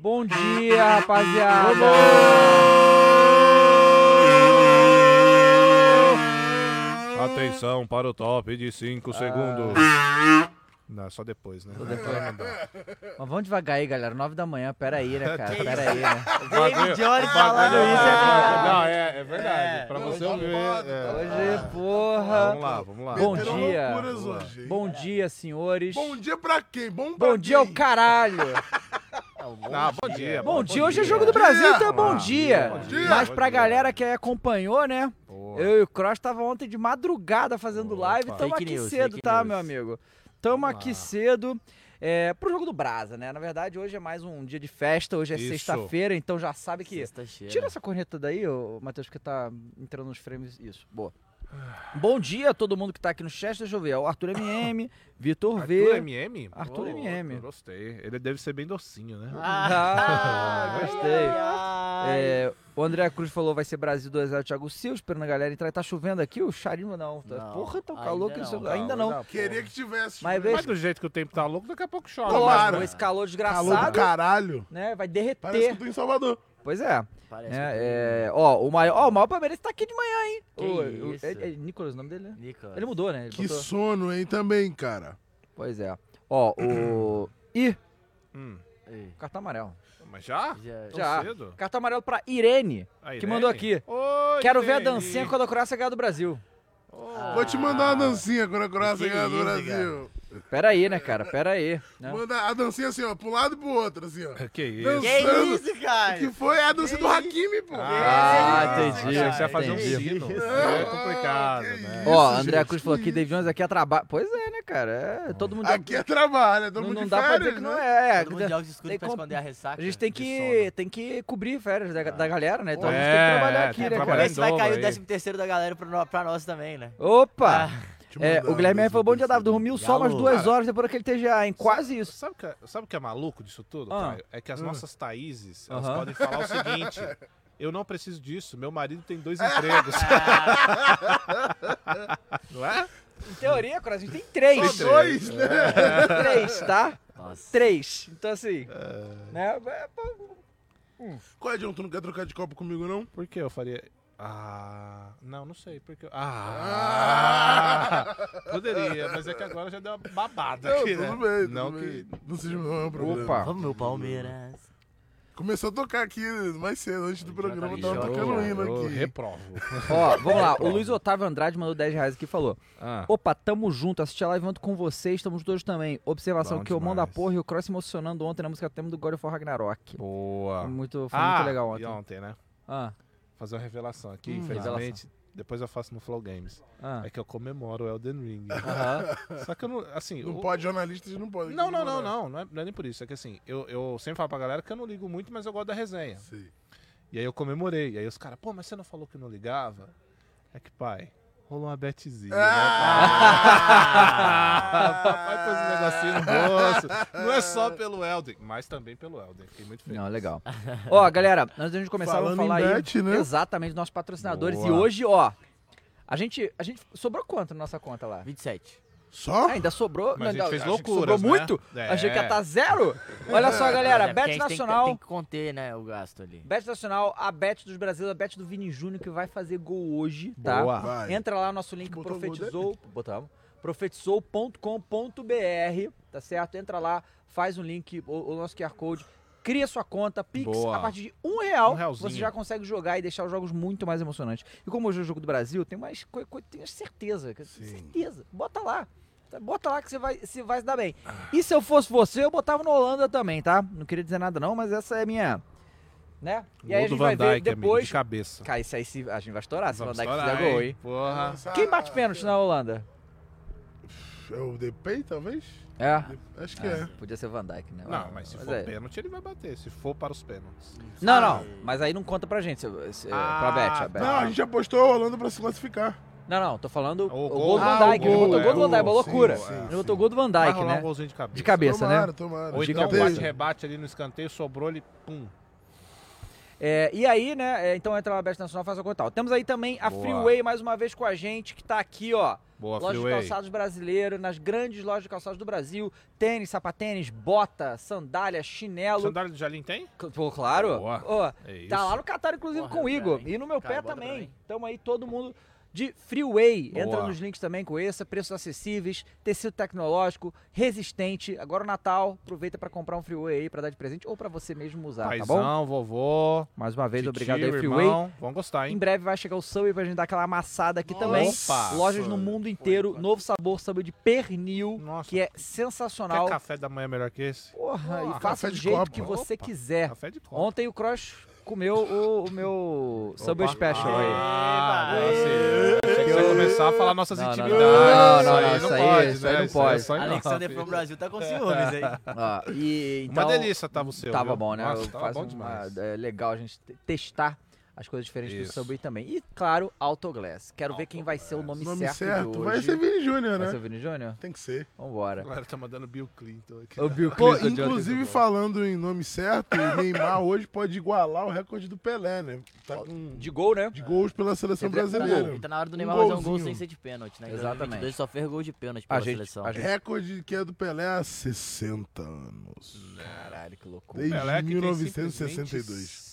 Bom dia, rapaziada! Atenção para o top de 5 segundos. Não, só depois, né? Mas vamos devagar aí, galera. 9 da manhã, pera aí, né, cara? Pera aí, né? David Jones falando isso Não, é verdade. Pra você ouvir. Hoje, porra. Vamos lá. Bom Meteram dia. loucuras hoje. Bom dia, senhores. Bom dia pra quem? Bom pra Bom dia ao quem? caralho. Bom dia. Bom dia, hoje é jogo do Brasil, então é bom dia. Bom dia. Mas Bom pra dia. galera que acompanhou, né? Boa. Eu e o Cross tava ontem de madrugada fazendo live. Tamo Fake aqui news, cedo, fake tá, news. meu amigo? Tamo Vamos aqui lá. cedo. Pro jogo do Brasa, né? Na verdade, hoje é mais um dia de festa, hoje é Isso. sexta-feira, então já sabe que... Sexta-feira. Tira essa corneta daí, ô, Matheus, porque tá entrando nos frames. Isso, boa. Bom dia a todo mundo que tá aqui no chat, deixa eu ver. O Arthur MM, Vitor Arthur V. MM? Arthur MM. Gostei. Ele deve ser bem docinho, né? Gostei. Ai. O André Cruz falou vai ser Brasil 2x0 Thiago Silva, esperando a galera entrar. Tá chovendo aqui, o Charino não. Não, Porra, tá um ainda calor que não. isso... Ainda não. Queria que tivesse. Mas velho. Mas do jeito que o tempo tá louco, daqui a pouco chove. Lógico, Tomara. esse calor Calor do desgraçado, caralho. né? Vai Parece que derreter. eu tô em Salvador. Pois é. Parece O maior palmeirense tá aqui de manhã, hein? Que isso? É Nicolas o nome dele, né? Nicolas. Ele mudou, né? Ele Que botou- sono, hein, também, cara. Pois é. O Ei, cartão amarelo. Mas já? já- Já. Cedo? Cartão amarelo pra Irene, A que Irene? mandou aqui. Oi, Quero ver a Irene. dancinha quando a Croácia ganhar do Brasil. Vou te mandar uma dancinha quando a Croácia Que ganhar do isso, Brasil. Pera aí, né, cara? Pera aí. Né? Manda a dancinha assim, ó, pro lado e pro outro, assim, ó. Que isso? Dança. Que isso, cara? Que foi a dança do Hakimi, pô. Entendi. Achei que você ia fazer um Entendi. sino. Isso. É complicado, que né? isso. Ó, André gente, Cruz falou que aqui, David Jones aqui é trabalho. Pois é, né, cara? Todo mundo... Aqui é trabalho, é todo não, mundo não de dá pra férias, dizer que não né? é. Todo mundo joga de escudo tem pra como- esconder a ressaca. A gente tem de sono. que cobrir férias da galera, né? Então a gente É, tem que trabalhar aqui, tem que né, Vamos trabalhar cara? ver se vai dobro cair o aí. 13º da galera pra nós também, né? Opa! Deixa eu mandar O Guilherme uma falou, bom dia, Davi. dança. Dormiu só umas Galo. 2 horas depois daquele TGA, hein? Quase isso. Sabe o que é maluco disso tudo, Ah. Caio? É que as nossas Thaíses, elas Aham. podem falar o seguinte: eu não preciso disso, meu marido tem 2 empregos. Não é? Em teoria, cara, a gente tem 3. Só dois, né? 3, tá? Nossa. 3. Então, assim, né? Qual é, John? Tu não quer trocar de copo comigo, não? Por que eu faria. Não sei. Porque. Poderia, mas é que agora já deu uma babada Não, aqui, né? tudo bem, Não tudo que. bem. Não seja um problema. Opa. Vamos, meu Palmeiras. Começou a tocar aqui mais cedo, antes do programa, tá tava ligado. tocando hino Eu aqui. reprovo. Ó, vamos lá. O Luiz Otávio Andrade mandou 10 reais aqui e falou: Ah, opa, tamo junto, assisti a live ontem com vocês, estamos todos também. Observação Bom que eu mando a demais. porra e o Cross se emocionando ontem na música tema do God of War Ragnarok. boa. Foi muito legal E ontem. ontem, né? Ah, Fazer uma revelação aqui, infelizmente. Depois eu faço no Flow Games. ah. É que eu comemoro o Elden Ring. Aham. Só que eu não. Assim. Não pode, jornalistas não podem. Não é nem por isso. É que assim, eu sempre falo pra galera que eu não ligo muito, mas eu gosto da resenha. Sim. E aí eu comemorei. E aí os caras, pô, mas você não falou que não ligava? É que, pai, rolou uma betezinha. Papai pôs um negocinho no bolso. Não é só pelo Elden, mas também pelo Elden. Fiquei muito feliz. Não, legal. Ó, galera, antes da gente começar, Falando vamos falar em aí bet, né? exatamente dos nossos patrocinadores. Boa. E hoje, ó, a gente sobrou quanto na nossa conta lá? 27. Só? Ainda sobrou? Mas a gente fez achei que loucuras, sobrou né? muito? É. Achei que ia estar zero. Olha só, galera, É, porque a Bet gente Nacional. Tem que conter, né, o gasto ali. Bet Nacional, a Bet dos Brasileiros, a Bet do Vini Júnior, que vai fazer gol hoje, tá? Boa. Vai. Entra lá no nosso link Botou o gol profetizou, botamos, profetizou.com.br, tá certo? Entra lá, faz um link, o nosso QR Code, cria sua conta, Pix, Boa. a partir de R$1, realzinho. você já consegue jogar e deixar os jogos muito mais emocionantes. E como hoje é o jogo do Brasil, tem mais tenho certeza, certeza. Bota lá que você vai se dar bem. E se eu fosse você, eu botava no Holanda também, tá? Não queria dizer nada não, mas essa é a minha, né? E aí a Gol gente do vai Van ver Dijk, amigo, depois. de cabeça. Cara, isso aí a gente vai estourar se o Van Vamos Dijk estourar, fizer gol, hein? hein? Porra. Quem bate pênalti na Holanda? É o Depay, talvez? É. Acho que é. Podia ser Van Dijk, né? Não, mas se for é. pênalti, ele vai bater. Se for para os pênaltis. Não, mas aí não conta pra gente, pra Bet. A Bet. Não, a gente apostou a Holanda pra se classificar. Não, tô falando o gol. gol do Van Ah, Dijk. o Ele gol, botou o gol do Van Dijk, uma sim, loucura. sim, Ele sim. botou o gol do Van Vai Dijk, rolar um né? golzinho de cabeça. De cabeça, Tomara, né? tomara. Ou De então cabeça. bate-rebate ali no escanteio, sobrou ele, pum. E aí, né, então entra lá a Bet Nacional, faz o tal. Temos aí também a Boa. Freeway mais uma vez com a gente, que tá aqui, ó. Boa, Loja de Freeway. calçados brasileiro, nas grandes lojas de calçados do Brasil. Tênis, sapatênis, bota, sandália, chinelo. Sandália do Jalim tem? Pô, claro. Boa. Ó, É isso. tá lá no Catar, inclusive, Porra, com o Igor. cara, E no meu cara, pé bota pra também. mim. Tamo aí, todo mundo de Freeway. Boa. Entra nos links também, conheça. Preços acessíveis, tecido tecnológico, resistente. Agora o Natal, aproveita pra comprar um Freeway aí pra dar de presente ou pra você mesmo usar, tá bom? Paizão, vovô. Mais uma vez, titio, obrigado aí, Freeway. irmão. Vão gostar, Em hein? breve vai chegar o Subway pra gente dar aquela amassada aqui também. Opa! Lojas no mundo inteiro. Novo sabor, Subway de pernil, Nossa. que é Quer sensacional. café da manhã melhor que esse? Porra, e Porra, faça café do de jeito copo. que você Opa. quiser. Café de copo. Ontem o Cross comeu o meu Subway Opa. Special aí. Agora sim. Achei que você ia começar a falar nossas Não, não, intimidades. não, Isso isso aí aí- não pode, isso aí né? não Isso aí pode. é só em Alexander off. from Brasil tá com ciúmes aí. Ó, e, Uma então, delícia tava o seu. Tava viu? bom, né? Nossa, tava Faz bom uma- demais. é legal a gente testar as coisas diferentes do Isso. Subway também. E, claro, Autoglass. Quero ver quem vai ser o nome, Nome certo, certo, de vai hoje. ser Vini Júnior, Vai ser né? o Vini Júnior? Tem que ser. Vambora. A galera tá mandando Bill Clinton aqui. O Bill Pô, Clinton de ontem. inclusive falando em nome certo, o Neymar hoje pode igualar o recorde do Pelé, né? Tá com De gol, né? de gols pela seleção Sempre é brasileira. E tá na hora do Um Neymar fazer um gol golzinho. sem ser de pênalti, né? Em Exatamente. 2022 só fez gol de pênalti A pela gente- seleção. a gente- Recorde que é do Pelé há 60 anos. Caralho, que loucura. Desde Pelé que tem 1962.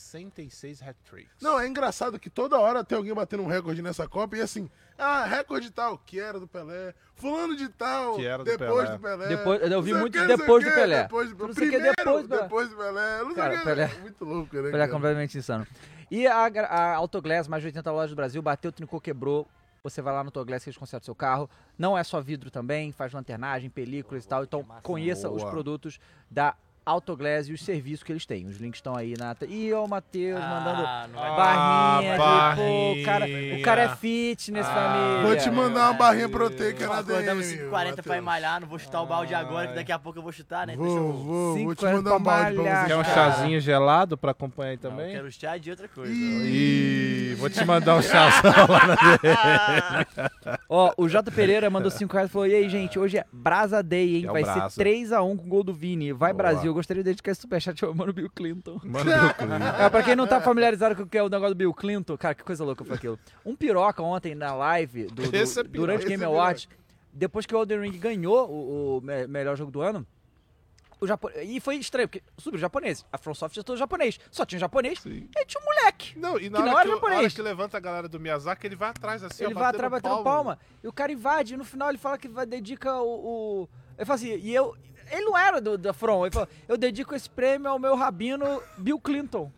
66 hat-tricks. Não, é engraçado que toda hora tem alguém batendo um recorde nessa Copa e assim, recorde tal, que era do Pelé, fulano de tal, Que era do depois Pelé. do Pelé. Depois- eu vi não sei muito o que, não sei depois o do que, Pelé. Depois do Não sei o que, Primeiro, depois do Pelé. depois do Pelé. Não sei Cara, o que. Pelé- Muito louco, né, Pelé é cara? completamente insano. E a Autoglass, mais de 80 lojas do Brasil, bateu, trincou, quebrou. Você vai lá no Autoglass que eles consertam seu carro. Não é só vidro também, faz lanternagem, películas e tal. Então conheça os Boa. produtos da Autoglass e os serviços que eles têm. Os links estão aí na... Ih, ó o Matheus mandando não vai barrinha aqui. Pô, barrinha. o cara é fitness, família. Vou te mandar uma barrinha proteica na Acordamos DM. 5h40 pra ir Matheus. malhar, não vou chutar o balde agora, que daqui a pouco eu vou chutar, né? Deixa eu... Vou te 5,40 mandar um balde pra malhar. você. Quer um Cara. chazinho gelado pra acompanhar aí Não, eu também? quero chá de outra coisa. Ih, vou te mandar um chazão lá na Ó, o J. Pereira mandou 5 reais e falou: e aí, gente, hoje é Brasa Day, hein? É o Vai Brasa. ser 3x1 com o gol do Vini. Vai, Boa. Brasil. Eu gostaria de dedicar esse superchat ao mano Bill Clinton. Mano, Bill Clinton. Pra quem não tá familiarizado com o que é o negócio do Bill Clinton, cara, que coisa louca foi aquilo. Um piroca ontem na live Esse é piroca, durante o esse Game é Awards, depois que o Elden Ring ganhou o melhor jogo do ano. E foi estranho, porque sobre os japoneses, a FromSoft é todo japonês. Só tinha um japonês Sim. e tinha um moleque. Não, e na Que não hora era que, a hora japonês. que levanta a galera do Miyazaki, ele vai atrás assim, Ele ó, vai atrás batendo palma. E o cara invade, e no final ele fala que dedica o... Ele fala assim, ele não era da From, ele falou, eu dedico esse prêmio ao meu rabino Bill Clinton.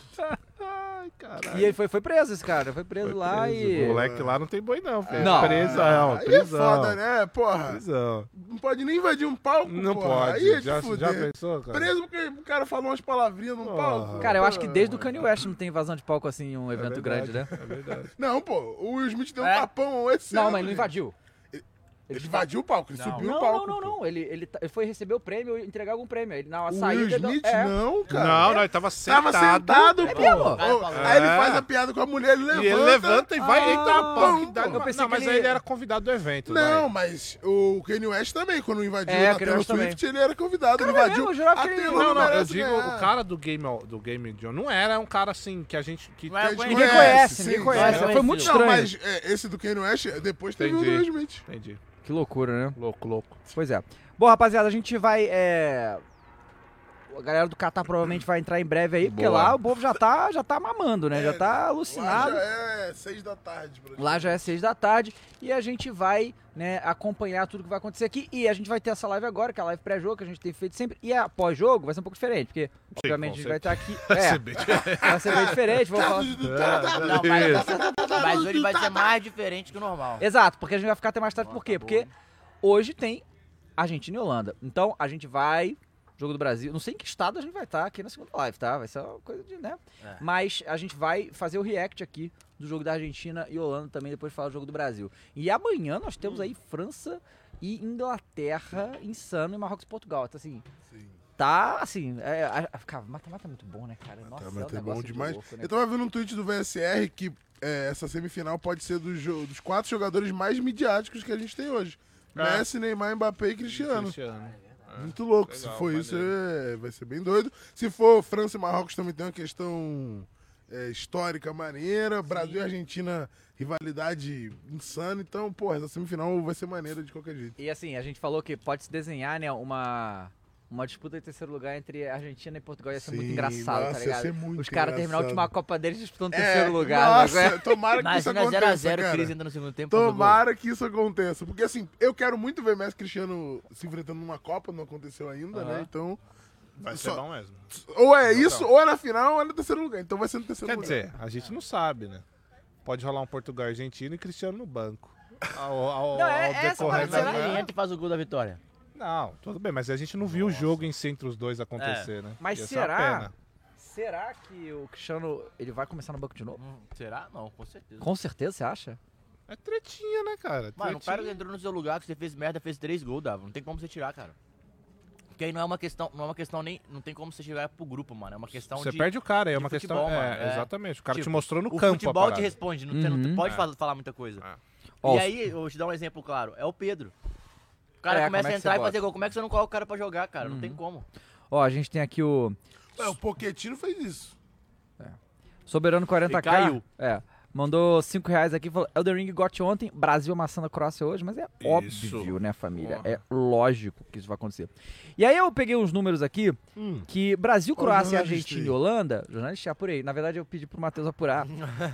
Ai, caralho. E ele foi preso, esse cara, foi preso Foi lá preso. e... O moleque lá não tem boi não, filho. Não. Prisão, Aí é prisão. foda, né, porra? Prisão. Não pode nem invadir um palco, Não porra. pode. Aí é Já te fuder. pensou, cara? Preso porque o cara falou umas palavrinhas num Porra. palco. Cara, eu acho que desde o Kanye West não tem invasão de palco assim em um É evento verdade, grande, né? É verdade. Não, pô, o Will Smith deu um É? tapão esse Não, ano, mas ele não gente. invadiu. Ele invadiu o palco, ele Não. subiu Não, o palco. não, pô. Ele foi receber o prêmio e entregar algum prêmio. Ele, na O saída... Will Smith, não, não, cara. Não, ele tava sentado. Tava sentado, É pô. mesmo? Ô, Cara, falou. Aí ele É. faz a piada com a mulher, ele levanta. E ele levanta e vai. Eita, Ah, pô, que dá- eu pensei não, que mas ele- aí ele era convidado do evento. Não, vai. mas o Kanye West também, quando invadiu É, na o Kanye Taylor West também. Swift, ele era convidado, ele Caramba, invadiu. eu jurava A que ele- Taylor Não, não, eu merece digo, ganhar. o cara do Game John não era um cara assim que a gente. Que Não é Ninguém Ninguém conhecido. conhece, sim, ninguém sim. conhece. Não, Foi muito não, Não, estranho. mas esse do Kanye West, depois teve o do Entendi. Will Smith. Entendi. Que loucura, né? Louco. Pois é. Bom, rapaziada, a gente vai... A galera do Catar provavelmente vai entrar em breve aí, porque Boa. lá o povo já tá mamando, né? Já tá Lá alucinado. já é 6 da tarde. Lá já é 6 da tarde e a gente vai, né, acompanhar tudo que vai acontecer aqui. E a gente vai ter essa live agora, que é a live pré-jogo, que a gente tem feito sempre. E a pós-jogo vai ser um pouco diferente, porque, obviamente, a gente vai estar aqui... vai ser bem diferente. Vamos falar... Não, mas hoje vai ser mais diferente que o normal. Exato, porque a gente vai ficar até mais tarde. Por quê? Porque hoje tem Argentina e Holanda. Então, a gente vai... Jogo do Brasil. Não sei em que estado a gente vai estar aqui na segunda live, tá? Vai ser uma coisa de, né? É. Mas a gente vai fazer o react aqui do jogo da Argentina e Holanda também, depois de falar do jogo do Brasil. E amanhã nós temos aí França e Inglaterra, insano, e Marrocos e Portugal. Então, assim, tá, assim... cara, mata-mata é muito bom, né, cara? Nossa, Tá, é um mas é bom negócio de demais. louco, né? Eu tava vendo um tweet do VSR que essa semifinal pode ser dos 4 jogadores mais midiáticos que a gente tem hoje. É. Messi, Neymar, Mbappé e Cristiano. Muito louco. Legal, Se for isso, maneiro. vai ser bem doido. Se for França e Marrocos, também tem uma questão histórica maneira. Brasil e Argentina, rivalidade insana. Então, porra, essa semifinal vai ser maneira de qualquer jeito. E assim, a gente falou que pode se desenhar, né, uma disputa em terceiro lugar entre Argentina e Portugal. Ia ser muito Sim, engraçado, nossa, tá ia ligado? ser muito Os caras terminar a engraçado. última Copa deles disputando terceiro lugar. Nossa, né? tomara que isso Imagina aconteça, 0x0, cara. Cris entra no segundo tempo. faz o gol. Tomara que isso aconteça. Porque assim, eu quero muito ver Messi e Cristiano se enfrentando numa Copa, não aconteceu ainda, né? Então, Vai ser Só- bom mesmo. ou é isso, ou é na final, ou é no terceiro lugar. Então vai ser no terceiro Quer lugar. dizer, a gente não sabe, né? Pode rolar um Portugal e Argentina e Cristiano no banco. Não, essa decorrer parece da- ser Mas ele entra e faz o gol da vitória. Não, tudo bem, mas a gente não viu o jogo em si entre os dois acontecer, né? Mas Ia ser uma será? pena. Será que o Cristiano ele vai começar no banco de novo? Será? Não, com certeza. Com certeza, você acha? É tretinha, né, cara? Mano, o cara que Tretinha. entrou no seu lugar, que você fez merda, fez 3 gols, Dava. Não tem como você tirar, cara. Porque aí não é uma questão nem. Não tem como você chegar pro grupo, mano. É uma questão Você de. perde o cara, é de uma futebol, questão. mano, é. Exatamente. O cara te Tipo, mostrou no O campo. a futebol te parada. responde, você não Uhum. pode falar muita coisa. Ó, E aí, eu vou te dar um exemplo claro. É o Pedro. O cara É, começa como é a que entrar você e fazer bota? gol. Como é que você não coloca o cara pra jogar, cara? Não tem como. Ó, a gente tem aqui o O Pochettino fez isso. Soberano E 40k. caiu. É. Mandou R$5 aqui e falou: Elden Ring got ontem, Brasil amassando a Croácia hoje, mas é óbvio, né, família? É lógico que isso vai acontecer. E aí eu peguei uns números aqui que Brasil, Ó, Croácia, jornalista Argentina aí. e Holanda. Jornalista, apurei. Na verdade, eu pedi pro Matheus apurar.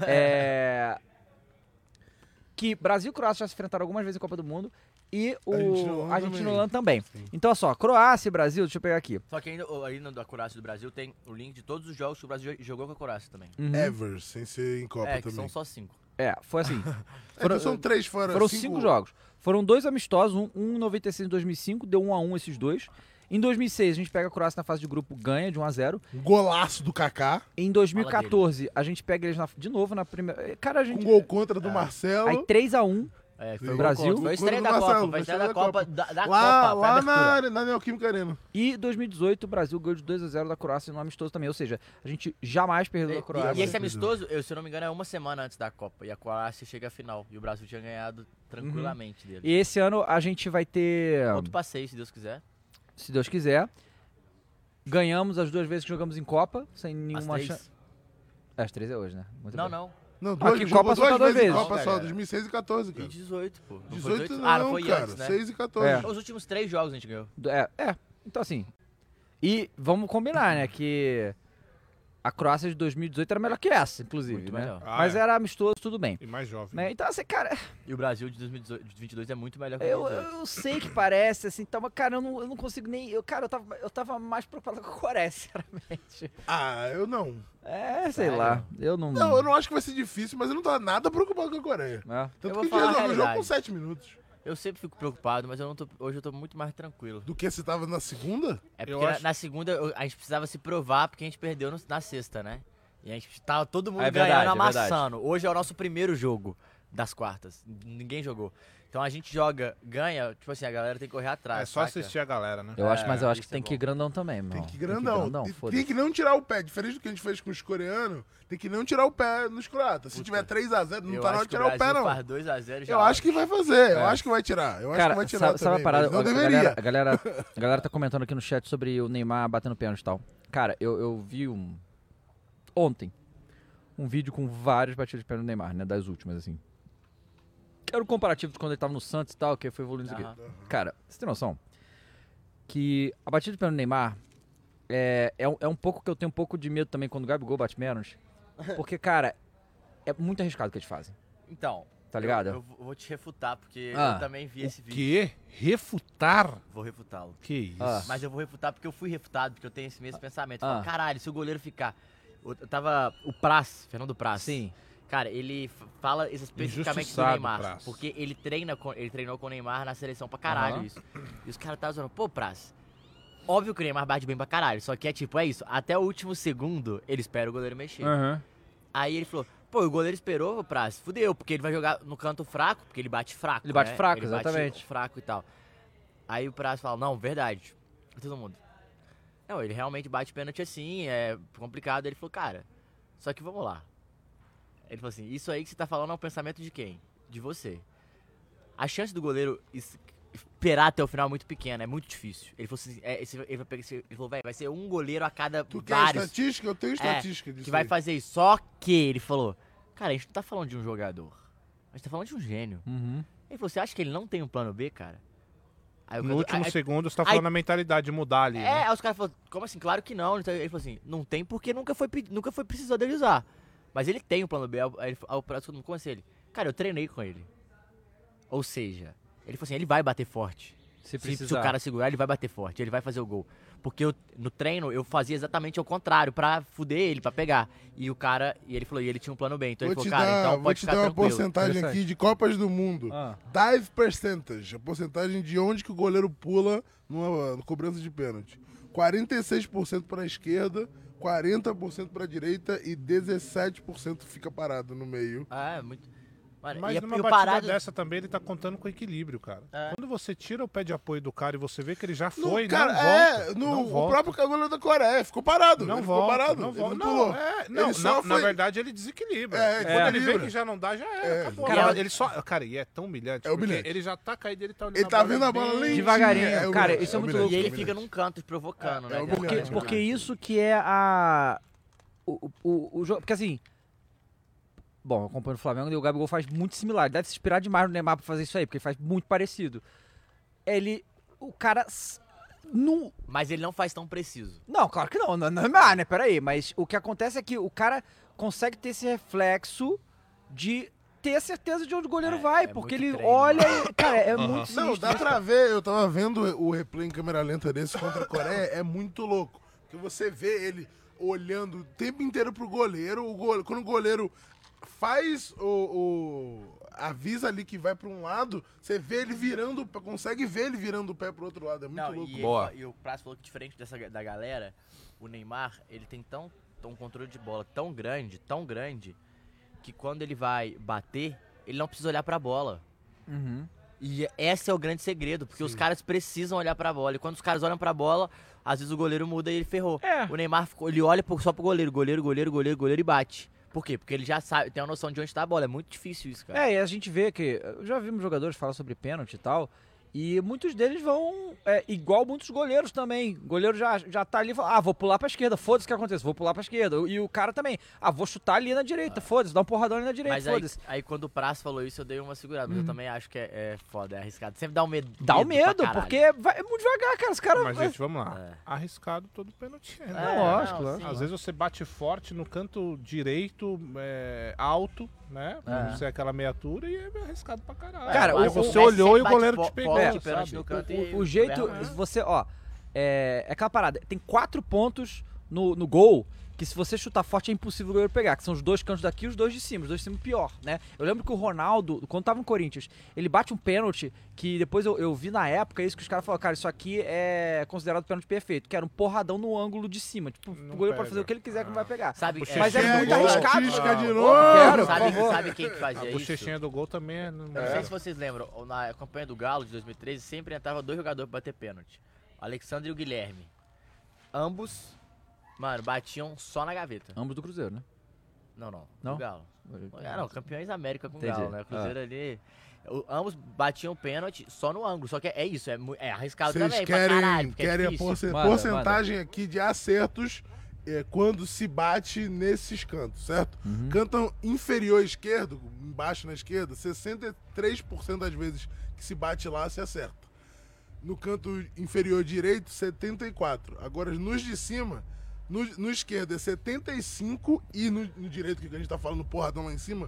Que Brasil e Croácia já se enfrentaram algumas vezes em Copa do Mundo. E o Argentina e Holanda também. Então, olha só, Croácia e Brasil, deixa eu pegar aqui. Só que ainda ali da Croácia e do Brasil tem o link de todos os jogos que o Brasil jogou com a Croácia também. Ever, sem ser em Copa É, que também. são só 5. É, foi assim. Então são 3 fora. Foram 5 jogos. Foram 2 amistosos, um em 96 e 2005, deu 1-1 esses dois. Em 2006, a gente pega a Croácia na fase de grupo, ganha de 1-0. Um golaço do Kaká, Em 2014, a gente pega eles de novo na primeira... Cara, a um gente... gol contra do Marcelo. Aí 3-1. É, Sim. foi o Brasil? Foi a estreia Quando da do Copa. Marcelo, Foi a estreia foi da a Copa. estreia Da lá Copa, pra abertura. na Neoquímica Arena. E 2018, o Brasil ganhou de 2-0 da Croácia no amistoso também. Ou seja, a gente jamais perdeu da Croácia. E esse amistoso, se eu não me engano, é uma semana antes da Copa. E a Croácia chega à final. E o Brasil tinha ganhado tranquilamente dele. E esse ano a gente vai ter, Outro passeio, se Deus quiser. se Deus quiser, ganhamos as 2 vezes que jogamos em Copa, sem As nenhuma 3. chance. As 3 é hoje, né? Muito Não, bem. não. Não, Aqui, jogou Copa só tá 2 em vezes. Copa Não, só, cara. 2006 e 14, E cara. 18, pô. Não foi 18 18? não, Ah, não foi cara. antes, né? 6 e 14. É. Os últimos 3 jogos a gente ganhou. Então assim. E vamos combinar, né? Que a Croácia de 2018 era melhor que essa, inclusive, Muito né? melhor. Mas era amistoso, tudo bem. E mais jovem. Né? Então, assim, cara, E o Brasil de 2022 é muito melhor que eu, o 2018. eu sei que parece, assim, então, mas, cara, eu não consigo nem. Cara, eu tava mais preocupado com a Coreia, sinceramente. Ah, eu não. É, sei Sério? lá. Eu não. Não, eu não acho que vai ser difícil, mas eu não tô nada preocupado com a Coreia. É. Tanto Eu vou que falar a resolveu o jogo com realidade. 7 minutos. Eu sempre fico preocupado, mas hoje eu tô muito mais tranquilo. Do que se tava na segunda? É Eu porque acho- na segunda a gente precisava se provar porque a gente perdeu na sexta, né? E a gente tava todo mundo É ganhando, verdade, é verdade. amassando. Hoje é o nosso primeiro jogo das quartas. Ninguém jogou. Então a gente joga, ganha, tipo assim, a galera tem que correr atrás. É só saca? assistir a galera, né? Eu acho, mas eu acho que isso é tem que ir bom. grandão também, mano. Tem que ir grandão. Tem foda-se. que não tirar o pé. Diferente do que a gente fez com os coreanos, tem que não tirar o pé nos croatas. Se Puta. tiver 3x0, não Eu tá na hora acho de que tirar o pé, Brasil não. faz 2x0 já. Eu acho que vai fazer, eu É. acho que vai tirar. Eu acho que Cara, vai tirar sabe a também, parada? mas não A deveria. a galera tá comentando aqui no chat sobre o Neymar batendo pênalti e tal. Cara, eu vi ontem um vídeo com vários batidas de pênalti do Neymar, né? Das últimas, assim. Era um comparativo de quando ele tava no Santos e tal, que foi evoluindo isso aqui. Aham. Cara, você tem noção que a batida de pênalti do Neymar é um pouco que eu tenho um pouco de medo também quando o Gabigol bate pênalti. Porque, cara, é muito arriscado o que eles fazem. Então, Tá ligado? eu vou te refutar, porque Ah. eu também vi esse O vídeo. quê? Refutar? Vou refutá-lo. Que isso? Ah. Mas eu vou refutar porque eu fui refutado, porque eu tenho esse mesmo pensamento. Eu Ah. falo, caralho, se o goleiro ficar... Eu tava... O Praz, Fernando Praz. Sim. Cara, ele fala especificamente do Injustiçado, Neymar. Praz. Porque ele treinou com o Neymar na seleção pra caralho Aham. isso. E os caras estavam falando, pô, Praz, óbvio que o Neymar bate bem pra caralho. Só que é tipo, é isso. Até o último segundo, ele espera o goleiro mexer. Aham. Aí ele falou, pô, o goleiro esperou, Praz, fudeu, porque ele vai jogar no canto fraco, porque ele bate fraco. Ele bate né? fraco, Ele bate exatamente. fraco e tal. Aí o Praz fala, não, verdade. Todo mundo. Não, ele realmente bate pênalti assim, é complicado. Ele falou, cara, só que vamos lá. Ele falou assim, isso aí que você tá falando é o pensamento de quem? De você. A chance do goleiro esperar até o final é muito pequeno, é muito difícil. Ele falou assim, ele falou, velho, vai ser um goleiro a cada Tu quer vários estatística? Eu tenho estatística disso que vai aí. fazer isso. Só que ele falou, cara, a gente não tá falando de um jogador, a gente tá falando de um gênio. Uhum. Ele falou, você acha que ele não tem um plano B, cara? Aí o No cara- último aí- segundo, você tá falando a mentalidade de mudar ali, né? aí os caras falaram, como assim? Claro que não. Ele falou assim, não tem porque nunca foi precisado dele usar. Mas ele tem um plano B. Aí o Prato não conhece ele. Cara, eu treinei com ele. Ou seja, ele falou assim, ele vai bater forte. Se Se precisar. o cara segurar, ele vai bater forte, ele vai fazer o gol. Porque no treino eu fazia exatamente ao contrário, pra fuder ele, pra pegar. E ele falou, e ele tinha um plano B. Então ele Vou falou, te cara, dar, então vou pode te ficar dar uma tranquilo. porcentagem Interessante. aqui de Copas do Mundo. Ah. Dive percentage, a porcentagem de onde que o goleiro pula numa cobrança de pênalti. 46% para a esquerda, 40% para a direita e 17% fica parado no meio. É, muito... Mano, Mas e numa o batida parado... dessa também, ele tá contando com equilíbrio, cara. É. Quando você tira o pé de apoio do cara e você vê que ele já No- foi, cara, não volta. no, não o volta. próprio goleiro da Coreia ficou parado. Não ele volta, ficou parado. não ele volta. não pulou. Não, Ele só na foi- verdade ele desequilibra. É, Quando ele vê desequilibra. que já não dá, já é. É, Acabou. cara, Ele só... Cara, e é tão humilhante. É humilhante. Porque ele já tá caído, ele tá olhando Ele tá vendo a bola bem lentinha. Devagarinho. É Cara, humilhante, isso é muito humilhante, E ele humilhante. fica num canto provocando, né? é cara? humilhante. Porque isso que é a... O jogo... Porque assim... Bom, eu acompanho o Flamengo e o Gabigol faz muito similar. Deve se inspirar demais no Neymar pra fazer isso aí, porque ele faz muito parecido. O cara... Mas ele não faz tão preciso. Não, claro que não. Não é, né? Peraí. Mas o que acontece é que o cara consegue ter esse reflexo de ter a certeza de onde o goleiro vai. Porque muito ele treino, olha e... Cara, é muito Não, sinistro dá isso, pra cara. ver, eu tava vendo o replay em câmera lenta desse contra a Coreia, é muito louco. Porque você vê ele olhando o tempo inteiro pro goleiro, quando o goleiro faz avisa ali que vai pra um lado, você vê ele virando, consegue ver ele virando o pé pro outro lado, é muito Não, louco. e o Prazo falou que diferente da galera, o Neymar, ele tem um controle de bola tão grande, que quando ele vai bater, ele não precisa olhar pra bola. Uhum. E esse é o grande segredo, porque os caras precisam olhar pra bola. E quando os caras olham pra bola, às vezes o goleiro muda e ele ferrou. É. O Neymar, ele olha só pro goleiro e bate. Por quê? Porque ele já sabe, tem uma noção de onde tá a bola. É muito difícil isso, cara. É, e a gente vê que... Já vimos jogadores falar sobre pênalti e tal, e muitos deles vão... igual muitos goleiros também. O goleiro já tá ali e fala, vou pular pra esquerda, foda-se o que acontece, vou pular pra esquerda. E o cara também, vou chutar ali na direita, foda-se, dá um porradão ali na direita, Mas foda-se. aí quando o Prazo falou isso, eu dei uma segurada. Mas eu também acho que é foda, é arriscado. Sempre dá um medo. Dá o pra medo, caralho. porque é muito devagar, cara. Os caras... Mas, gente, vamos lá. É. Arriscado todo pênalti. Né? Não, lógico, não, lógico. sim. Às vezes você bate forte no canto direito, alto, né? Pra não ser aquela meiatura e é arriscado pra caralho. Cara, Aí o você Messi olhou e o bate goleiro te forte, pegou, pênalti sabe? no canto e O jeito, berra. você, é aquela parada, tem 4 pontos no gol, que se você chutar forte é impossível o goleiro pegar, que são os 2 cantos daqui e os 2 de cima, os 2 de cima pior, né? Eu lembro que o Ronaldo, quando tava no Corinthians, ele bate um pênalti, que depois eu vi na época, isso que os caras falaram, cara, isso aqui é considerado pênalti perfeito, que era um porradão no ângulo de cima, tipo, o Não goleiro pode pega. fazer o que ele quiser que não vai pegar. Sabe, Mas é Quer muito arriscado. estatística de Não. novo? Quero, por sabe, favor. sabe quem que A fazia isso? bochechinha do gol também é... Não sei se vocês lembram, na campanha do Galo de 2013, sempre entrava 2 jogadores pra bater pênalti. O Alexandre e o Guilherme. Ambos, mano, batiam só na gaveta. Ambos do Cruzeiro, né? Não, Não? do Galo. Não, campeões da América com o Entendi. Galo, né? O Cruzeiro ali... Ambos batiam pênalti só no ângulo, só que é isso, é arriscado Vocês também, pra caralho, porque querem é a difícil. Manda, porcentagem aqui de acertos quando se bate nesses cantos, certo? Canto inferior esquerdo, embaixo na esquerda, 63% das vezes que se bate lá se acerta. No canto inferior direito, 74%. Agora, nos de cima, no esquerdo é 75% e no direito, que a gente tá falando porradão lá em cima,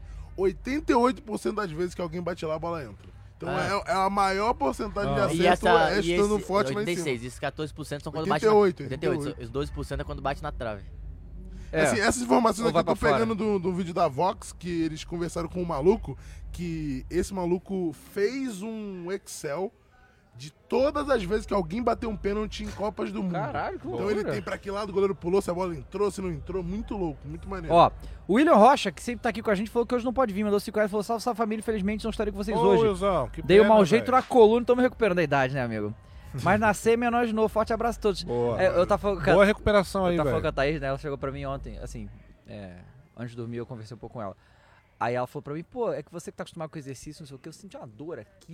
88% das vezes que alguém bate lá, a bola entra. Então é a maior porcentagem de acerto estando forte lá em 86, cima. esses 14% são quando 88, bate na... 88, os 12% é quando bate na trave. Assim, essas informações Ou aqui vai eu tô pra fora. pegando do vídeo da Vox, que eles conversaram com um maluco, que esse maluco fez um Excel de todas as vezes que alguém bateu um pênalti em Copas do Mundo. Caralho, que Então loucura. ele tem pra que lado o goleiro pulou, se a bola entrou, se não entrou, muito louco, muito maneiro. Ó, o William Rocha, que sempre tá aqui com a gente, falou que hoje não pode vir, mandou 5 reais, falou, salve, salve família, infelizmente não estarei com vocês Ô, hoje. Wilson, que Dei um pena, mau jeito velho. na coluna e tô me recuperando da idade, né, amigo? Mas nascer é nós de novo, forte abraço a todos. Boa. Eu tava falando com a- Boa recuperação aí, eu tava falando com velho. a Thaís, né, ela chegou pra mim ontem, assim, antes de dormir eu conversei um pouco com ela. Aí ela falou pra mim, pô, é que você que tá acostumado com exercício, não sei o que, eu senti uma dor aqui.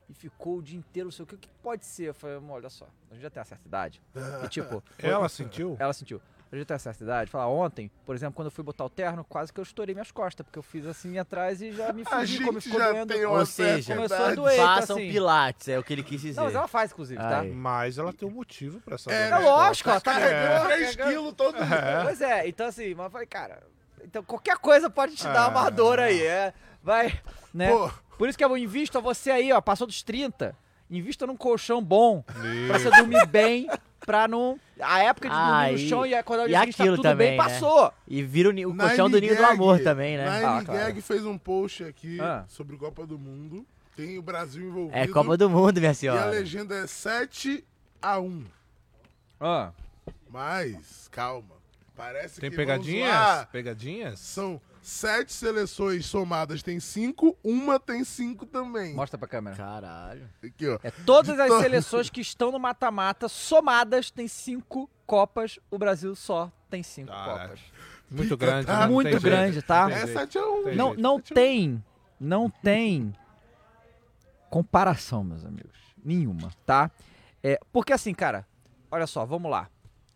e ficou o dia inteiro, não sei o que pode ser? Eu falei, olha só, a gente já tem uma certa idade. E tipo... Ela sentiu? Ela sentiu. A gente tem uma certa idade. Fala, ontem, por exemplo, quando eu fui botar o terno, quase que eu estourei minhas costas, porque eu fiz assim atrás e já me fudi, como ficou doendo. Ou seja, começou a doer, façam assim. pilates, é o que ele quis dizer. Não, mas ela faz, inclusive, tá? Ai. Mas ela tem um motivo pra essa É dor. lógico, ela tá Carregando carregando. 3 quilos todo dia. Pois é, então assim, mas eu falei, cara, então qualquer coisa pode te dar uma dor aí, vai, né? Pô. Por isso que eu invisto a você aí, ó, passou dos 30, invista num colchão bom, pra você dormir bem, pra não... A época de dormir no chão e quando e a gente tá aquilo tudo também, bem, né? passou. E vira o colchão do ninho do amor também, né? Nine claro. Gag fez um post aqui Ah. sobre Copa do Mundo. Tem o Brasil envolvido. É Copa do Mundo, minha E a senhora. legenda é 7-1. Ah. Mas, calma. Parece Tem que pegadinhas? vamos zoar. Pegadinhas? São 7 seleções somadas, tem 5. Uma tem 5 também. Mostra pra câmera. Caralho. Aqui, ó. É, todas as seleções que estão no mata-mata, somadas, tem 5 Copas, o Brasil só tem 5 Caralho. Copas. Muito grande, tá? né? Não Muito tem grande, jeito. tá? Tem É jeito. 7-1. Tem Não, jeito. não tem comparação, meus amigos. Nenhuma, tá? Porque assim, cara, olha só, vamos lá.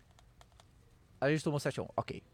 A gente tomou 7-1,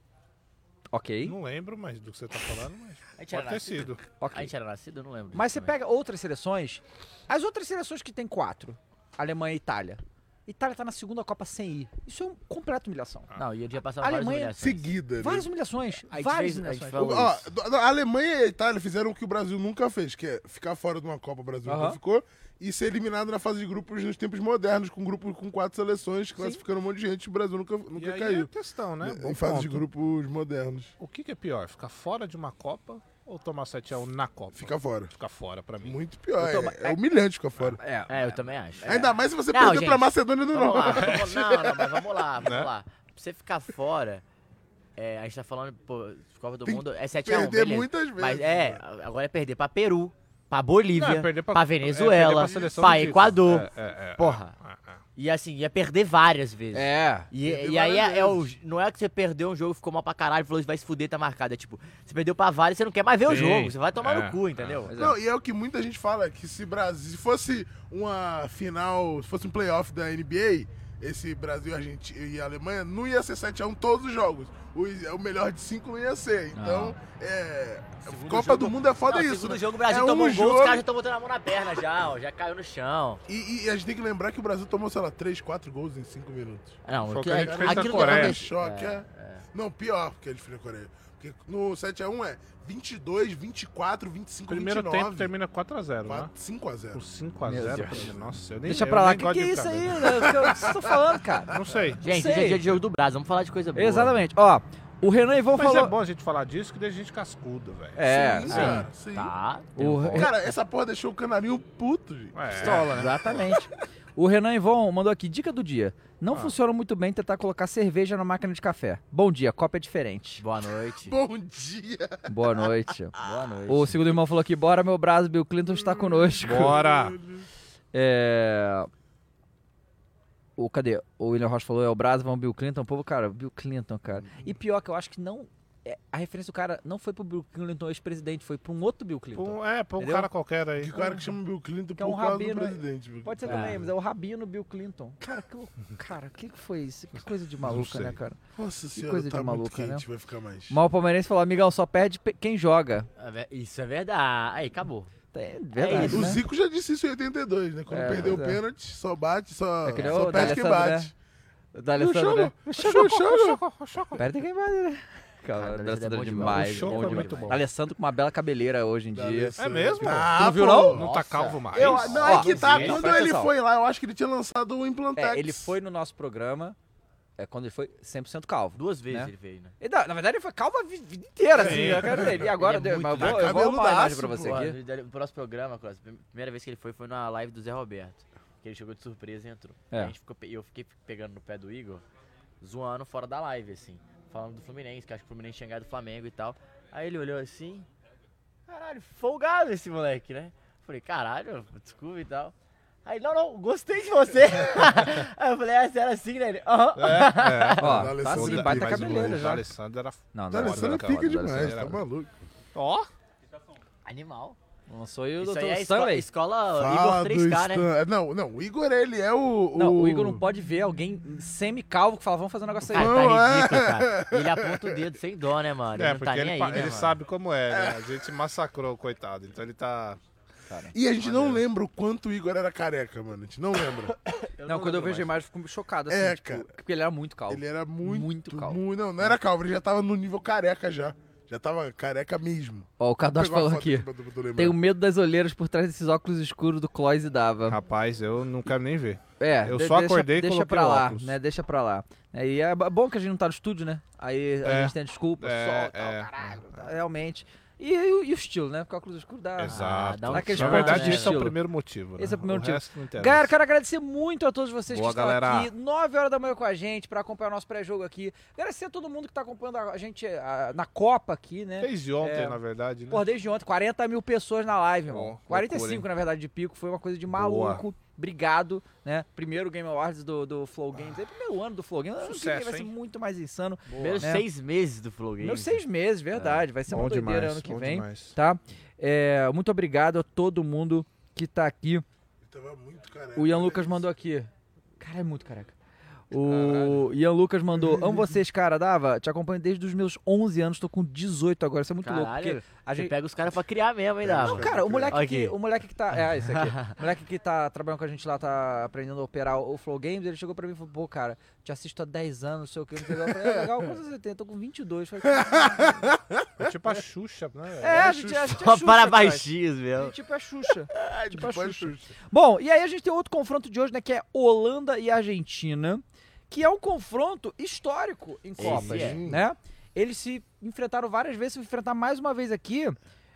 ok. Não lembro mais do que você tá falando, mas A gente era pode ter nascido? sido. A ok. gente era nascido? Eu não lembro. Mas disso você também. pega outras seleções, as outras seleções que tem 4, Alemanha e Itália. Itália tá na segunda Copa sem ir. Isso é uma completa humilhação. Não, e eu já passar A várias Alemanha- humilhações. Seguida. né? Várias humilhações, A gente várias fez- a gente humilhações. falou- Ó, a Alemanha e a Itália fizeram o que o Brasil nunca fez, que é ficar fora de uma Copa, o Brasil nunca Aham. ficou, e ser eliminado na fase de grupos nos tempos modernos, com grupos com 4 seleções, classificando um monte de gente, o Brasil nunca E aí caiu. é questão, né? Bom Em fase de ponto. grupos modernos. O que é pior, ficar fora de uma Copa ou tomar 7-1 na Copa? Fica fora. Fica fora pra mim. Muito pior. Eu tô- É humilhante ficar fora. É, eu também acho. Ainda mais se você Não, perder gente, pra Macedônia do Vamos lá, Norte. não, mas vamos lá. Né? Pra você ficar fora, a gente tá falando, pô, Copa do Tem Mundo é 7-1, perder beleza. muitas vezes, Mas né? agora é perder pra Peru, pra Bolívia, Não, é perder pra pra Venezuela, perder seleção pra do Egito. Equador. É. Porra. E assim, ia perder várias vezes. É. E Perder aí várias não é que você perdeu um jogo, ficou mal pra caralho, falou, vai se fuder, tá marcado. É tipo, você perdeu pra vários, você não quer mais ver o Sim, jogo, você vai tomar é, no cu, entendeu? Não, e é o que muita gente fala, que se se fosse uma final, se fosse um playoff da NBA, esse Brasil, Argentina e Alemanha, não ia ser 7-1 todos os jogos. O melhor de 5 não ia ser. Então, Copa do Mundo é foda Não, isso. segundo né? jogo, o Brasil É tomou um um gol, os jogo- caras já estão botando a mão na perna já, ó, já caiu no chão. E a gente tem que lembrar que o Brasil tomou, sei lá, 3, 4 gols em 5 minutos. Não, Foi o que a gente fez na aquilo Coreia. não É deixa. choque, Não, pior que a gente fez na Coreia. Porque no 7-1 é 22, 24, 25, Primeiro 29. tempo termina 4x0, né? 5-0. Por Meu 5x0. Deus. Nossa, eu nem Deixa eu pra lá. nem Que gosto é de isso ficar aí? vendo. Né? O que vocês estão falando, cara? Não sei. Gente, Sei. hoje é dia de jogo do Brasil, vamos falar de coisa boa. Exatamente. Ó, o Renan Ivon Mas falou... é bom a gente falar disso, que deixa a gente cascudo, velho. É, Cara, sim. Tá. Cara, essa porra deixou o canarinho puto, gente. É. Exatamente. O Renan Ivon mandou aqui, dica do dia. Não funciona muito bem tentar colocar cerveja na máquina de café. Bom dia, copa é diferente. Boa noite. Bom dia. Boa noite. Boa noite. O segundo irmão falou aqui, bora meu braço, Bill Clinton está conosco. Bora! Cadê? O William Rocha falou, é o Brasil, vamos Bill Clinton. Povo, cara, Bill Clinton, cara. E pior que eu acho que não... a referência do cara não foi pro Bill Clinton, ex-presidente, foi pra um outro Bill Clinton. Pra um Entendeu? cara qualquer aí. Que o cara que chama Bill Clinton Que é um por causa rabino, do presidente. Bill Pode ser É. também, mas é o Rabino Bill Clinton. Cara, que foi isso? Que coisa de maluca, sei. né, cara? Nossa senhora, coisa de tá muito maluca, né? quente, vai ficar mais. Mal palmeirense falou, amigão, só perde quem joga. Isso é verdade. Aí, acabou. É verdade, isso, O né? Zico já disse isso em 82, né? Quando É, perdeu o pois é. pênalti, só bate, só, É que nem só o perde quem D'Alessandro, bate. D'Alessandro, né? Perde quem bate, né? Cara, Cara, D'Alessandro é é bom demais. demais. O Bom Choco é demais. muito bom. D'Alessandro com uma bela cabeleira hoje em dia. É mesmo? Ah, Tu não viu, pô. não? Não tá calvo mais? Não, é que tá. Ó, Quando presta ele atenção. foi lá, eu acho que ele tinha lançado o Implantex. Ele foi no nosso programa, quando ele foi 100% calvo. 2 vezes né? ele veio, né? Na verdade, ele foi calvo a vida inteira, assim, a cara dele. E agora, Ele é muito mas legal. eu vou arrumar a imagem Cabeludaço, pra você Porra, aqui. no próximo programa, Cross, a primeira vez que ele foi na live do Zé Roberto. Que ele chegou de surpresa e entrou. É. A gente eu fiquei pegando no pé do Igor, zoando fora da live, assim. Falando do Fluminense, que acho que o Fluminense tinha ganhado do Flamengo e tal. Aí ele olhou assim, caralho, folgado esse moleque, né? Falei, caralho, desculpa e tal. Aí, não, gostei de você. Aí eu falei, você era assim, né? Ele, aham. Ó, tá D'Alessandro assim, é baita pica, cabeleira O já. Alessandro era... Não, D'Alessandro não, pica não, demais, D'Alessandro tá maluco. Ó, Animal. Lançou aí o Isso Dr. aí é Stanley. escola Fala Igor 3K, né? Não, o Igor, ele é o... Não, o Igor não pode ver alguém semi-calvo que fala, vamos fazer um negócio aí. Cara, Não, tá ridículo, cara. Ele aponta o dedo sem dó, né, mano? Ele não porque tá nem ele, aí, né, ele mano? sabe como é, né? A gente massacrou, coitado. Então ele tá... Cara. E a gente não lembra o quanto o Igor era careca, mano. A gente não lembra. Não, quando eu vejo a imagem, eu fico chocado, assim, É, tipo, cara. porque ele era muito calvo. Ele era muito calvo. Não era calvo, ele já tava no nível careca já. Já tava careca mesmo. Ó, o Cardoso Pegou a falando foto aqui. pra tu lembrar. Tenho medo das olheiras por trás desses óculos escuros do Clois e Dava. Rapaz, eu não quero nem ver. É, Eu só acordei e deixa coloquei pra lá, óculos. né? Deixa pra lá. E é bom que a gente não tá no estúdio, né? Aí a gente tem desculpa, sol, tal, caralho, realmente. E o estilo, né? Porque o óculos escuro dá... Exato. dá um aqueles Na chance, pontos verdade, de esse é o estilo. primeiro motivo, né? Esse é o primeiro motivo. resto não interessa. Galera, quero agradecer muito a todos vocês Boa, que estão galera. aqui, 9 horas da manhã com a gente, pra acompanhar o nosso pré-jogo aqui. Agradecer a todo mundo que tá acompanhando a gente na Copa aqui, né? Desde ontem, na verdade, né? Pô, desde ontem, 40 mil pessoas na live, irmão. Ó, 45, loucura, na verdade, de pico. Foi uma coisa de maluco. Obrigado, né? Primeiro Game Awards do Flow Games. É primeiro ano do Flow Games. Ano que vem Sucesso, vai ser hein? muito mais insano. Primeiros né? 6 meses do Flow Games. Meus 6 meses, verdade. Vai ser uma Bom doideira demais, ano que bom vem, demais. tá? Muito obrigado a todo mundo que tá aqui. Ele tava muito careca. O Ian olha Lucas isso. mandou aqui. Cara, é muito careca. O Ian Lucas mandou: amo vocês, cara. Dava, te acompanho desde os meus 11 anos, tô com 18 agora. Isso é muito louco. Caralho, Porque a você gente... pega os caras pra criar mesmo, hein, Dava? Não, cara, o moleque, Aqui. o moleque que tá. É, isso aqui. O moleque que tá trabalhando com a gente lá, tá aprendendo a operar o Flow Games, ele chegou pra mim e falou: pô, cara, te assisto há 10 anos, não sei o que. Eu falei: é legal, quantos você tem? Eu tô com 22. Eu falei, É tipo a Xuxa, né? a gente é Só Xuxa, para cara. baixinhos, A meu. gente, tipo, é Xuxa. Tipo a Xuxa. Bom, e aí a gente tem outro confronto de hoje, né? Que é Holanda e Argentina, que é um confronto histórico em Copas, é. né? Eles se enfrentaram várias vezes, se vão enfrentar mais uma vez aqui.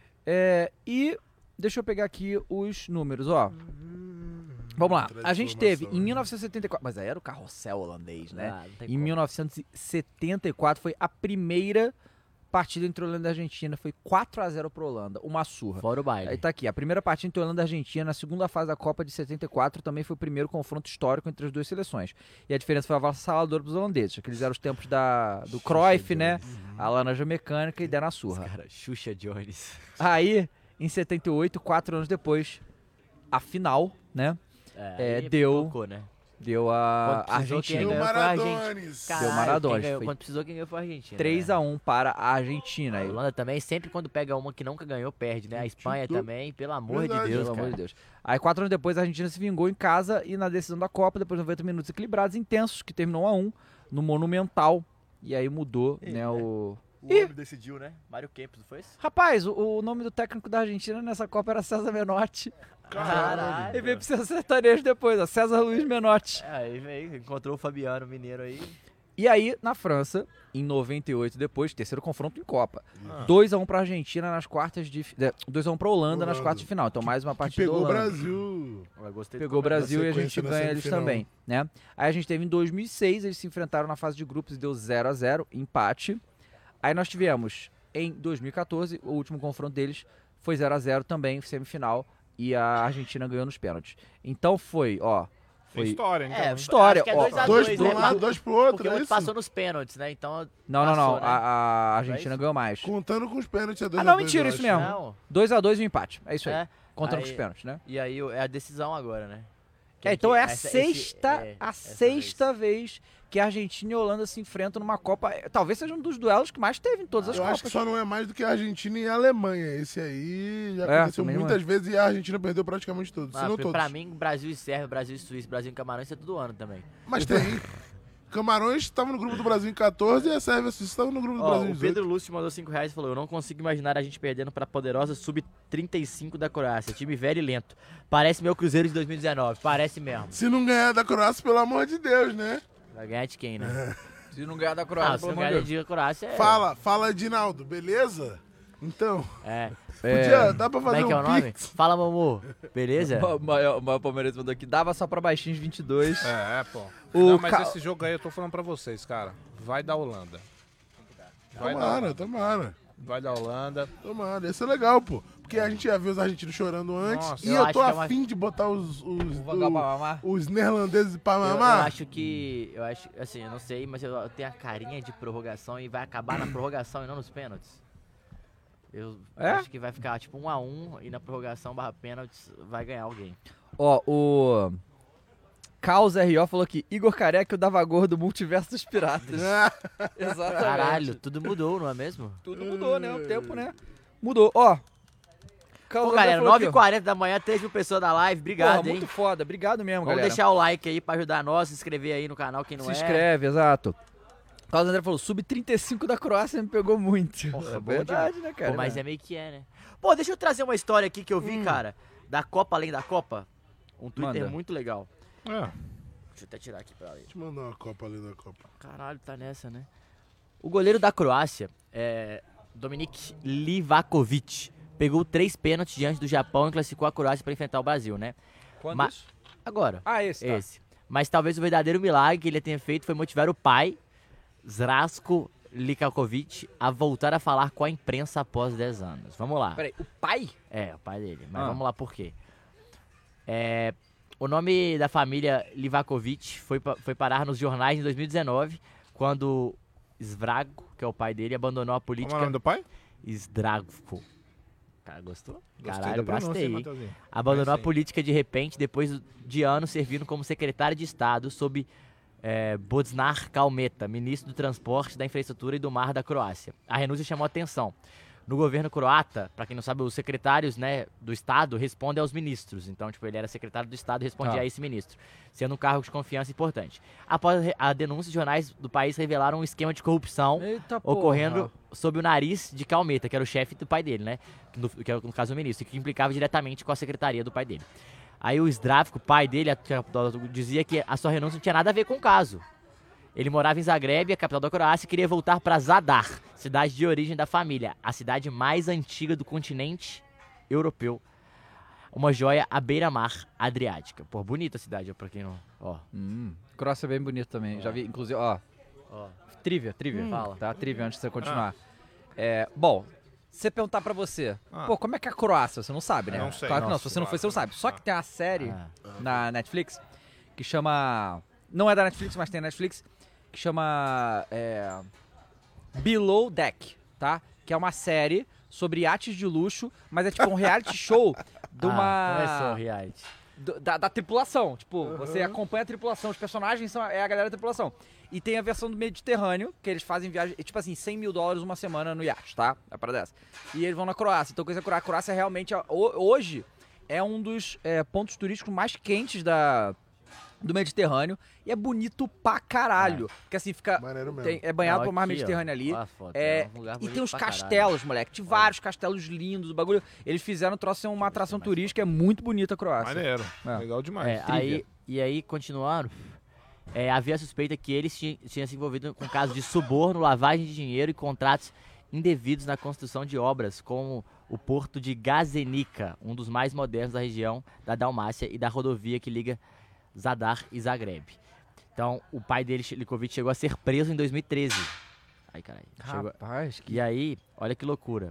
E deixa eu pegar aqui os números, ó. Vamos lá. A gente teve em 1974, mas aí era o carrossel holandês, né? Ah, não tem Em como. 1974 foi a primeira partida entre Holanda e Argentina, foi 4-0 pro Holanda, uma surra. Fora o baile. Aí tá aqui, a primeira partida entre Holanda e Argentina, na segunda fase da Copa de 74, também foi o primeiro confronto histórico entre as duas seleções. E a diferença foi avassaladora pros holandeses, aqueles eram os tempos do Cruyff, né? A laranja mecânica e deram a surra. Cara, Xuxa Jones. Aí, em 78, 4 anos depois, a final, né? Aí deu- tocou, né? Deu a Quando precisou, Argentina. quem Deu ganhou foi a Argentina. Maradones. Caralho, Maradona, quem ganhou- foi Quando precisou, quem ganhou foi a Argentina. 3-1 para a Argentina. A Aí, Holanda também, sempre quando pega uma que nunca ganhou, perde, né? A Espanha também, pelo amor Verdade, de Deus, pelo cara. amor de Deus. Aí 4 anos depois a Argentina se vingou em casa e na decisão da Copa, depois de 90 minutos equilibrados, intensos, que terminou 1-1 no Monumental. E aí mudou, né, o... O homem decidiu, né? Mário Kempis, não foi isso? Rapaz, o nome do técnico da Argentina nessa Copa era César Menotti. Caralho. E veio pro seu sertanejo depois, ó, César Luiz Menotti. Aí veio, encontrou o Fabiano Mineiro aí. E aí, na França, em 98 depois, terceiro confronto em Copa. 2-1 pra Argentina nas quartas de... 2-1 pra Holanda nas Holanda. quartas de final. Então mais uma Que partida pegou o Holanda. Brasil. Eu gostei Pegou o do comentário. Brasil e a gente sequência na ganha eles semifinal. também, né? Aí a gente teve em 2006, eles se enfrentaram na fase de grupos e deu 0-0, empate. Aí nós tivemos em 2014, o último confronto deles foi 0-0 também, semifinal, e a Argentina ganhou nos pênaltis. Então foi, ó, Tem foi... história, então. É, História, acho que é ó, 2x2, Dois né? pra um lado, dois pro outro. Porque o é outro isso? passou nos pênaltis, né? Então. Não, passou, né? a Argentina isso? ganhou mais. Contando com os pênaltis, é 2 Ah, não, mentira, isso mesmo. Não. 2-2 e um empate, é isso aí, É. contando Aí- com os pênaltis, né? E aí é a decisão agora, né? Então é a essa- sexta, essa sexta vez que a Argentina e a Holanda se enfrentam numa Copa. Talvez seja um dos duelos que mais teve em todas as Eu Copas. acho que só não é mais do que a Argentina e a Alemanha. Esse aí já É, aconteceu também não muitas vezes e a Argentina perdeu praticamente todos. Se Ah, não todos. pra mim, Brasil e Sérvia, Brasil e Suíça, Brasil e Camarões, isso é todo ano também. Mas tem. Camarões estava no grupo do Brasil em 14 e a Sérvia e a Suíça estavam no grupo do Ó, Brasil em o 18. Pedro Lúcio mandou R$5 e falou: eu não consigo imaginar a gente perdendo pra poderosa Sub-35 da Croácia. Time velho e lento. Parece meu Cruzeiro de 2019. Parece mesmo. Se não ganhar da Croácia, pelo amor de Deus, né? Vai ganhar de quem, né? Se não ganhar da Ah, Croácia, se pelo não amor de ganhar Deus. de Croácia é... Fala, Edinaldo, beleza? Então, É. dá pra Como fazer é que é o um nome? pix? Fala, Momu. Beleza? O maior palmeirense mandou aqui, dava só pra baixinhos 22. Pô. O Não, mas Ca- esse jogo aí eu tô falando pra vocês, cara. Vai da Holanda. Vai da Tomara, Holanda. tomara. Vai da Holanda. Tomara, ia ser legal, pô. Porque a gente já viu os argentinos chorando antes. Nossa, e eu eu acho tô que é uma- afim de botar os Vagabamamá. os neerlandeses pra Eu mamar. acho que... Eu acho, assim, eu não sei, mas eu tenho a carinha de prorrogação e vai acabar na prorrogação e não nos pênaltis. Eu acho que vai ficar tipo 1-1 e na prorrogação /pênaltis vai ganhar alguém. Ó, o Caos RO falou aqui, Igor Careca, o Davagor do Multiverso dos Piratas. Exatamente. Caralho, tudo mudou, não é mesmo? Tudo mudou, né? O tempo, né? Mudou. Ó. Pô, galera, 9h40 da manhã, 3 mil pessoas da live. Obrigado, muito hein? foda. Obrigado mesmo, Vamos galera. deixar o like aí pra ajudar nós, se inscrever aí no canal quem não Se é. inscreve, exato. Carlos André falou, sub-35 da Croácia me pegou muito. Porra, É bom verdade, demais. né, cara? Pô, mas é meio que né? Pô, deixa eu trazer uma história aqui que eu vi, cara, da Copa Além da Copa. Um Twitter Manda. muito legal. É. Deixa eu até tirar aqui pra ler. Deixa eu mandar uma Copa ali da Copa. Caralho, tá nessa, né? O goleiro da Croácia, Dominik Livakovic, pegou 3 pênaltis diante do Japão e classificou a Croácia pra enfrentar o Brasil, né? Quando isso? Agora. Ah, esse, tá. Esse. Mas talvez o verdadeiro milagre que ele tenha feito foi motivar o pai, Zdravko Livakovic, a voltar a falar com a imprensa após 10 anos. Vamos lá. Peraí, o pai? É, o pai dele. Mas Ah. vamos lá por quê. O nome da família Livakovic foi parar nos jornais em 2019, quando Zdravko, que é o pai dele, abandonou a Como é o política... nome do pai? Zdravko. Cara, gostou? Gostei Caralho, da pronúncia, gastei, hein, hein? Matheusinho? Abandonou a Sim. política de repente, depois de anos servindo como secretário de Estado sob Božidar Kalmeta, ministro do Transporte, da Infraestrutura e do Mar da Croácia. A renúncia chamou atenção. No governo croata, pra quem não sabe, os secretários, né, do Estado respondem aos ministros. Então, tipo, ele era secretário do Estado e respondia a esse ministro, sendo um cargo de confiança importante. Após a denúncia, jornais do país revelaram um esquema de corrupção Eita ocorrendo sob o nariz de Kalmeta, que era o chefe do pai dele, né? Que é, no caso, o ministro, que implicava diretamente com a secretaria do pai dele. Aí o Zdravko, pai dele, dizia que a sua renúncia não tinha nada a ver com o caso. Ele morava em Zagreb, a capital da Croácia, e queria voltar para Zadar, cidade de origem da família, a cidade mais antiga do continente europeu. Uma joia à beira-mar adriática. Pô, bonita a cidade, pra quem não... Ó. Croácia é bem bonito também. Já vi, inclusive, ó. Trivia. Fala. Tá, trivia antes de você continuar. Bom, se você perguntar pra você, pô, como é que é a Croácia? Você não sabe, né? Não sei. Claro que não, Nossa, se você não foi, você não sabe. Só que tem uma série Ah. na Netflix que chama... Não é da Netflix, mas tem na Netflix, que chama Below Deck, tá? Que é uma série sobre iates de luxo, mas é tipo um reality show de uma... Começou o reality. Da tripulação. Tipo, você acompanha a tripulação, os personagens é a galera da tripulação. E tem a versão do Mediterrâneo, que eles fazem viagem, tipo assim, $100 mil uma semana no iate, tá? É a parada dessa. E eles vão na Croácia. Então, a Croácia realmente, hoje, é um dos pontos turísticos mais quentes do Mediterrâneo. E é bonito pra caralho. Porque assim, fica... Maneiro mesmo. É banhado Não, pelo mar aqui, ó. Mediterrâneo ali. Olha a foto, É, um lugar e bonito tem uns pra caralho. castelos, moleque. Tem vários castelos lindos, o bagulho. Eles fizeram o troço ser uma atração turística, é muito bonita a Croácia. Maneiro. É. Legal demais. Aí, continuando, havia a suspeita que eles tinham se envolvido com casos de suborno, lavagem de dinheiro e contratos indevidos na construção de obras, como o porto de Gazenica, um dos mais modernos da região da Dalmácia e da rodovia que liga Zadar e Zagreb. Então, o pai dele, Livakovic, chegou a ser preso em 2013. Ai, caralho. Rapaz, E aí, olha que loucura.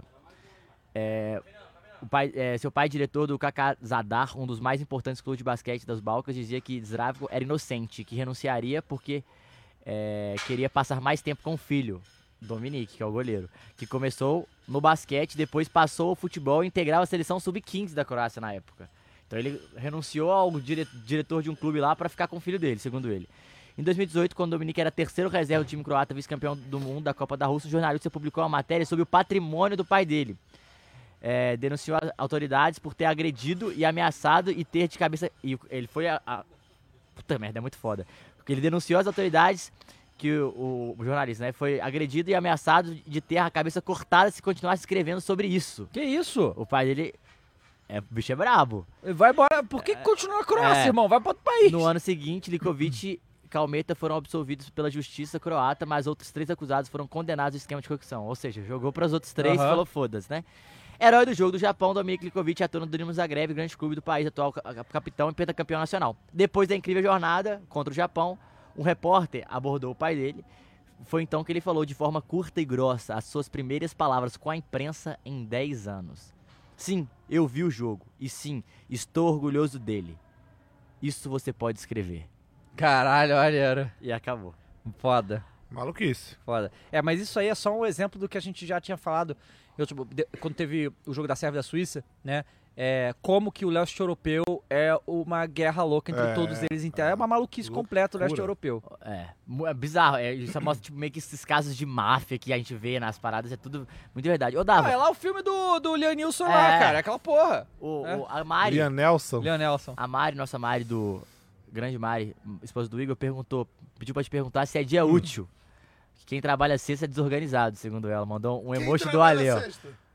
Seu pai, diretor do KK Zadar, um dos mais importantes clubes de basquete dos Balcãs, dizia que Zdravko era inocente, que renunciaria porque queria passar mais tempo com o filho, Dominik, que é o goleiro, que começou no basquete, depois passou ao futebol e integrava a seleção sub-15 da Croácia na época. Então ele renunciou ao diretor de um clube lá para ficar com o filho dele, segundo ele. Em 2018, quando Dominik era terceiro reserva do time croata, vice-campeão do mundo da Copa da Rússia, o jornalista publicou uma matéria sobre o patrimônio do pai dele. Denunciou as autoridades por ter agredido e ameaçado e ter de cabeça... E ele foi Puta merda, é muito foda. Porque ele denunciou as autoridades que o jornalista, né, foi agredido e ameaçado de ter a cabeça cortada se continuasse escrevendo sobre isso. que isso? O pai dele... O bicho é brabo. Vai embora. Por que continua a Croácia, irmão? Vai pra outro país. No ano seguinte, Livakovic e Kalmeta foram absolvidos pela justiça croata, mas outros 3 acusados foram condenados no esquema de corrupção. Ou seja, jogou para os outros 3 e falou foda-se, né? Herói do jogo do Japão, Dominik Livakovic atua no Dinamo Zagreb, grande clube do país, atual capitão e pentacampeão nacional. Depois da incrível jornada contra o Japão, um repórter abordou o pai dele. Foi então que ele falou de forma curta e grossa as suas primeiras palavras com a imprensa em 10 anos. Sim, eu vi o jogo. E sim, estou orgulhoso dele. Isso você pode escrever. Caralho, olha. E acabou. Foda. Maluquice. Foda. Mas isso aí é só um exemplo do que a gente já tinha falado Quando teve o jogo da Sérvia e da Suíça, né? Como que o leste europeu é uma guerra louca entre todos eles. Então, é uma maluquice completa o leste europeu. É bizarro. Isso mostra tipo, meio que esses casos de máfia que a gente vê nas paradas. É tudo muito verdade. Ô, Dava. É lá o filme do Leonilson lá, cara. Aquela porra. A Mari. Liam Nelson. A Mari, nossa Mari do... Grande Mari, esposa do Igor, pediu pra te perguntar se é dia útil. Quem trabalha sexta é desorganizado, segundo ela. Mandou um emoji do Ale, ó.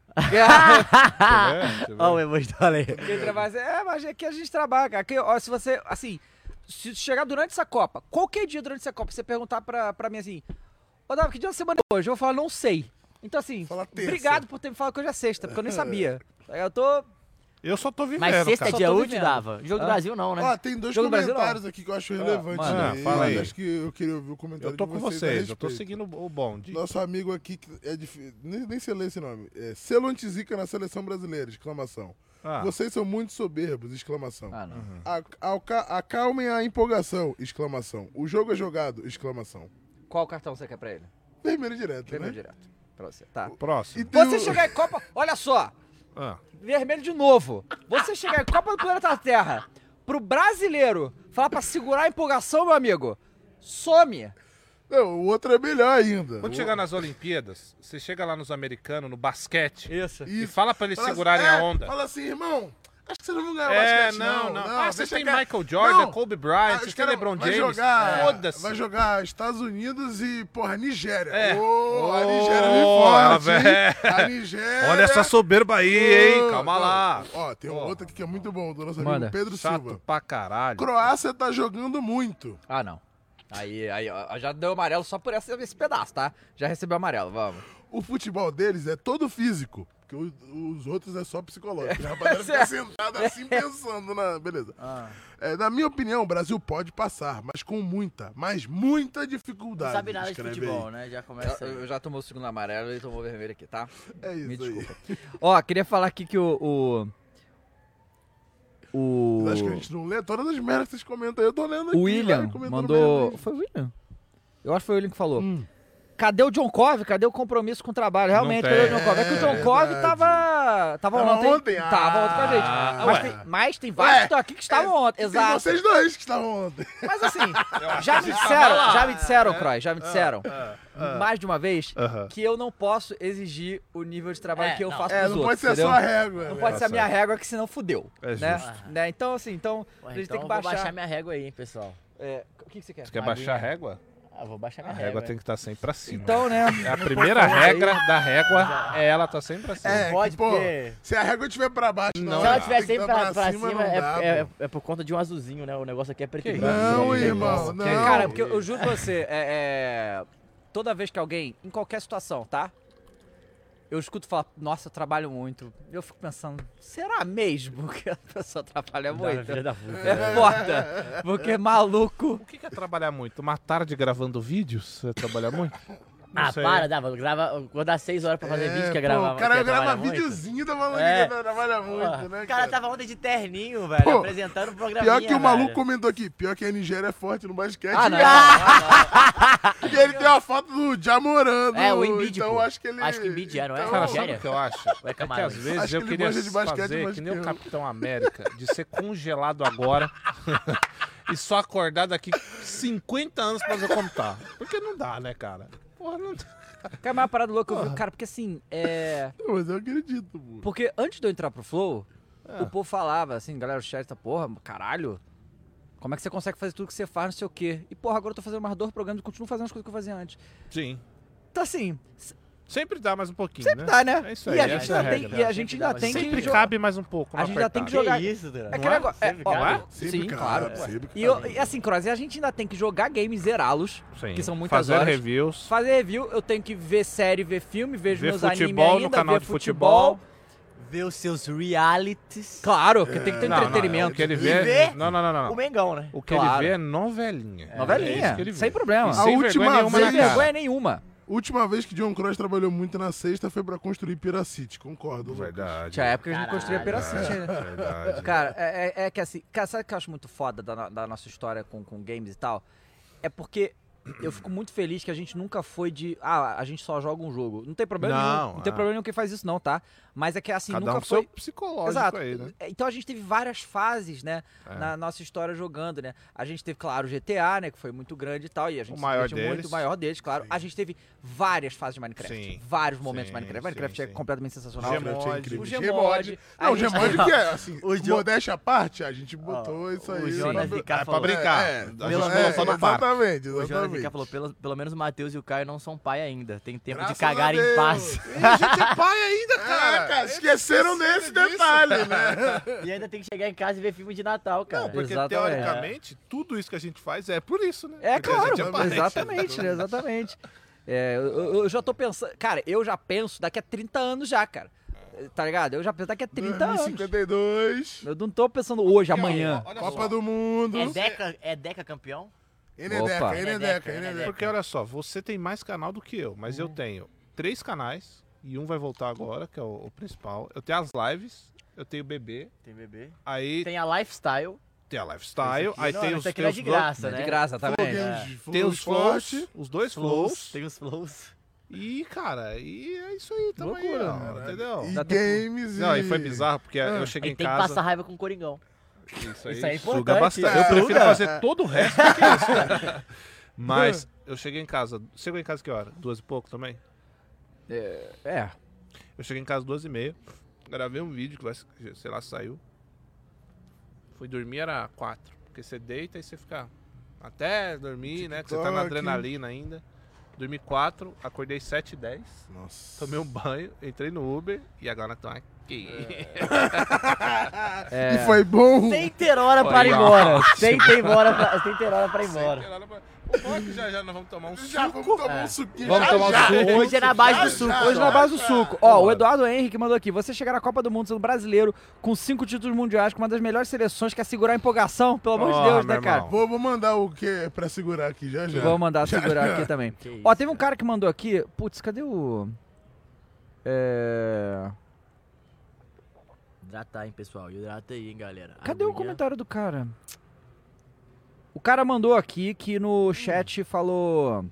Olha o emoji do Ale. Quem trabalha... mas aqui a gente trabalha, cara. Aqui, ó, se você, assim, se chegar durante essa Copa, qualquer dia durante essa Copa, você perguntar pra mim assim, ô, Dava, que dia da semana é hoje? Eu vou falar, não sei. Então, assim, obrigado por ter me falado que hoje é sexta, porque eu nem sabia. Eu só tô vivendo, Mas sexta cara. é dia útil, Dava? Jogo do Brasil não, né? Tem dois Jogo do Brasil, comentários aqui que eu acho relevantes. Fala aí. Acho que eu queria ouvir o comentário Eu tô de com vocês, eu tô seguindo o bonde. Nosso amigo aqui, que é difícil, nem sei ler esse nome. Selo antizica na seleção brasileira, exclamação. Vocês são muito soberbos, exclamação. Não. Acalmem a empolgação, exclamação. O jogo é jogado, exclamação. Qual cartão você quer pra ele? Vermelho direto, Vermelho né? direto. Pra você, tá. Próximo. Você chegar em Copa... Olha só. Vermelho de novo. Você chegar em Copa do Planeta Terra pro brasileiro falar pra segurar a empolgação, meu amigo, some. Não, o outro é melhor ainda. Quando chegar nas Olimpíadas, você chega lá nos americanos, no basquete, Isso. e fala pra eles segurarem a onda. Fala assim, irmão, acho que vocês não vão ganhar o basquete, não. Vocês têm Michael Jordan, Kobe Bryant, vocês têm LeBron James. Foda-se. Vai jogar Estados Unidos e, porra, Nigéria. A Nigéria vem forte, hein? A Nigéria... Olha essa soberba aí, hein? Calma lá. Ó, tem um outro aqui que é muito bom, do nosso amigo Pedro Chato Silva. pra caralho. Croácia tá jogando muito. Ah, não. Aí, ó, já deu amarelo só por esse pedaço, tá? Já recebeu amarelo, vamos. O futebol deles é todo físico, porque os outros é só psicológico. A rapaziada fica sentada assim pensando na... Beleza. Na minha opinião, o Brasil pode passar, mas com muita dificuldade. Não sabe nada de futebol, né? Já começa. Eu já tomou o segundo amarelo e tomou o vermelho aqui, tá? É isso. Me desculpa. Ó, queria falar aqui que Acho que a gente não lê todas as merdas que vocês comentam aí. Eu tô lendo aqui. O William mandou... Foi o William? Eu acho que foi o William que falou. Cadê o John Cove? Cadê o compromisso com o trabalho? Realmente, cadê o John Cove? É que o John Cove tava ontem. Tava ontem com a gente. Mas tem vários que estão aqui que estavam ontem. Exato. Tem vocês dois que estavam ontem. Mas assim, já me disseram, Croy, mais de uma vez, que eu não posso exigir o nível de trabalho que eu faço pros não outros. Pode ser a sua régua. Não pode ser a minha régua, que senão fudeu. É né? Então, assim, a gente tem que baixar. Vou baixar minha régua aí, hein, pessoal. O que você quer? Você quer baixar a régua? Vou baixar minha A régua. régua tem que estar sempre pra cima. Então, né? É a primeira regra da régua, ela tá sempre pra cima. Pode, porque... Se a régua estiver pra baixo, não. Se ela estiver tem que sempre tá pra cima, não dá, é por conta de um azulzinho, né? O negócio aqui é preto e branco. Não, irmão, não. Cara, porque eu juro pra você, toda vez que alguém, em qualquer situação, tá? Eu escuto falar, nossa, eu trabalho muito. Eu fico pensando, será mesmo que a pessoa trabalha muito? É foda. Porque maluco. O que é trabalhar muito? Uma tarde gravando vídeos? Você trabalha muito? Não sei. Vou dar 6 horas pra fazer vídeo, que é gravar. O cara grava videozinho da maluco que trabalha muito, né? O cara tava ontem de terninho, velho, apresentando o programinha. Pior que o maluco comentou aqui, pior que a Nigéria é forte no basquete. Não. E ele tem uma foto do Jamorando. O Embiid, então acho que ele... Acho que Embiid não é? Cara, Nigéria? sabe o que eu acho? É que às vezes eu queria fazer que nem o Capitão América, de ser congelado agora e só acordar daqui 50 anos pra fazer como tá. Porque não dá, né, cara? Porra, não dá. Que é a maior parada louca, eu vi, cara, porque assim, Mas eu acredito, pô. Porque antes de eu entrar pro Flow, o povo falava assim, galera, o chat tá, porra, caralho, como é que você consegue fazer tudo que você faz, não sei o quê? E, porra, agora eu tô fazendo mais 2 programas e continuo fazendo as coisas que eu fazia antes. Sim. Então, assim... Sempre dá mais um pouquinho, Sempre dá, né? É isso aí, e a gente ainda tem, sempre cabe mais um pouco. A gente ainda tem que jogar... Que isso, Dra? É que negócio... Sempre sim, claro. Sempre E assim, Cross, a gente ainda tem que jogar games, zerá-los, que são muitas fazer horas. Reviews. Fazer review, eu tenho que ver série, ver filme, vejo ver meus animes futebol ainda, no canal ver de futebol. Ver os seus realities. Claro, porque tem que ter entretenimento. O que ele E vê... ver Não. o Mengão, né? O que ele vê é novelinha. Novelinha, É isso que ele vê. sem problema. E sem vergonha nenhuma Sem na cara. vergonha nenhuma. Última vez que John Cross trabalhou muito na sexta foi pra construir Piracity, concordo. Verdade. Tinha época que a gente construía Piracity, né? Verdade. Cara, é que assim, cara, sabe o que eu acho muito foda da nossa história com games e tal? É porque eu fico muito feliz que a gente nunca foi de... a gente só joga um jogo. Não tem problema nenhum. Não tem problema nenhum quem faz isso não, tá? Mas é que assim, Cada nunca com foi... seu psicológico. Exato. Aí, né? Então a gente teve várias fases, né? Na nossa história jogando, né? A gente teve, claro, o GTA, né? Que foi muito grande e tal. E a gente o maior se muito maior deles, claro. Sim. A gente teve várias fases de Minecraft. Sim. Vários momentos de Minecraft. Minecraft é completamente sensacional. O Gmod. O Gmod que é, assim, modéstia à parte, a gente botou isso aí. O Jonas é pra brincar. Exatamente. O Jonas Vicar falou, pelo menos o Matheus e o Caio não são pai ainda. Tem tempo de cagar em paz. E a gente é pai ainda, cara. Esqueceram desse detalhe, né? E ainda tem que chegar em casa e ver filme de Natal, cara. Não, porque teoricamente, tudo isso que a gente faz é por isso, né? É, porque claro, exatamente, né? Exatamente. Eu já tô pensando... Cara, eu já penso daqui a 30 anos já, cara. Tá ligado? Eu já penso daqui a 30 anos. 52. Eu não tô pensando hoje, amanhã. Copa do Mundo. É Deca campeão? Enedeca. Porque olha só, você tem mais canal do que eu, mas eu tenho 3 canais e um vai voltar agora, que é o principal. Eu tenho as lives, eu tenho o bebê. Tem bebê. Aí tem a Lifestyle. Tem a Lifestyle, aí tem os... Isso aqui não é de graça, né? De graça também. Tem os flows, os 2 flows. Tem os flows. E, cara, e é isso aí também, entendeu? E games Não, e foi bizarro, porque eu cheguei em casa... Tem que passar raiva com o Coringão. Isso aí é importante. suga bastante. Eu prefiro fazer todo o resto do que isso, cara. Mas eu cheguei em casa... Chegou em casa que hora? 2 e pouco também? Eu cheguei em casa 2h30, gravei um vídeo que vai, sei lá, saiu. Fui dormir, era 4. Porque você deita e você fica até dormir, né? Que você tá na adrenalina ainda. Dormi 4, acordei 7h10. Nossa. Tomei um banho, entrei no Uber e agora tô aqui. E foi bom? Sem ter hora para ir embora. Sem ter hora para ir embora. O Rock já nós vamos tomar um suco. Vamos tomar um suquinho. Vamos tomar um suco. Hoje é na base do suco. Hoje na base do suco. Ó, o Eduardo Henrique mandou aqui. Você chegar na Copa do Mundo sendo brasileiro com 5 títulos mundiais, com uma das melhores seleções, quer segurar a empolgação? Pelo amor de Deus, né, cara? Vou mandar o que pra segurar aqui já. Vou mandar segurar aqui também. Ó, teve um cara que mandou aqui. Putz, cadê o... Hidratar, hein, pessoal. Hidrata aí, hein, galera. Cadê o comentário do cara? O cara mandou aqui que no chat falou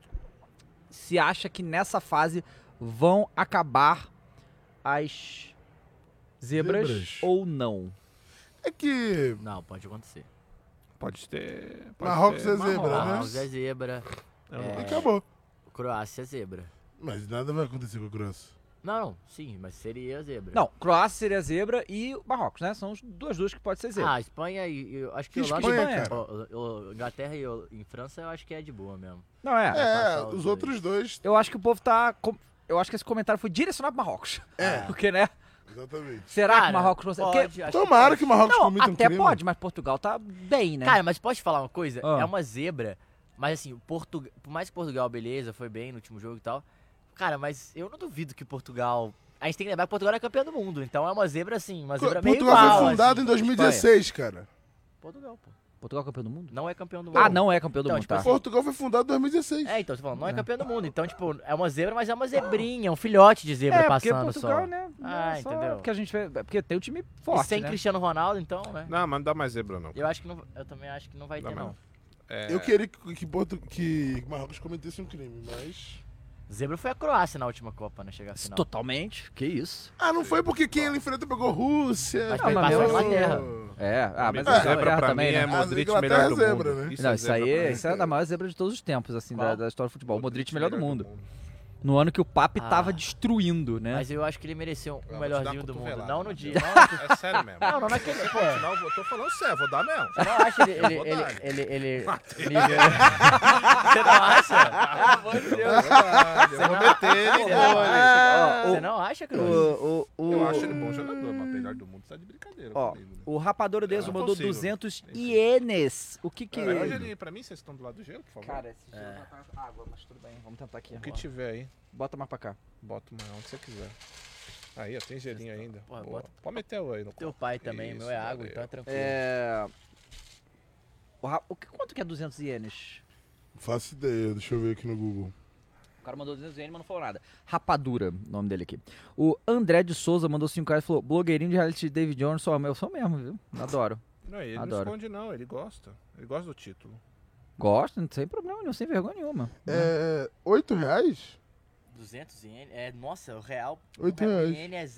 se acha que nessa fase vão acabar as zebras ou não. É que... Não, pode acontecer. Pode ter... Marrocos é zebra, né? Marrocos é zebra. Acabou. Croácia é zebra. Mas nada vai acontecer com a Croácia. Não, sim, mas seria zebra. Não, Croácia seria zebra e Marrocos, né? São as duas que pode ser zebra. Espanha e... Eu acho que Espanha, Inglaterra e França eu acho que é de boa mesmo. Não, os outros dois... Eu acho que o povo tá... Eu acho que esse comentário foi direcionado pro Marrocos. Porque, né? Exatamente. Será que o Marrocos... Tomara que o Marrocos cometa um até crime. pode, mas Portugal tá bem, né? Cara, mas pode falar uma coisa? É uma zebra, mas assim, por mais que Portugal, beleza, foi bem no último jogo e tal, cara, mas eu não duvido que Portugal... A gente tem que lembrar que Portugal é campeão do mundo, então é uma zebra assim, uma zebra meio igual. Portugal foi fundado em 2016, cara. Portugal, pô. Portugal é campeão do mundo? Não é campeão do mundo. Não é campeão do mundo, tipo tá. assim, Portugal foi fundado em 2016. Então, você falando, não é campeão do mundo. Então, tipo, é uma zebra, mas é uma zebrinha, um filhote de zebra passando Portugal, só. Né? Entendeu? Porque a gente porque tem um time forte, e sem Cristiano Ronaldo, então, né? Não, mas não dá mais zebra, não. Eu também acho que não vai ter, não. Eu queria que Marrocos cometesse um crime, mas... Zebra foi a Croácia na última Copa, né? Chegar à final. Totalmente. Que isso? Não foi porque quem ele enfrentou pegou Rússia. Mas passou a Inglaterra. mas a zebra pra também, mim é né? Modric melhor do zebra, mundo. né? Não, isso é a maior zebra de todos os tempos, assim, da história do futebol. O Modric melhor do mundo. No ano que o Pape tava destruindo, né? Mas eu acho que ele mereceu um melhorzinho do mundo. Não no dia. É sério mesmo. Não naquele. Não, eu tô falando sério, vou dar mesmo. Você não acha ele... Você não acha? Eu vou meter ele. Você não acha, Cruz? Eu acho ele bom jogador, mas melhor do mundo tá de brincadeira comigo. Né? O Rapador Deso mandou 200 ienes. O que Pra mim, vocês estão do lado do gelo, por favor? Cara, esse gelo tá água, mas tudo bem. Vamos tentar aqui. O que tiver aí. Bota mais pra cá. Bota mais onde você quiser. Aí, ó, tem gelinho ainda. Pode meter o aí no teu pai também, meu é água, então é tranquilo. Quanto que é 200 ienes? Não faço ideia, deixa eu ver aqui no Google. O cara mandou 200 ienes, mas não falou nada. Rapadura, o nome dele aqui. O André de Souza mandou 5 reais e falou: blogueirinho de reality David Jones, eu sou mesmo, viu? Adoro. Não, ele não esconde não, ele gosta. Ele gosta do título. Gosto, sem problema nenhum, sem vergonha nenhuma. R$8? 200 ienes. Nossa, o real. R$8. O iene é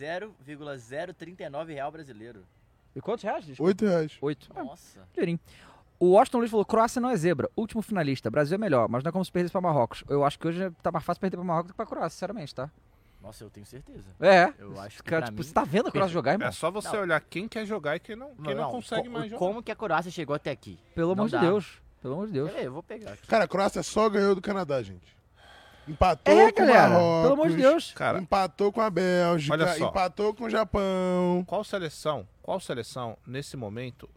0,039 real brasileiro. E quantos reais? R$8. 8. Nossa. Dinheirinho. O Washington Luiz falou, Croácia não é zebra. Último finalista. Brasil é melhor, mas não é como se perdesse pra Marrocos. Eu acho que hoje tá mais fácil perder pra Marrocos do que pra Croácia, sinceramente, tá? Nossa, eu tenho certeza. Eu acho que cara, pra tipo, mim... você tá vendo a Croácia jogar, irmão? É só você olhar quem quer jogar e quem não consegue mais jogar. Como que a Croácia chegou até aqui? Pelo amor de Deus. Pelo amor de Deus. Peraí, eu vou pegar aqui. Cara, a Croácia só ganhou do Canadá, gente. Empatou com galera, o Marrocos. pelo amor de Deus. Cara, empatou com a Bélgica. olha só. Empatou com o Japão. Qual seleção, nesse momento,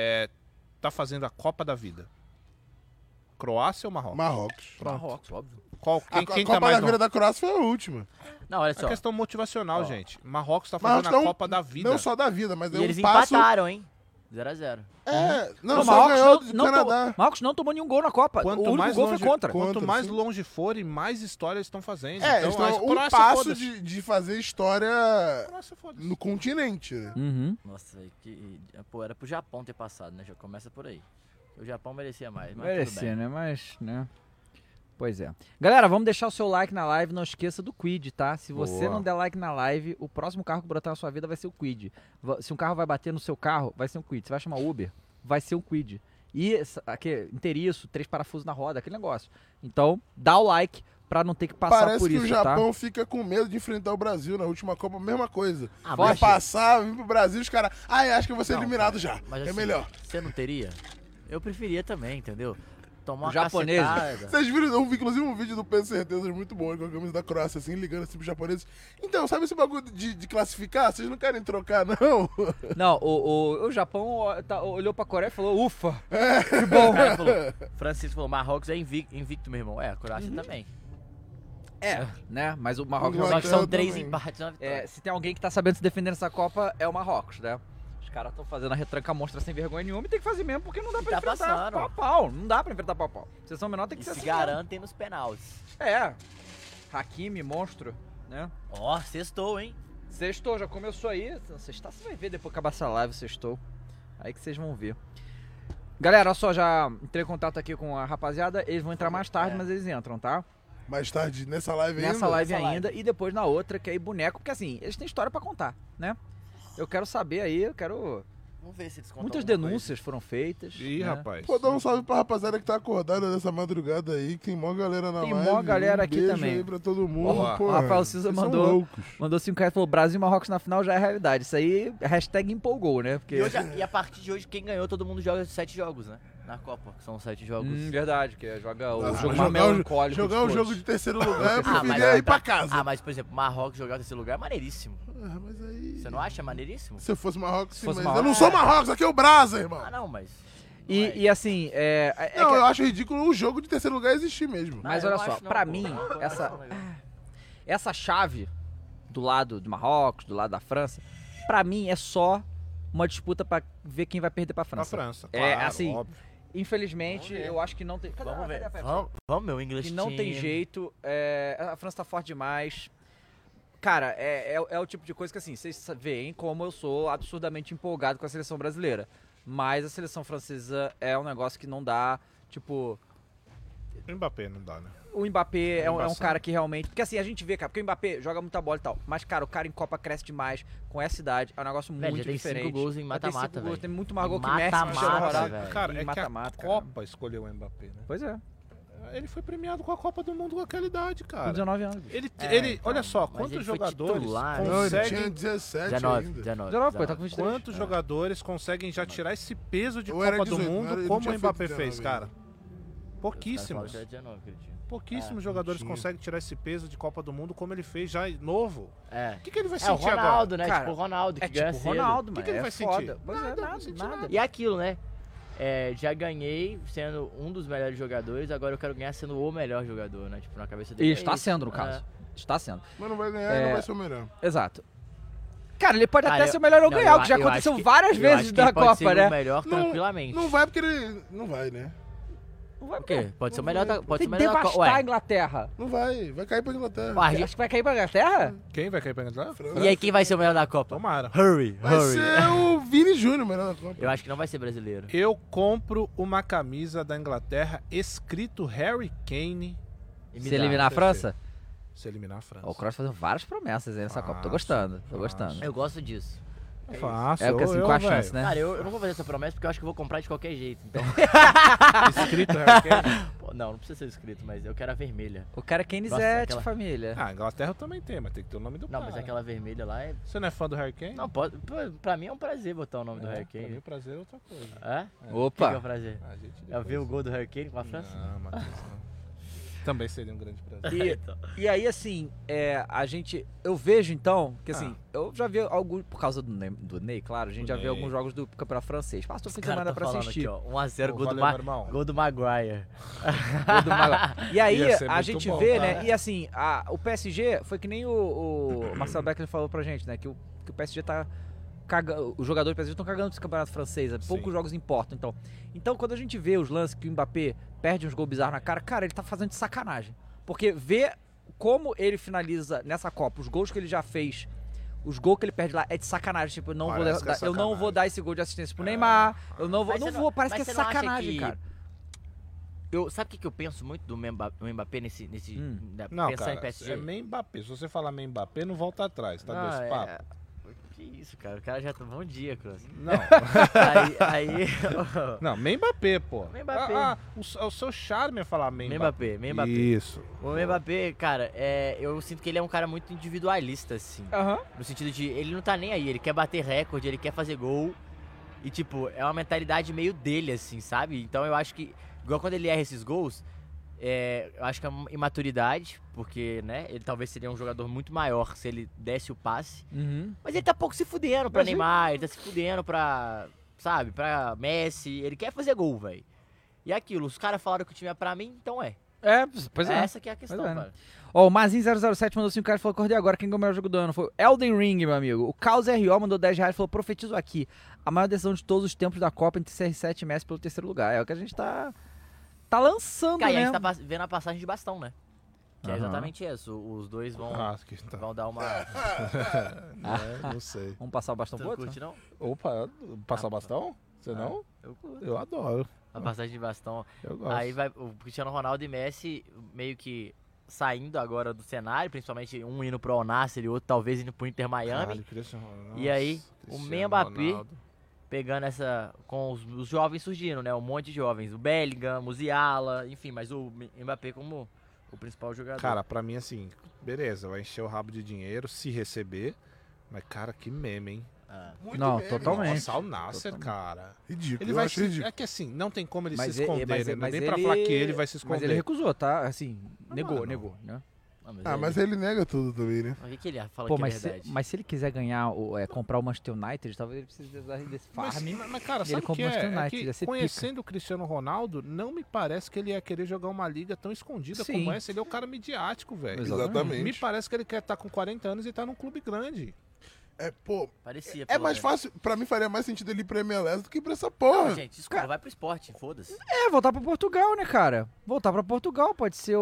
tá fazendo a Copa da Vida? Croácia ou Marrocos? Marrocos. Marrocos, óbvio. A Quem Copa tá mais da Vida da Croácia foi a última. Não, olha É só. questão motivacional, gente. Marrocos tá Marrocos fazendo a não- Copa da Vida. Não só da vida, mas E é um eles passo... empataram, hein? 0x0. Não, só ganhou do Canadá. Marrocos não tomou nenhum gol na Copa. o único gol foi contra. Quanto Contra, mais sim. longe forem, mais história eles estão fazendo. Eles então, estão a um Croácia, passo foda-se. de fazer história Croácia, foda-se. no continente, né? Uhum. Nossa, pô, era pro Japão ter passado, né? Já começa por aí. O Japão merecia mais, mas tudo Merecia, bem. né? Mas, né? Pois é. Galera, vamos deixar o seu like na live. Não esqueça do Quid, tá? Se você Boa. não der like na live, o próximo carro que brotar na sua vida vai ser o Quid. Se um carro vai bater no seu carro, vai ser um Quid. Você vai chamar Uber, vai ser um Quid. E aqui, inteiriço, 3 parafusos na roda, aquele negócio. Então, dá o like pra não ter que passar Parece por que isso, o Japão fica com medo de enfrentar o Brasil na última Copa, mesma coisa. Vai mas- passar, vir pro Brasil, os caras... acho que eu vou ser Não, eliminado cara, já. mas É assim, melhor. Você não teria? Eu preferia também, entendeu? Tomar uma japonês. cacetada. Vocês viram, eu vi inclusive um vídeo do Pedro Certeza muito bom, com a camisa da Croácia, assim, ligando assim pros japoneses. Então, sabe esse bagulho de classificar? Vocês não querem trocar, não? Não, o Japão olhou pra Coreia e falou, ufa, que bom. O cara falou, Francisco falou, Marrocos é invicto, meu irmão. A Croácia também. Né? Mas o Marrocos... Inglaterra Só que são 3 também. empates na vitória. se tem alguém que tá sabendo se defender nessa Copa, é o Marrocos, né? Os caras estão fazendo a retranca monstra sem vergonha nenhuma e tem que fazer mesmo, porque não dá pra Tá enfrentar passando. pau a pau. Não dá pra enfrentar pau a pau. Seleção menor tem que E ser se assim mesmo. garantem nos penaltis. Hakimi, monstro, né? Ó, sextou, hein? Sextou, já começou aí. Sexta você vai ver depois que acabar essa live, sextou. Aí que vocês vão ver. Galera, olha só, já entrei em contato aqui com a rapaziada. Eles vão entrar mais tarde, mas eles entram, tá? Mais tarde, nessa live ainda? Nessa live Nessa ainda. E depois na outra, que é aí boneco. Porque assim, eles têm história pra contar, né? Eu quero saber aí, Vamos ver se eles contam Muitas alguma denúncias foram feitas. Ih, né? rapaz. Pô, dá um salve pra rapaziada que tá acordada nessa madrugada aí, que tem mó galera na Tem live. mó galera aqui beijo também. aí pra todo mundo, Ó, pô. o Rafael Cisa vocês são mandou- loucos. Mandou 5 reais e falou: Brasil e Marrocos na final já é realidade. Isso aí, hashtag empolgou, né? Porque... E a partir de hoje, quem ganhou, todo mundo joga 7 jogos, né? Na Copa, que são 7 jogos. Verdade, que joga o Nossa, jogo mas mais melancólico. Jogar de o todos. jogo de terceiro lugar, eu mas preferia ir pra casa. mas por exemplo, Marrocos jogar nesse lugar é maneiríssimo. Mas aí... Você não acha maneiríssimo? Se eu fosse Marrocos, sim, fosse mas Marrocos- eu não sou Marrocos, aqui é o Brasa, irmão. Ah, não, mas... E assim, Não, que- eu acho ridículo o jogo de terceiro lugar existir mesmo. Mas eu olha não só, acho não, pra pô. mim, Não, essa- não, não. essa chave do lado do Marrocos, do lado da França, pra mim é só uma disputa pra ver quem vai perder pra Na França. França. É, claro, assim, óbvio. Infelizmente, Vamos ver. eu acho que não tem. Vamos ver. Cadê a Pepsi? Vamos, meu inglês Que não tem team. jeito. A França tá forte demais. Cara, é o tipo de coisa que assim, vocês veem como eu sou absurdamente empolgado com a seleção brasileira. Mas a seleção francesa é um negócio que não dá, tipo... O Mbappé não dá, né? O Mbappé é um embaçado. cara que realmente... Porque assim, a gente vê, cara, porque o Mbappé joga muita bola e tal. Mas, cara, o cara em Copa cresce demais, com essa idade. É um negócio Velho, muito já tem 5 diferente. gols em Já tem mata-mata, 5 gols, velho. tem muito mais gol que Em Messi, mata-mata, Cristiano Ronaldo. velho. Cara, Em é que a mata-mata, cara. Copa escolheu o Mbappé, né? Pois é, Ele foi premiado com a Copa do Mundo com aquela idade, com cara. 19 anos. Ele, então, olha só, mas quantos ele foi jogadores titular, Não, ele conseguem... tinha 17 19, ainda. 19. 19, pô, tá com 23. Quantos jogadores conseguem já tirar esse peso de Ou era Copa do 18, Mundo não era- ele como tinha o Mbappé feito fez, 19 cara? Pouquíssimos. Cara, 19 que ele tinha. Pouquíssimos É, jogadores tinha. conseguem tirar esse peso de Copa do Mundo como ele fez já novo. É. O que ele vai É o sentir Ronaldo, agora? né? Cara, tipo o Ronaldo, que É ganha tipo cedo. Ronaldo, Que mano. que ele É vai foda. sentir? Mas Nada, é não vai nada, sentir nada. nada. E é aquilo, né? Já ganhei sendo um dos melhores jogadores, agora eu quero ganhar sendo o melhor jogador, né? Tipo, na cabeça dele. E é está isso. sendo, no É. caso. Está sendo. Mas não vai ganhar e não vai ser o melhor. Exato. Cara, ele pode Cara, até ser o melhor ou não, ganhar, o que eu já acho aconteceu que- várias eu vezes acho que na ele pode Copa, ser né? o melhor Não, tranquilamente. Não vai porque ele... Não vai, né? Não vai O quê? Pode ser o melhor da Copa. Tem que devastar a Inglaterra. Não vai cair pra Inglaterra. Acho que vai cair pra Inglaterra? Quem vai cair pra Inglaterra? E aí, quem vai ser o melhor da Copa? Tomara. Vai ser o Vini Júnior, melhor da Copa. Eu acho que não vai ser brasileiro. Eu compro uma camisa da Inglaterra escrito Harry Kane. Se eliminar a França? Se eliminar a França. O Kroos fazendo várias promessas aí nessa Copa. Tô gostando. Eu gosto disso. É fácil. É porque assim, com a chance, né? Cara, eu não vou fazer essa promessa porque eu acho que eu vou comprar de qualquer jeito. Então... Escrito Harry Kane? Pô, não precisa ser escrito, mas eu quero a vermelha. O cara é Kenizete, aquela... família. Ah, a Inglaterra também tem, mas tem que ter o nome do cara. Não, mas aquela vermelha lá é... Você não é fã do Harry Kane? Não, pode... Pra mim é um prazer botar o nome do Harry Kane. Pra mim o prazer é outra coisa. É? Opa! O que é o prazer? É ver o gol do Harry Kane com a França? Não, Matheus, não. Também seria um grande prazer. E aí, assim, eu vejo então, que assim, eu já vi alguns, por causa do Ney, claro, a gente já viu alguns jogos do campeonato francês. Passou o fim de semana pra assistir. Aqui, 1x0, gol do Maguire. Gol do Maguire. E aí, a gente vê, né, e assim, o PSG, foi que nem o Marcelo Beckler falou pra gente, né, que o PSG tá cagando, os jogadores do PSG estão cagando esse campeonato francês, poucos jogos importam, então quando a gente vê os lances que o Mbappé perde uns gols bizarros na cara, ele tá fazendo de sacanagem, porque ver como ele finaliza nessa Copa, os gols que ele já fez, os gols que ele perde lá é de sacanagem, tipo, eu não vou dar esse gol de assistência pro Neymar, eu não vou, parece que é sacanagem, cara. Sabe o que eu penso muito do Mbappé nesse não, pensar cara, em PSG? é Mbappé, se você falar Mbappé, não volta atrás, tá dois papos. Que isso, cara, o cara já tá... Bom dia, Kroos. Não. aí... Não, Mbappé, pô. Mbappé. O seu charme é falar Mbappé. Isso. O Mbappé, cara, eu sinto que ele é um cara muito individualista, assim. No sentido de, ele não tá nem aí, ele quer bater recorde, ele quer fazer gol. E, tipo, é uma mentalidade meio dele, assim, sabe? Então eu acho que, igual quando ele erra esses gols... eu acho que é uma imaturidade, porque, né, ele talvez seria um jogador muito maior se ele desse o passe. Mas ele tá pouco se fudendo pra Neymar, ele tá se fudendo pra, sabe, pra Messi. Ele quer fazer gol, velho. E é aquilo, os caras falaram que o time é pra mim, então é. Pois é. Essa que é a questão, cara. Ó, o Mazinho007 mandou 5 reais e falou: acordei agora, quem ganhou o melhor jogo do ano? Foi o Elden Ring, meu amigo. O Caos RO mandou 10 reais e falou: profetizo aqui. A maior decisão de todos os tempos da Copa entre CR7 e Messi pelo terceiro lugar. É o que a gente tá lançando, cara, né? a gente tá vendo a passagem de bastão, né? Que é exatamente isso. Os dois vão dar uma... Não sei. Vamos passar o bastão Você pro outro? curte, não? Opa, passar o bastão? Você não? Eu curto. Eu adoro. A passagem de bastão. Eu gosto. Aí vai o Cristiano Ronaldo e Messi meio que saindo agora do cenário, principalmente um indo pro Al Nassr e outro talvez indo pro Inter Miami. E aí, o Mbappé pegando essa, com os jovens surgindo, né? Um monte de jovens. O Bellingham, o Musiala, enfim, mas o Mbappé como o principal jogador. Cara, pra mim, assim, beleza, vai encher o rabo de dinheiro se receber. Mas, cara, que meme, hein? Não, totalmente. Nossa, Al Nassr, cara. Ridículo, ele vai se... ridículo. É que assim, não tem como ele se esconder, né? Não tem pra falar que ele vai se esconder. Mas ele recusou, tá? Assim, negou, né? Mas ele nega tudo também, né? O que ele fala que é verdade? Mas se ele quiser ganhar, comprar o Manchester United, talvez ele precise desse farm. Mas cara, sabe o que é que conhecendo o Cristiano Ronaldo, não me parece que ele ia querer jogar uma liga tão escondida como essa. Ele é o cara midiático, velho. Exatamente. Me parece que ele quer estar com 40 anos e tá num clube grande. Parecia, é mais fácil, pra mim faria mais sentido ele ir pra MLS do que pra essa porra. Não, gente, desculpa, vai pro esporte, foda-se. Voltar pra Portugal, né, cara? Voltar pra Portugal pode ser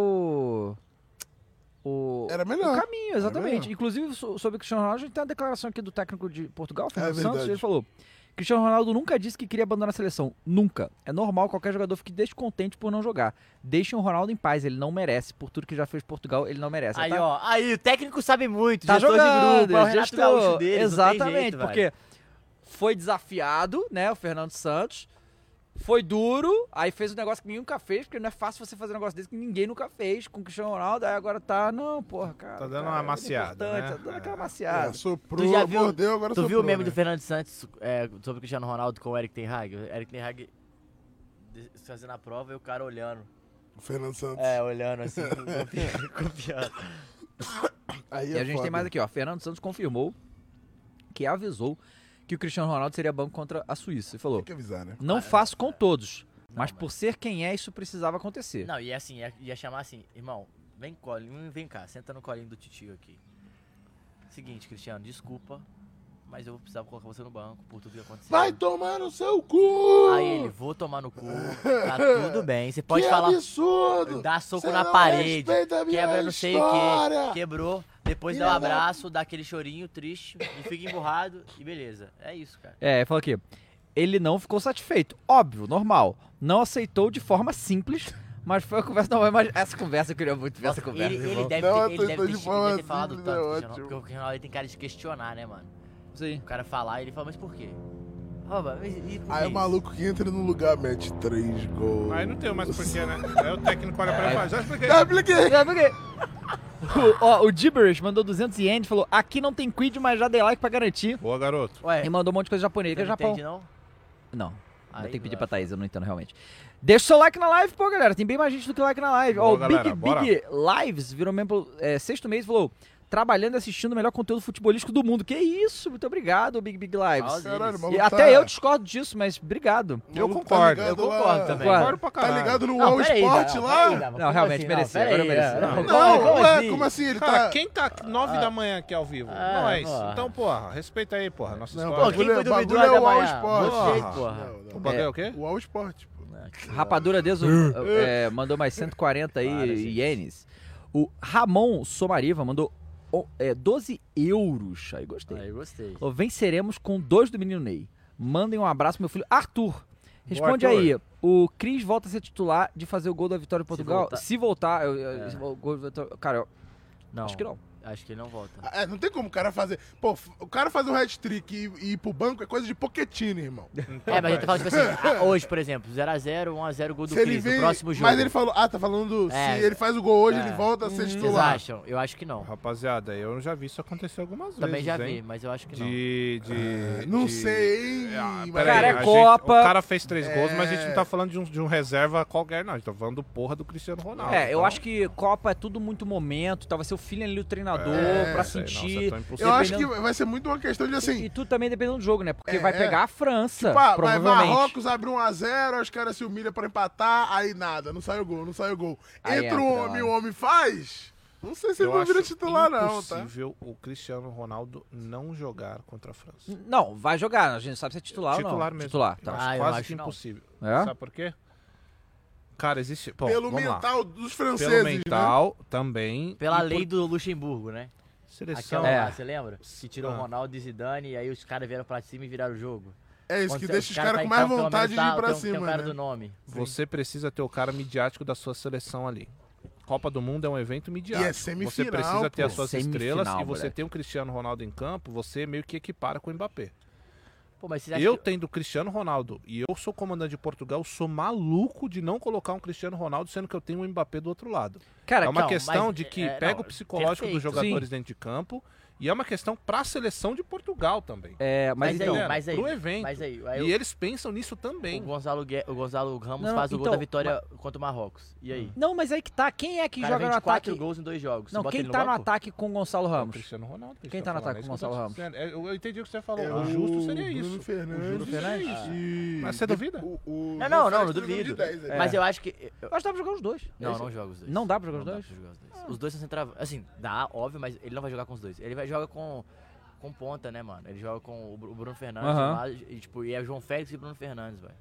Era melhor. O caminho, exatamente. Inclusive, sobre o Cristiano Ronaldo, a gente tem uma declaração aqui do técnico de Portugal, Fernando Santos, ele falou: Cristiano Ronaldo nunca disse que queria abandonar a seleção. Nunca. É normal qualquer jogador fique descontente por não jogar. Deixem o Ronaldo em paz, ele não merece. Por tudo que já fez Portugal, ele não merece. Aí, aí o técnico sabe muito, tá gestor jogando, de grupo, é o Renato Gaúcho dele. Exatamente, porque foi desafiado, né, o Fernando Santos. Foi duro, aí fez um negócio que ninguém nunca fez, porque não é fácil você fazer um negócio desse que ninguém nunca fez com o Cristiano Ronaldo, aí agora não, porra, cara. Tá dando uma maciada, né? Tá dando aquela maciada. Soprou, mordeu, agora soprou. Tu viu o meme do Fernando Santos sobre o Cristiano Ronaldo com o Erik ten Hag? O Erik ten Hag fazendo a prova e o cara olhando. O Fernando Santos. Olhando assim, confiando. E a gente tem mais aqui, ó. Fernando Santos confirmou que avisou que o Cristiano Ronaldo seria banco contra a Suíça. Ele falou: tem que avisar, né? Não faço com todos, mas por ser quem é, isso precisava acontecer. Não, e assim, ia chamar assim: irmão, vem cá, senta no colinho do titio aqui. Seguinte, Cristiano, desculpa, mas eu precisava colocar você no banco por tudo que aconteceu. Vai tomar no seu cu! Aí ele, vou tomar no cu, tá tudo bem. Você pode falar. Absurdo! Dá soco Você na não parede, respeita a minha quebra não sei história. o que, quebrou, depois dá um abraço, dá aquele chorinho triste e fica emburrado e beleza. É isso, cara. Ele falou aqui, ele não ficou satisfeito, óbvio, normal. Não aceitou de forma simples, mas foi a conversa normal. Mas essa conversa, eu queria muito ver essa conversa. Ele deve ter falado tanto, porque o Cristiano tem cara de questionar, né, mano? Sim. O cara falar e ele fala, mas por quê? Aí o maluco que entra no lugar mete 3 gols. Aí não tem mais porquê, né? Aí o técnico olha pra ele e fala, já expliquei. Já expliquei. O Gibberish mandou 200 ienes e falou, aqui não tem quid, mas já dei like pra garantir. Boa, garoto. E mandou um monte de coisa japonesa, que é Japão. Entende, não? Não. Aí, Tem que pedir pra Thaís, eu não entendo realmente. Deixa o seu like na live, pô, galera. Tem bem mais gente do que like na live. Boa, O galera, Big Lives virou membro 6º mês e falou, trabalhando e assistindo o melhor conteúdo futebolístico do mundo. Que isso, muito obrigado, Big Lives. Caralho, E maluco, até eu discordo disso, mas obrigado. Eu concordo. Eu concordo também. Concordo pra Tá caralho. ligado no All Sport lá? Não, realmente merecia, agora merecia. Como assim? Ele Cara, tá... quem tá 9 da manhã aqui ao vivo? Nós. porra. Então, porra, respeita aí, porra, nossa Não, história. Quem foi do bagulho Vidro é o da All manhã? Sport. Vocês, Porra. porra. O bagulho é o quê? O All Sport, pô. Rapadura Deso mandou mais 140 aí ienes. O Ramon Somariva mandou 12 euros. Aí gostei. Aí gostei. Venceremos com 2 do menino Ney. Mandem um abraço pro meu filho Arthur. Responde Boa, aí. O Cris volta a ser titular de fazer o gol da vitória em Portugal? voltar. Se voltar, o gol da vitória, cara, eu Não. acho que não. Acho que ele não volta. Não tem como o cara fazer... Pô, o cara fazer um hat-trick e ir pro banco é coisa de Pochettino, irmão. Então, Mas a gente tá falando, tipo assim, hoje, por exemplo, 0x0, 1x0, gol do Se ele Cris, no vem... próximo jogo. Mas ele falou... tá falando... Se ele faz o gol hoje, ele volta a ser Vocês titular. acham? Eu acho que não. Rapaziada, eu já vi isso acontecer algumas vezes. Também já vi, hein? mas eu acho que não. Não sei, hein? Peraí, Cara, é a gente- Copa. o cara fez 3 gols, mas a gente não tá falando de um reserva qualquer, não. A gente tá falando do porra do Cristiano Ronaldo. Eu então- acho que Copa é tudo muito momento, vai ser o feeling ali do treinador pra Sei, nossa, sentir. tô impossível. Eu acho que Dependendo- vai ser muito uma questão de assim... E tudo também dependendo do jogo, né? Porque vai pegar a França, Tipo, vai provavelmente. Marrocos, abre 1x0, os caras se humilham pra empatar, aí nada, não sai o gol. Aí Entra o entra, homem, ó. o homem faz. Não sei se ele Eu não vira acho titular, não, tá? impossível o Cristiano Ronaldo não jogar contra a França. Não, vai jogar, a gente sabe se é titular ou não. Titular mesmo. Titular, Eu tá. acho eu quase acho que não. impossível. É? Sabe por quê? Cara, existe... Bom, Pelo vamos lá. mental dos franceses, Pelo né? mental, também. Pela e lei por do Luxemburgo, né? seleção. Aquela lá, você lembra? Que tirou Ah. Ronaldo e Zidane e aí os caras vieram pra cima e viraram o jogo. É isso, Quando que os deixa os caras caras tá com em mais campo, pelo vontade de menos ir pra tem um cima, cara né? do nome. Você precisa ter o cara midiático da sua seleção ali. Copa do Mundo é um evento midiático. E é semifinal, Você precisa ter pô. as suas Semifinal, estrelas e você moleque. tem um Cristiano Ronaldo em campo, você meio que equipara com o Mbappé. Pô, mas vocês acham Eu que- tendo Cristiano Ronaldo e eu sou comandante de Portugal, sou maluco de não colocar um Cristiano Ronaldo, sendo que eu tenho um Mbappé do outro lado. Cara, É uma não, questão mas, de que não, pega o psicológico dos perfeito. jogadores dentro de campo e é uma questão pra seleção de Portugal também. mas Mas então... aí, mas aí, pro evento. mas aí E eles pensam nisso também. o Gonzalo Ramos Não, faz o gol então, da vitória contra o Marrocos. E aí? Não, mas aí que tá. Quem é que O cara joga no 24 ataque? gols em 2 jogos. Não, Você bota quem ele tá no banco? ataque com o Gonçalo É o Ramos? Cristiano Ronaldo. que a Quem gente tá no falando, ataque é com o isso que eu Gonçalo tô dizendo. Eu entendi o que você falou. É O justo seria Bruno isso. Fernandes. O justo seria isso. Mas você duvida? Não duvido. Mas eu acho que... Eu acho que dá pra jogar os dois. Não joga os dois. Não dá pra jogar os Não dá dois? pra jogar os dois. Os dois são centroavantes. Assim, dá, óbvio, mas ele não vai jogar com os dois. Ele vai jogar com ponta, né, mano? Ele joga com o Bruno Fernandes Aham. lá, e, tipo, e é João Félix e Bruno Fernandes, velho.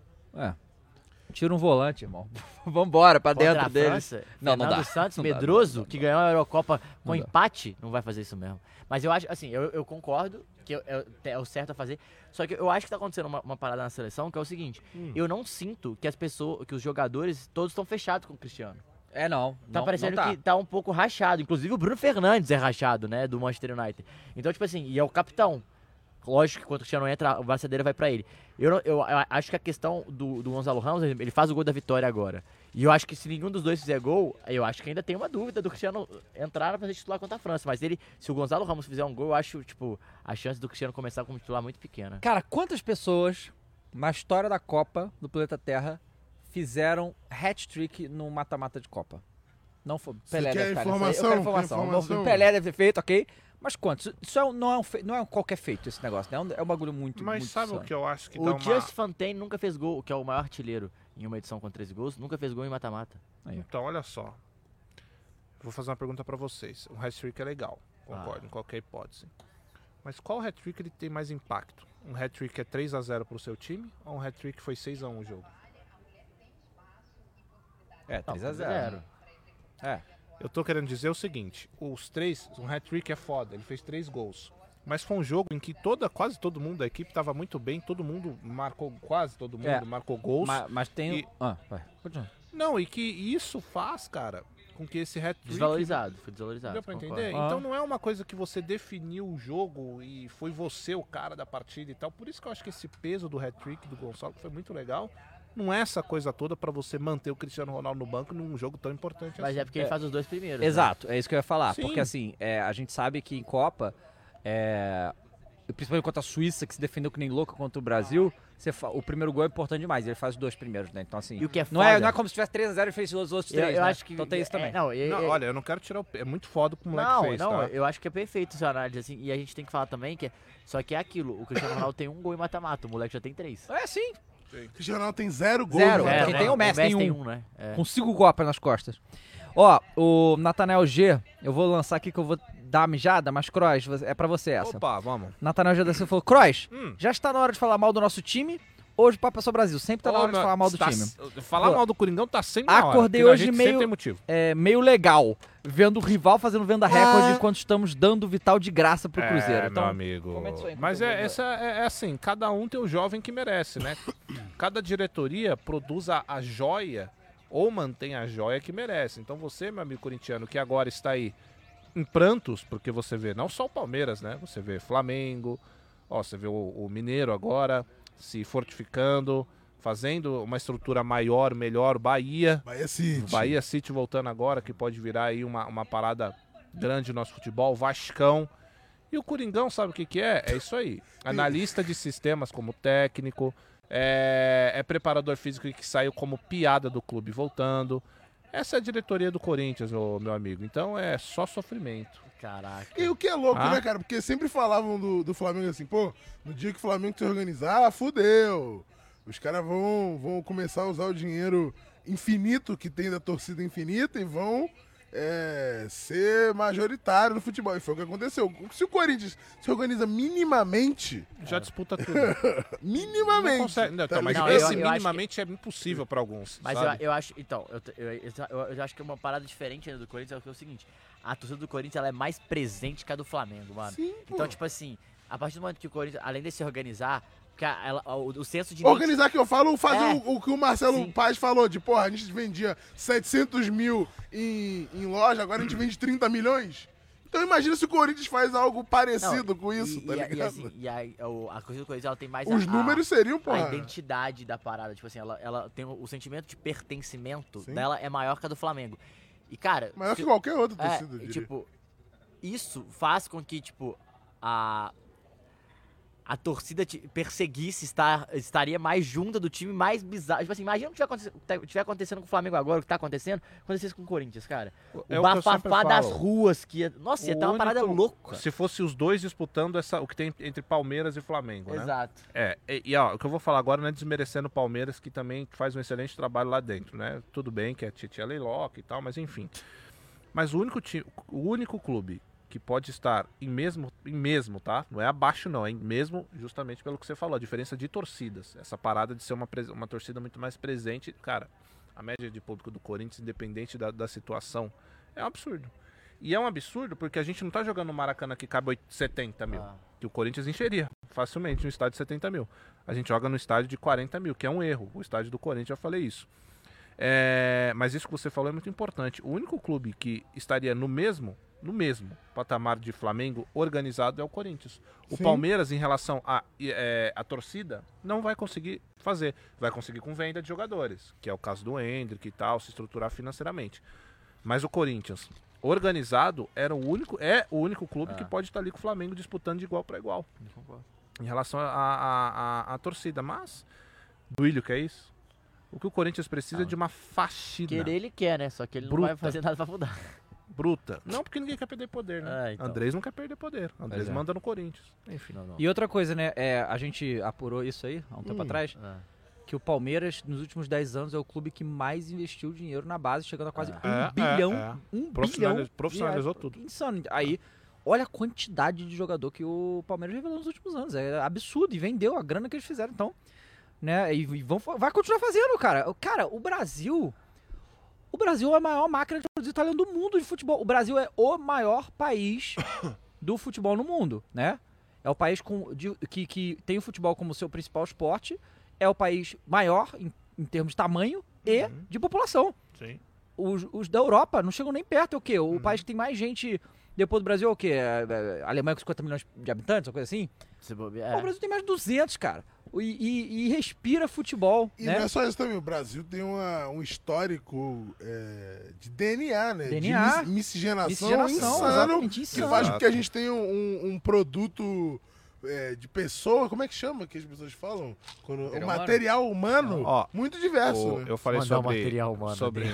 Tira um volante, irmão. Vambora, pra Contra dentro a deles. França, Não, não Fernando dá. Santos, Não dá, medroso, não dá, que ganhou a Eurocopa com Não dá. empate, não vai fazer isso mesmo. Mas eu acho, assim, eu concordo que é o certo a fazer, só que eu acho que tá acontecendo uma parada na seleção, que é o seguinte, eu não sinto que as pessoas, que os jogadores, todos estão fechados com o Cristiano. Não. Tá não, parecendo não tá. que tá um pouco rachado. Inclusive o Bruno Fernandes é rachado, né? Do Manchester United. Então, tipo assim, e é o capitão. Lógico que quando o Cristiano entra, a braçadeira vai pra ele. Eu acho que a questão do Gonzalo Ramos, ele faz o gol da vitória agora. E eu acho que se nenhum dos dois fizer gol, eu acho que ainda tem uma dúvida do Cristiano entrar pra fazer titular contra a França. Mas se o Gonzalo Ramos fizer um gol, eu acho, tipo, a chance do Cristiano começar como titular muito pequena. Cara, quantas pessoas na história da Copa do planeta Terra fizeram hat-trick no mata-mata de Copa? Não foi. Pelé quer deve estar nessa aí. informação? Eu quero informação. Quer informação? O Pelé deve ter feito, ok? Mas quantos? Isso não é um qualquer feito esse negócio, né? É um bagulho muito. Mas muito sabe o insano. que eu acho que dá O uma... Just Fontaine nunca fez gol, que é o maior artilheiro em uma edição com 13 gols, nunca fez gol em mata-mata. Então, olha só. Vou fazer uma pergunta pra vocês. O hat-trick é legal, concordo, em qualquer hipótese. Mas qual hat-trick ele tem mais impacto? Um hat-trick que é 3-0 pro seu time ou um hat-trick que foi 6-1 o jogo? 3-0. Eu tô querendo dizer o seguinte, os três, um hat-trick é foda, ele fez 3 gols. Mas foi um jogo em que quase todo mundo da equipe tava muito bem, quase todo mundo marcou gols. Mas tem... vai. Continua. Não, e que isso faz, cara, com que esse hat-trick... Foi desvalorizado. Deu pra entender? Então não é uma coisa que você definiu o jogo e foi você o cara da partida e tal. Por isso que eu acho que esse peso do hat-trick do Gonçalo foi muito legal. Não é essa coisa toda pra você manter o Cristiano Ronaldo no banco num jogo tão importante Mas assim. é porque ele faz os 2 primeiros. Exato, é isso que eu ia falar. Sim. Porque assim, a gente sabe que em Copa, principalmente contra a Suíça, que se defendeu que nem louca contra o Brasil, o primeiro gol é importante demais, ele faz os 2 primeiros, né? Então assim, E o que é não é como se tivesse 3-0 e fez os outros 3, eu né? acho que Então tem isso também. Olha, eu não quero tirar o... É muito foda o que o moleque fez, tá? Eu acho que é perfeito essa análise, assim, e a gente tem que falar também que só que é aquilo, o Cristiano Ronaldo tem 1 gol em mata-mata, o moleque já tem 3. Sim. O Cristiano Ronaldo tem 0 gols. 0. né? Quem tem o Messi tem 1. né? Com 5 Copas nas costas. Ó, o Natanael G, eu vou lançar aqui que eu vou dar uma mijada, mas Kroos, é pra você essa. Opa, vamos. Natanael G da Silva falou, Kroos, já está na hora de falar mal do nosso time? Hoje o Papo é só Brasil, sempre tá na hora de falar mal do time. Falar mal do Coringão tá sempre na hora. Acordei hoje meio legal, vendo o rival fazendo venda recorde enquanto estamos dando o Vital de graça pro Cruzeiro. Então, meu amigo. Mas é assim, cada um tem o jovem que merece, né? Cada diretoria produz a joia ou mantém a joia que merece. Então você, meu amigo corintiano, que agora está aí em prantos, porque você vê não só o Palmeiras, né? Você vê Flamengo, você vê o Mineiro agora se fortificando, fazendo uma estrutura maior, melhor, Bahia City voltando agora, que pode virar aí uma parada grande no nosso futebol, Vascão. E o Coringão, sabe o que é? É isso aí. Analista de sistemas como técnico, é preparador físico que saiu como piada do clube voltando. Essa é a diretoria do Corinthians, meu amigo. Então é só sofrimento. Caraca. E o que é louco, né, cara? Porque sempre falavam do Flamengo assim, pô, no dia que o Flamengo se organizar, fudeu. Os caras vão começar a usar o dinheiro infinito que tem da torcida infinita e vão ser majoritário no futebol. E foi o que aconteceu. Se o Corinthians se organiza minimamente... Já disputa tudo. Minimamente. Não consegue, mas minimamente é impossível para alguns. Mas eu acho... Então, eu acho que uma parada diferente do Corinthians é o seguinte. A torcida do Corinthians ela é mais presente que a do Flamengo, mano. Sim, então, tipo assim, a partir do momento que o Corinthians, além de se organizar... o senso de... Organizar que eu falo, fazer o que o Marcelo Paz falou, de porra, a gente vendia 700 mil em loja, agora a gente vende 30 milhões. Então imagina se o Corinthians faz algo parecido com isso, tá ligado? A coisa do Corinthians, ela tem mais os números seriam, porra. A identidade da parada, tipo assim, ela tem o sentimento de pertencimento dela é maior que a do Flamengo. E, cara... Maior que qualquer outro torcida, e, tipo, isso faz com que, tipo, a torcida perseguisse, estaria mais junta do time, mais bizarro. Tipo assim, imagina o que estiver acontecendo com o Flamengo agora, o que tá acontecendo, acontecesse com o Corinthians, cara. O bafafá das ruas que ia... Nossa, ia estar uma parada louca. Se fosse os dois disputando o que tem entre Palmeiras e Flamengo, né? Exato. O que eu vou falar agora não é desmerecendo o Palmeiras, que também faz um excelente trabalho lá dentro, né? Tudo bem que a Titi é Leiloca e tal, mas enfim. Mas o único clube que pode estar em mesmo, tá? Não é abaixo não, é em mesmo justamente pelo que você falou, a diferença de torcidas. Essa parada de ser uma torcida muito mais presente, cara, a média de público do Corinthians, independente da situação, é um absurdo. E é um absurdo porque a gente não tá jogando no Maracanã que cabe 70 mil, que o Corinthians encheria facilmente no estádio de 70 mil. A gente joga no estádio de 40 mil, que é um erro. O estádio do Corinthians, já falei isso. Mas isso que você falou é muito importante. O único clube que estaria no mesmo patamar de Flamengo organizado é o Corinthians. O Palmeiras, em relação à torcida, não vai conseguir fazer. Vai conseguir com venda de jogadores, que é o caso do Endrick e tal, se estruturar financeiramente. Mas o Corinthians, organizado, é o único clube que pode estar ali com o Flamengo disputando de igual para igual. Em relação à torcida. Mas, Duílio, que é isso? O que o Corinthians precisa é de uma faxina. Querer ele quer, né? Só que ele não vai fazer nada pra mudar. Bruta. Não, porque ninguém quer perder poder, né? Então. Andrés não quer perder poder. Andrés manda no Corinthians. Enfim. Não. E outra coisa, né? A gente apurou isso aí há um tempo atrás. Que o Palmeiras, nos últimos 10 anos, é o clube que mais investiu dinheiro na base, chegando a quase 1 bilhão. 1 bilhão. Profissionalizou tudo. Insano. Aí, olha a quantidade de jogador que o Palmeiras revelou nos últimos anos. É absurdo. E vendeu a grana que eles fizeram. Então, né? E vai continuar fazendo, cara. Cara, o Brasil é a maior máquina de produzir talento do mundo de futebol. O Brasil é o maior país do futebol no mundo, né? É o país que tem o futebol como seu principal esporte. É o país maior em termos de tamanho e de população. Sim. Os da Europa não chegam nem perto. É o quê? O país que tem mais gente depois do Brasil é o quê? A Alemanha com 50 milhões de habitantes, uma coisa assim? O Brasil tem mais de 200, cara. E respira futebol. E né? não é só isso também. O Brasil tem um histórico de DNA, né? DNA. De miscigenação insano. Que faz com que a gente tenha um produto de pessoa. Como é que chama que as pessoas falam? O material humano muito diverso. Né? Eu falei sobre material humano.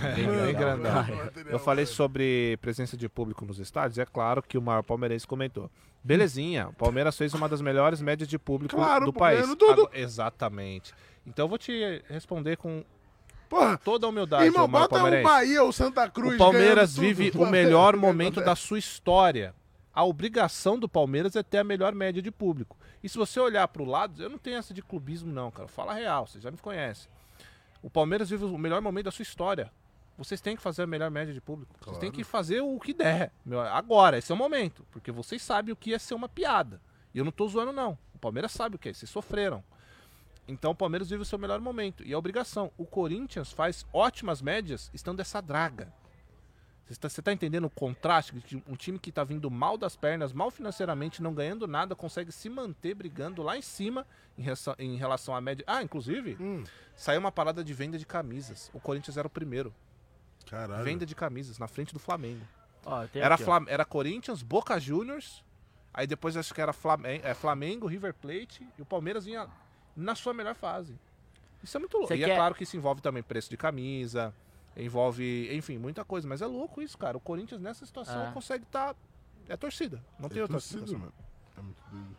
Eu falei sobre presença de público nos estádios. É claro que o maior palmeirense comentou. Belezinha, o Palmeiras fez uma das melhores médias de público do país. Tudo. Exatamente. Então eu vou te responder com Porra, toda a humildade. Irmão, bota o Bahia ou Santa Cruz. O Palmeiras vive o melhor momento da sua história. A obrigação do Palmeiras é ter a melhor média de público. E se você olhar para o lado, eu não tenho essa de clubismo não, cara. Fala real, vocês já me conhecem. O Palmeiras vive o melhor momento da sua história. Vocês têm que fazer a melhor média de público. Claro. Vocês têm que fazer o que der. Agora, esse é o momento. Porque vocês sabem o que é ser uma piada. E eu não tô zoando, não. O Palmeiras sabe o que é. Vocês sofreram. Então o Palmeiras vive o seu melhor momento. E a obrigação. O Corinthians faz ótimas médias estando essa draga. Você tá entendendo o contraste? Que um time que tá vindo mal das pernas, mal financeiramente, não ganhando nada, consegue se manter brigando lá em cima em relação à média. Inclusive, saiu uma parada de venda de camisas. O Corinthians era o primeiro. Caralho. Venda de camisas na frente do Flamengo. Era Corinthians, Boca Juniors, aí depois acho que era Flamengo, River Plate, e o Palmeiras vinha na sua melhor fase. Isso é muito louco. É claro que isso envolve também preço de camisa, envolve, enfim, muita coisa, mas é louco isso, cara. O Corinthians nessa situação consegue estar... É torcida, não tem outra situação. Mano. É muito doido.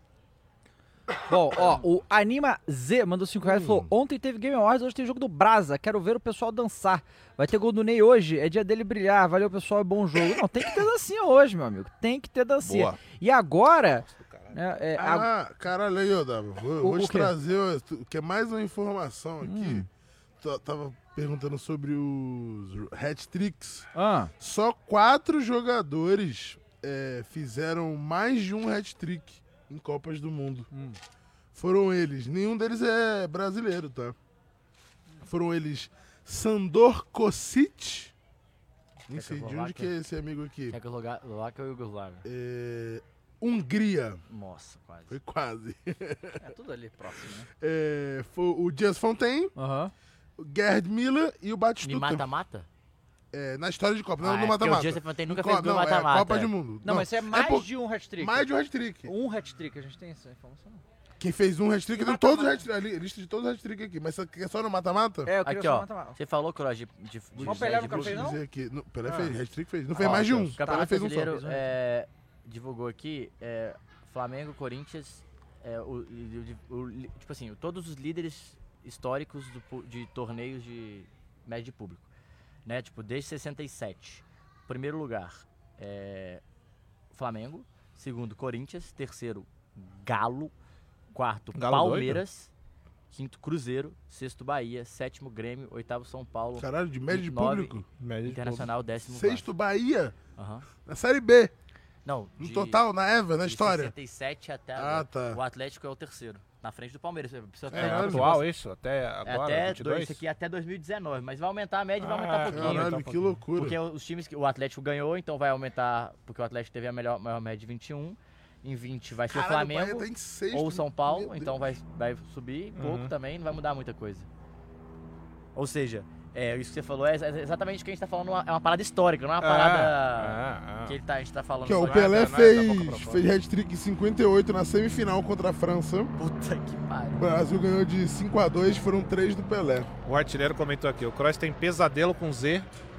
Bom, o Anima Z mandou 5 reais e falou: ontem teve Game Awards, hoje tem jogo do Brasa. Quero ver o pessoal dançar. Vai ter gol do Ney hoje, é dia dele brilhar. Valeu, pessoal, é bom jogo. Não, tem que ter dancinha hoje, meu amigo. Tem que ter dancinha. Boa. E agora. Caralho, aí, Odava. Vou te trazer que é mais uma informação aqui. Tava perguntando sobre os hat-tricks. Só 4 jogadores fizeram mais de um hat-trick em Copas do Mundo. Foram eles. Nenhum deles é brasileiro, tá? Foram eles Sandor Kosic. Nem sei de onde que é esse amigo aqui. Tchecoslováquia ou Iugoslávia? Hungria. Nossa, quase. Foi quase. É tudo ali próximo, né? Foi o Dias Fontaine, o Gerd Müller e o Batistuta. Me mata-mata? Na história de Copa, não no mata-mata. O Dias Fontaine nunca fez gol mata-mata. Copa do Mundo. Não, mas isso é mais de um hat-trick. Mais de um hat-trick. Um hat-trick, a gente tem essa informação. Quem fez um hat-trick, tem todos os hat-trick, lista de todos os hat-trick aqui. Mas você quer só no mata-mata? Eu queria só no mata-mata. Você falou, Kroos, de o Pelé nunca fez, não? Pelé fez, hat-trick fez. Não fez mais de um. O Campeonato Brasileiro divulgou aqui, Flamengo, Corinthians, tipo assim, todos os líderes históricos de torneios de média de público. Né? Tipo, desde 67. Primeiro lugar, Flamengo. Segundo, Corinthians. Terceiro, Galo. Quarto, Palmeiras. Doido. Quinto, Cruzeiro. Sexto, Bahia. Sétimo, Grêmio. Oitavo, São Paulo. Caralho, de média de público? Média Internacional, de décimo. Sexto, Bahia? Na Série B? Não. No total, na EVA, na história? 67 até tá. O Atlético é o terceiro. Na frente do Palmeiras. Atual isso? Até agora? Isso aqui até 2019. Mas vai aumentar a média e vai aumentar um pouquinho. Caralho, que loucura. Porque os times que o Atlético ganhou, então vai aumentar. Porque o Atlético teve a maior média de 21. Em 20 vai ser o Flamengo ou o São Paulo. Então vai subir pouco também. Não vai mudar muita coisa. Ou seja... isso que você falou é exatamente o que a gente tá falando, é uma parada histórica, não é uma parada que a gente tá falando. O Pelé fez hat-trick em 58 na semifinal contra a França. Puta que pariu. O Brasil ganhou de 5-2, foram 3 do Pelé. O artilheiro comentou aqui, o Kroos tem pesadelo com Z.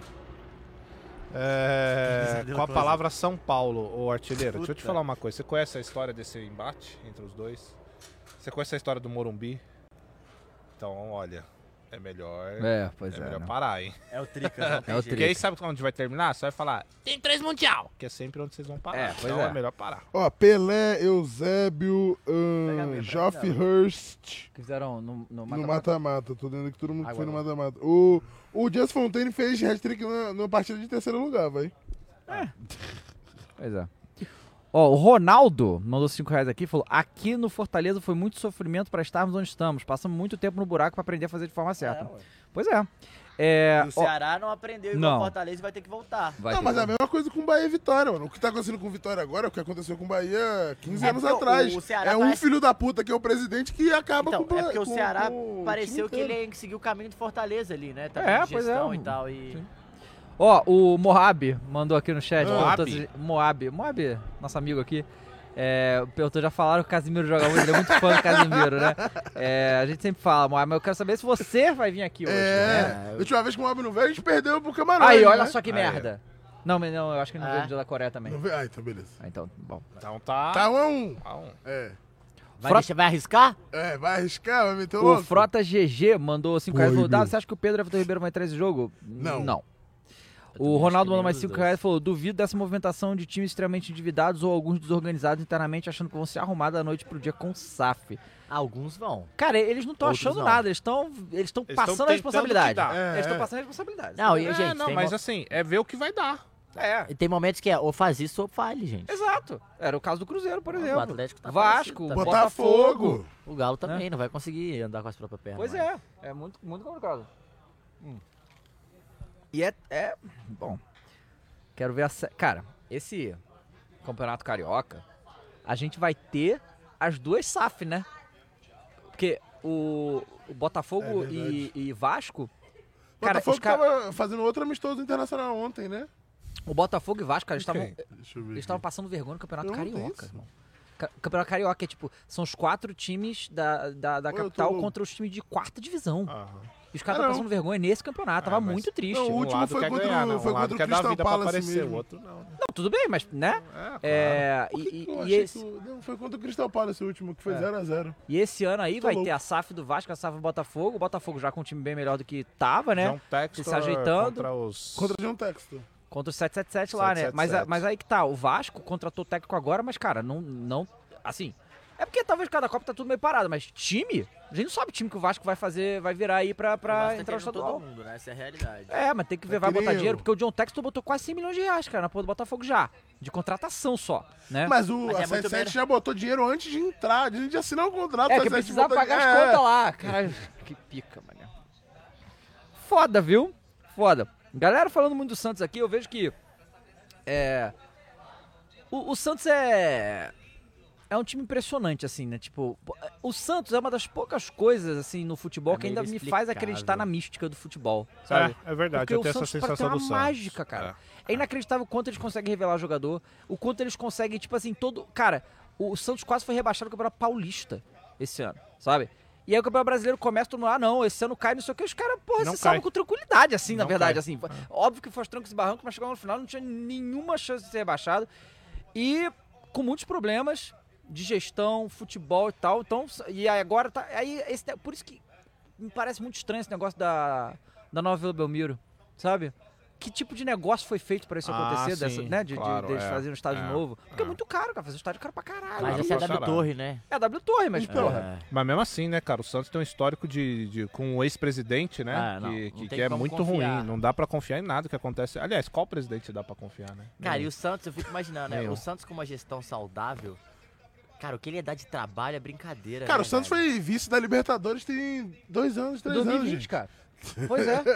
Com a palavra São Paulo, o artilheiro. Deixa eu te falar uma coisa, você conhece a história desse embate entre os dois? Você conhece a história do Morumbi? Então, olha... É melhor. Pois é. É melhor não. parar, hein? É o Tricas. Porque aí sabe onde vai terminar? Você vai falar, tem 3 mundial. Que é sempre onde vocês vão parar. Pois então é. é melhor parar. Ó, Pelé, Eusébio, Geoff Hurst Que fizeram no no mata-mata. mata-mata. Tô dizendo que todo mundo foi no mata-mata. O Jess Fontaine fez hat-trick na partida de terceiro lugar, vai. Pois é. Ó, o Ronaldo mandou R$5 aqui e falou: aqui no Fortaleza foi muito sofrimento pra estarmos onde estamos. Passamos muito tempo no buraco pra aprender a fazer de forma certa. Pois é. E o Ceará não aprendeu igual não. o Fortaleza e vai ter que voltar. Não, mas é a mesma coisa com Bahia e Vitória, mano. O que tá acontecendo com Vitória agora é o que aconteceu com Bahia 15 anos atrás. o Ceará É um parece- filho da puta que é o presidente que acaba Então, com é porque o Ceará com o pareceu time que inteiro. ele ia seguir o caminho do Fortaleza ali, né? Também de pois gestão é. e tal. E... Sim. Ó, o Moab mandou aqui no chat. Moab? perguntou se- Moab, nosso amigo aqui. Perguntou, já falaram que o Casimiro joga muito, ele é muito fã do Casimiro, né? A gente sempre fala, Moab, mas eu quero saber se você vai vir aqui hoje. Né? A última vez que o Moab não veio, a gente perdeu pro Camarão. Aí, olha né? só que merda. Não, mas não, eu acho que ele não veio do dia da Coreia também. Não veio? Ah, então beleza. Então, bom. Então tá. Tá 1-1. Tá um. Vai arriscar? Vai arriscar, vai meter o O louco. Frota GG mandou 5 reais e falou: Dado, você acha que o Pedro e o Everton Ribeiro vão entrar nesse jogo? Não. O Ronaldo mandou nem mais os 5 dois. reais e falou: duvido dessa movimentação de times extremamente endividados ou alguns desorganizados internamente achando que vão se arrumar da noite pro dia com SAF. Alguns vão. Cara, eles não estão Outros achando não. nada, eles estão passando tão a responsabilidade. tentando que dá. Eles estão passando a responsabilidade. Não, e, gente, não, tem, mas assim, é ver o que vai dar. tem momentos que é ou faz isso ou fale, gente. Exato. Era o caso do Cruzeiro, por exemplo. O Atlético tá Vasco, parecido, tá Botafogo. O Galo também não vai conseguir andar com as próprias pernas. Pois mais. é muito, muito complicado. E bom, quero ver cara, esse Campeonato Carioca, a gente vai ter as duas SAF, né? Porque o Botafogo e Vasco, cara, Botafogo os caras... tava fazendo outro amistoso internacional ontem, né? O Botafogo e Vasco, cara, eles Deixa eu ver. estavam passando vergonha no Campeonato Eu não vi Carioca, isso. irmão. Campeonato Carioca é tipo, são os 4 times da capital tô- contra os times de 4ª divisão. Aham. E os caras não. estão passando vergonha nesse campeonato, tava mas- muito triste. Não, o Um último lado foi quer contra ganhar, né? foi Um lado contra o quer dar Crystal vida pra Palace aparecer, mesmo. o outro não. Não, tudo bem, mas, né? Claro. Eu E achei esse... que não, foi contra o Crystal Palace o último, que foi 0-0. E esse ano aí Tô vai louco. ter a SAF do Vasco, a SAF do Botafogo. O Botafogo já com um time bem melhor do que tava, né? John Textor se ajeitando. contra os... Contra o John Textor. Contra o 777 lá, né? 777. Mas aí que tá, o Vasco contratou o técnico agora, mas, cara, não... Assim, é porque talvez cada Copa tá tudo meio parado, mas time... A gente não sabe o time que o Vasco vai fazer, vai virar aí pra O Vasco tá entrar no querendo estadual. todo mundo, né? Essa é a realidade. Mas tem que ver, vai botar dinheiro, porque o John Textor botou quase 100 milhões de reais, cara, na porra do Botafogo já. De contratação só, né? Mas Mas a é muito 77 menos. já botou dinheiro antes de entrar, de a gente assinar o contrato. Que 77 precisava botou- pagar as contas lá. Caralho, que pica, mano. Foda, viu? Foda. Galera falando muito do Santos aqui, eu vejo que... O Santos é um time impressionante, assim, né? Tipo, o Santos é uma das poucas coisas, assim, no futebol É que ainda meio me faz inexplicável. acreditar na mística do futebol, sabe? É verdade, Porque eu o tenho essa Santos sensação tem do uma Santos. mágica, cara. É inacreditável o quanto eles conseguem revelar jogador, o quanto eles conseguem, tipo assim, Cara, o Santos quase foi rebaixado no Campeonato Paulista esse ano, sabe? E aí o Campeonato Brasileiro começa todo mundo, não, esse ano cai, não sei o que, os caras, porra, Não se salvam cai. com tranquilidade, assim, na Não verdade, cai. assim. Óbvio que foi aos trancos e barrancos, mas chegou no final, não tinha nenhuma chance de ser rebaixado. E com muitos problemas de gestão, futebol e tal, então, e aí agora tá, por isso que me parece muito estranho esse negócio da Nova Vila Belmiro, sabe? Que tipo de negócio foi feito pra isso acontecer, sim, né? claro, Deles fazerem um estádio novo. Porque é é. muito caro, cara, fazer um estádio é caro pra caralho. Mas Claro, esse é pra a W caralho. Torre, né? É a W Torre, mas, porra. É. Mas mesmo assim, né, cara, o Santos tem um histórico com o ex-presidente, né, Não que tem é como muito confiar. ruim, não dá pra confiar em nada que acontece. Aliás, qual presidente dá pra confiar, né? Cara, e o Santos, eu fico imaginando, né? Nenhum. O Santos com uma gestão saudável, cara, o que ele ia dar de trabalho é brincadeira, Cara, né, o Santos velho? foi vice da Libertadores tem 2 anos, 3 anos. 2020, gente. cara. Pois é.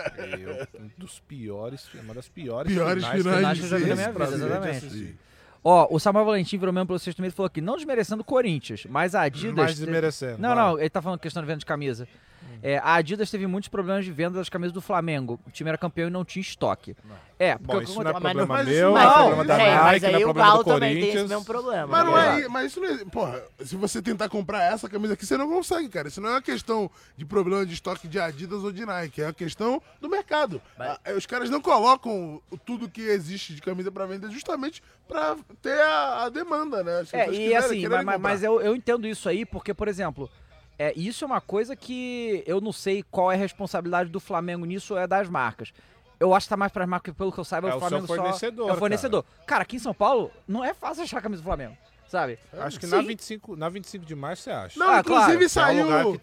Uma das piores Piores finais que eu já vi na minha desse vida, Brasil de exatamente. assistir. Ó, o Samuel Valentim virou mesmo pelo sexto mês e falou aqui, não desmerecendo o Corinthians, mas a Adidas... Mais desmerecendo. Não, vai. não, ele tá falando questão de venda de camisa. A Adidas teve muitos problemas de venda das camisas do Flamengo. O time era campeão e não tinha estoque. Porque Bom, o que isso não é acontece- Mas problema mas meu, isso não não é é- problema da mas Nike, não aí é o problema Galo do também tem esse Corinthians. mesmo problema. Mas não né? é, mas isso não é, porra, se você tentar comprar essa camisa aqui, você não consegue, cara. Isso não é uma questão de problema de estoque de Adidas ou de Nike, é uma questão do mercado. Mas- Os caras não colocam tudo que existe de camisa pra vender justamente pra ter a demanda, né? As pessoas E quiserem, assim, quererem mas comprar. eu entendo isso aí porque, por exemplo, isso é uma coisa que eu não sei qual é a responsabilidade do Flamengo nisso ou é das marcas. Eu acho que tá mais pras marcas, pelo que eu saiba, o Flamengo fornecedor, só é o fornecedor. Cara, aqui em São Paulo, não é fácil achar a camisa do Flamengo, sabe? Acho que na 25 de março você acha. Não, inclusive saiu...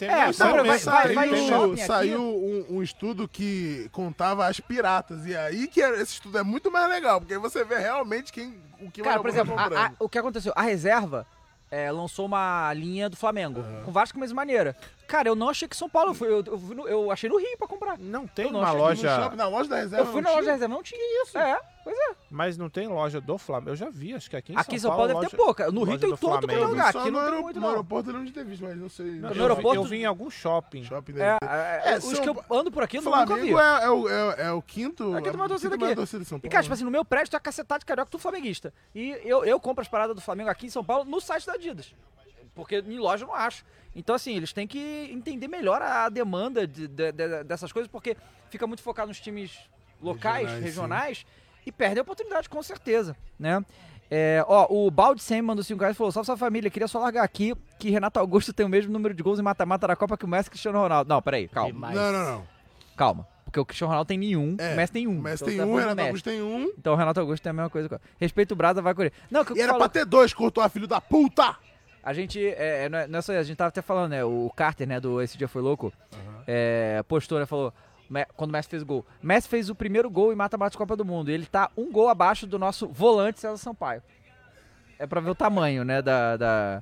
Saiu um estudo que contava as piratas. E aí que esse estudo é muito mais legal, porque aí você vê realmente o que Cara, por exemplo, o que aconteceu? A reserva lançou uma linha do Flamengo, com várias camisas maneiras. Cara, eu não achei que São Paulo, eu achei no Rio pra comprar. Não tem uma loja... Na loja da reserva eu fui na loja da reserva, não tinha isso. Pois é. Mas não tem loja do Flamengo. Eu já vi, acho que aqui em São Paulo deve ter pouca. No Rio tem tudo quanto é lugar. Aqui não tem muito, no aeroporto eu não ter visto, mas não sei. No aeroporto... Eu vi em algum shopping. Os que eu ando por aqui, eu nunca vi. Flamengo é o quinto... É a quinta maior torcida aqui. De São Paulo. E, cara, tipo assim, no meu prédio tem uma cacetada de carioca, tudo flamenguista. E eu compro as paradas do Flamengo aqui em São Paulo no site da Adidas. Porque em loja eu não acho. Então, assim, eles têm que entender melhor a demanda dessas coisas, porque fica muito focado nos times locais, regionais e perde a oportunidade, com certeza, né? O Balde Sem mandou 5 reais e falou: salve, família, queria só largar aqui que Renato Augusto tem o mesmo número de gols em mata-mata da Copa que o Messi e Cristiano Ronaldo. Não, peraí, calma. Não. Calma, porque o Cristiano Ronaldo tem nenhum, o Messi tem um. O Messi tem um, o Renato Augusto tem um. Então o Renato Augusto tem a mesma coisa. Respeito o Brasa, vai correr. Não, que e era pra ter 2, Courtois, filho da puta! A gente, não é só isso, a gente tava até falando, né, o Carter, né, do Esse Dia Foi Louco, postou, né, falou, quando o Messi fez o gol. Messi fez o primeiro gol em mata-mata de Copa do Mundo, e ele tá um gol abaixo do nosso volante César Sampaio. É pra ver o tamanho, né, da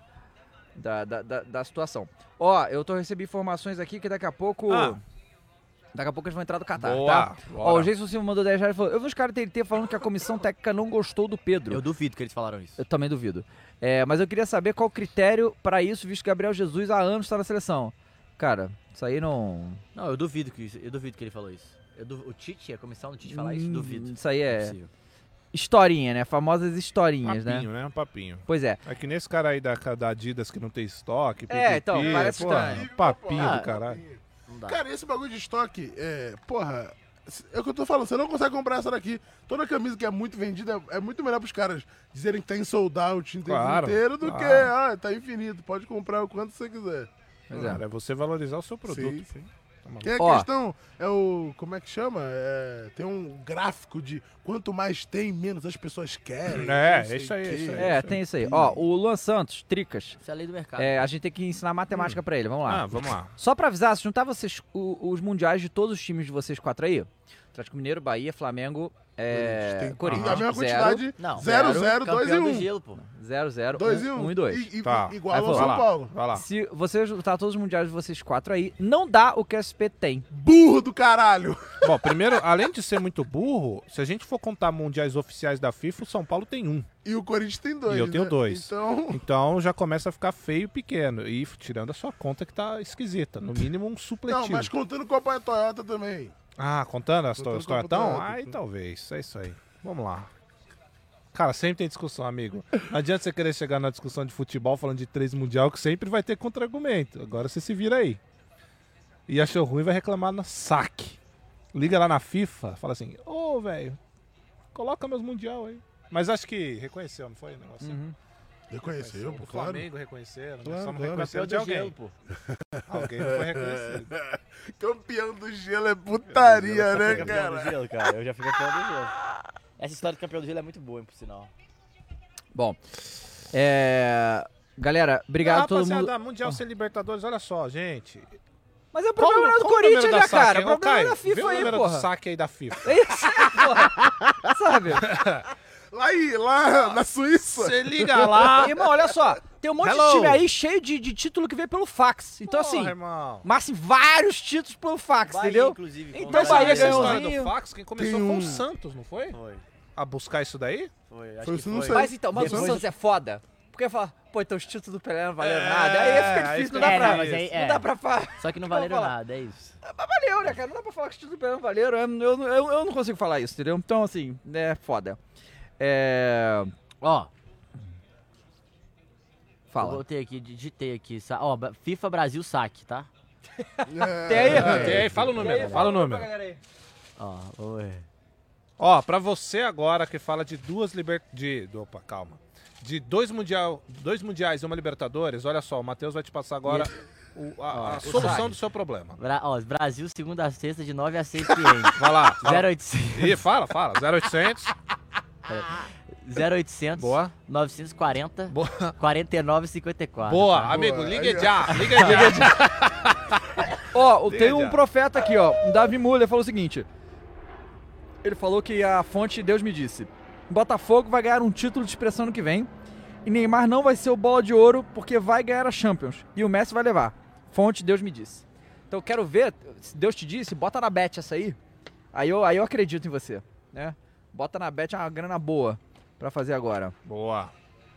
situação. Eu recebi informações aqui que daqui a pouco... Daqui a pouco eles vão entrar do Catar, tá? O Jason Silva mandou 10 reais e falou: eu vi os caras do TNT falando que a comissão técnica não gostou do Pedro. Eu duvido que eles falaram isso. Eu também duvido. Mas eu queria saber qual o critério pra isso, visto que Gabriel Jesus há anos está na seleção. Cara, isso aí não... Não, eu duvido que ele falou isso. O Tite, a comissão do Tite falar isso, duvido. Isso aí é historinha, né? Famosas historinhas, papinho, né? Um papinho. Pois é. É que nesse cara aí da Adidas que não tem estoque, então, parece estranho. Papinho do caralho. Cara, esse bagulho de estoque, é o que eu tô falando, você não consegue comprar essa daqui. Toda camisa que é muito vendida, é muito melhor pros caras dizerem que tá em sold out inteiro do que, tá infinito, pode comprar o quanto você quiser. É você valorizar o seu produto. Sim. Tem a questão, como é que chama? Tem um gráfico de quanto mais tem, menos as pessoas querem. Isso aí. Tem isso aí. O Luan Santos, Tricas. Isso é a lei do mercado. A gente tem que ensinar matemática pra ele, vamos lá. Vamos lá. Só pra avisar, se juntar vocês, os mundiais de todos os times de vocês 4 aí, Atlético Mineiro, Bahia, Flamengo, Corinthians. A mesma quantidade, 0, 0, 2 e 1. 0, 0, 2 e 1. 1 e 2. Igual ao São Paulo. Vai lá. Se você juntar todos os mundiais de vocês 4 aí, não dá o que a SP tem. Burro do caralho! Bom, primeiro, além de ser muito burro, se a gente for contar mundiais oficiais da FIFA, o São Paulo tem 1. E o Corinthians tem 2. E eu tenho 2. Então já começa a ficar feio e pequeno. E tirando a sua conta que tá esquisita. No mínimo um supletivo. Não, mas contando com a Toyota também. Contando as Toyotão? Aí talvez. É isso aí. Vamos lá. Cara, sempre tem discussão, amigo. Não adianta você querer chegar na discussão de futebol falando de 3 mundial, que sempre vai ter contra-argumento. Agora você se vira aí. E achou ruim, vai reclamar no saque. Liga lá na FIFA, fala assim: velho, coloca meus mundial aí. Mas acho que reconheceu, não foi o negócio? Reconheceu, pô, o claro. Flamengo reconheceram, claro, só não reconheceu de alguém. Pô. Alguém não foi reconhecido. Campeão do gelo é putaria, né, cara? Campeão do gelo, cara. Eu já fui campeão do gelo. Essa história do campeão do gelo é muito boa, hein, por sinal. Bom, galera, obrigado a todo mundo. Mundial sem Libertadores, olha só, gente. Mas é o problema não é do Corinthians, né, cara? O problema é da FIFA aí, porra. Vê o número do saque aí da FIFA. É isso aí, porra. Sabe? Lá na Suíça. Você liga lá. Irmão, olha só. Tem um monte de time aí cheio de título que veio pelo fax. Então, Márcio, vários títulos pelo fax, Bahia, entendeu? Inclusive, então, Bahia ganhou a história do fax, quem começou foi o Santos, não foi? Foi. A buscar isso daí? Foi, acho que foi. Mas então, o Santos é foda. Porque fala, então os títulos do Pelé não valeram nada. Aí fica difícil, não dá pra... Não dá pra falar. Só que não valeram nada, é isso. Mas valeu, né, cara? Não dá pra falar que os títulos do Pelé não valeram. Eu não consigo falar isso, entendeu? Então, assim, é foda. Fala. Eu botei aqui, digitei aqui. FIFA Brasil saque, tá? Tem aí? Tem aí, fala o número. Fala o número. Pra você agora que fala de de dois mundiais e uma Libertadores, olha só, o Matheus vai te passar agora a solução do seu problema. Brasil, segunda a sexta, de 9 a 6 p.m. Vai lá. 0800. Ih, fala. 0800. 0800. Boa. 940. Boa. 49,54. Boa, tá? amigo, Boa. liga já. Liga já. Ó, tem um profeta aqui, ó. O Davi Muller falou o seguinte. Ele falou que a fonte Deus me disse. Botafogo vai ganhar um título de expressão no que vem. E Neymar não vai ser o bola de ouro porque vai ganhar a Champions. E o Messi vai levar. Fonte Deus me disse. Então eu quero ver, se Deus te disse, bota na bet essa aí. Aí eu acredito em você, né? Bota na bet uma grana boa pra fazer agora. Boa.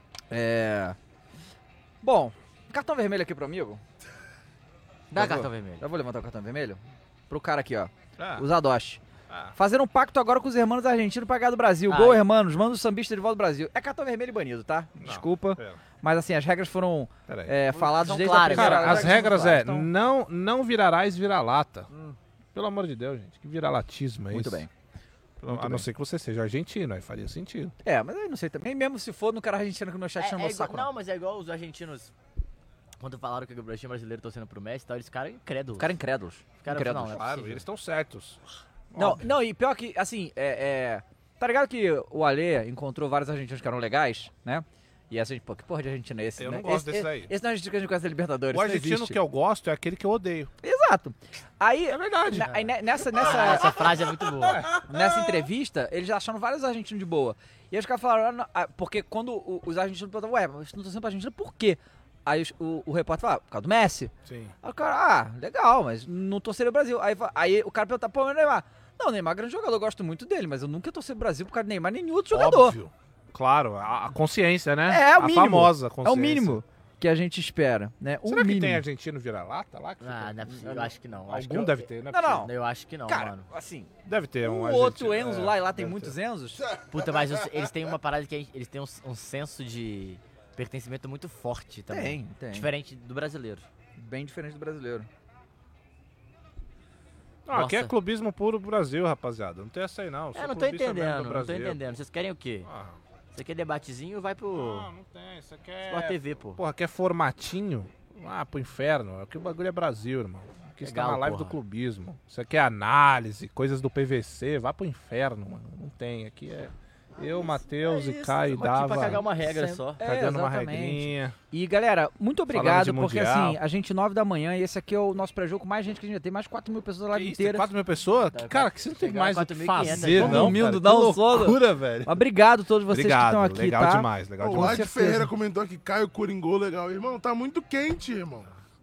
Bom, cartão vermelho aqui pro amigo. Dá cartão vermelho. Eu vou levantar o cartão vermelho. Pro cara aqui, ó. Ah. O Zadoshi. Fazer um pacto agora com os irmãos argentinos pra ganhar do Brasil. Ai. Gol, irmãos, manda o sambista de volta do Brasil. É cartão vermelho e banido, tá? Desculpa. Pera. Mas assim, as regras foram Peraí. faladas São desde claras. a primeira. Cara, as regras são é, claras, então- não virarás vira-lata. Pelo amor de Deus, gente. Que vira-latismo é Muito isso? bem. A não ser que você seja argentino, aí faria sentido. Mas aí não sei também. Mesmo se for no cara argentino que no chat chamou o saco. Não, mas é igual os argentinos. Quando falaram que o time brasileiro torcendo pro Messi, eles ficaram incrédulos. Cara incrédulos. Cara, Incrédulos. não, é Claro, possível. eles estão certos. Não, e pior que, assim, tá ligado que o Alê encontrou vários argentinos que eram legais, né? E essa gente, pô, que porra de argentino é esse? Eu né? não gosto desse esse aí. Esse não é argentino que a gente conhece da Libertadores. O isso não argentino existe. que eu gosto é aquele que eu odeio. Exato. Aí, É verdade. aí nessa Essa frase é muito boa. nessa entrevista, eles acharam vários argentinos de boa. E aí os caras falaram, porque quando os argentinos perguntavam, ué, mas vocês não estão sendo pra Argentina por quê? Aí o repórter falava, por causa do Messi. Sim. Aí o cara, legal, mas não torceria o Brasil. Aí o cara pergunta, pô, mas Neymar. Não, o Neymar é grande jogador, eu gosto muito dele, mas eu nunca torci o Brasil por causa do Neymar, nem nenhum outro jogador. Óbvio. Claro, a consciência, né? É o mínimo. A famosa consciência. É o mínimo que a gente espera, né? O Será que mínimo. tem argentino vira-lata lá? Não é possível. Eu acho que não. Acho Algum que deve ter, né? Não. Eu acho que não, Cara, mano. assim, Deve ter um o outro argentino, Enzo lá, e lá tem deve muitos ter. Enzos. Puta, mas eles têm uma parada que eles têm um senso de pertencimento muito forte também. Tem. Diferente do brasileiro. Bem diferente do brasileiro. Não, aqui é Nossa. clubismo puro Brasil, rapaziada. Não tem essa aí, não. Não tô entendendo, não tô entendendo. Vocês querem o quê? Ah, Você quer debatezinho, vai pro não tem. Isso aqui é... Sport TV, pô. Porra, quer formatinho? Pro inferno. Aqui o bagulho é Brasil, irmão. Aqui está Legal, na live porra. do clubismo. Isso aqui é análise, coisas do PVC. Vá pro inferno, mano. Não tem. Aqui é eu, Matheus e Caio e Motivo pra cagar Dava uma regra Sempre- só. cagando uma exatamente. regrinha. E galera, muito obrigado, de porque Mundial. assim, a gente 9 da manhã e esse aqui é o nosso pré-jogo com mais gente que a gente já tem, mais de 4 mil pessoas a live Que isso, tem inteira. 4 mil pessoas? Tá, Cara, que você não tem chegar a mais o que 4.500, fazer, vamos não, dormindo, cara. dá um Que sono. loucura, velho. Obrigado a todos vocês que Obrigado, estão aqui, legal tá? demais, legal O demais. Lade certeza. Ferreira comentou aqui, Caio Coringou, legal. Irmão, tá muito quente, irmão.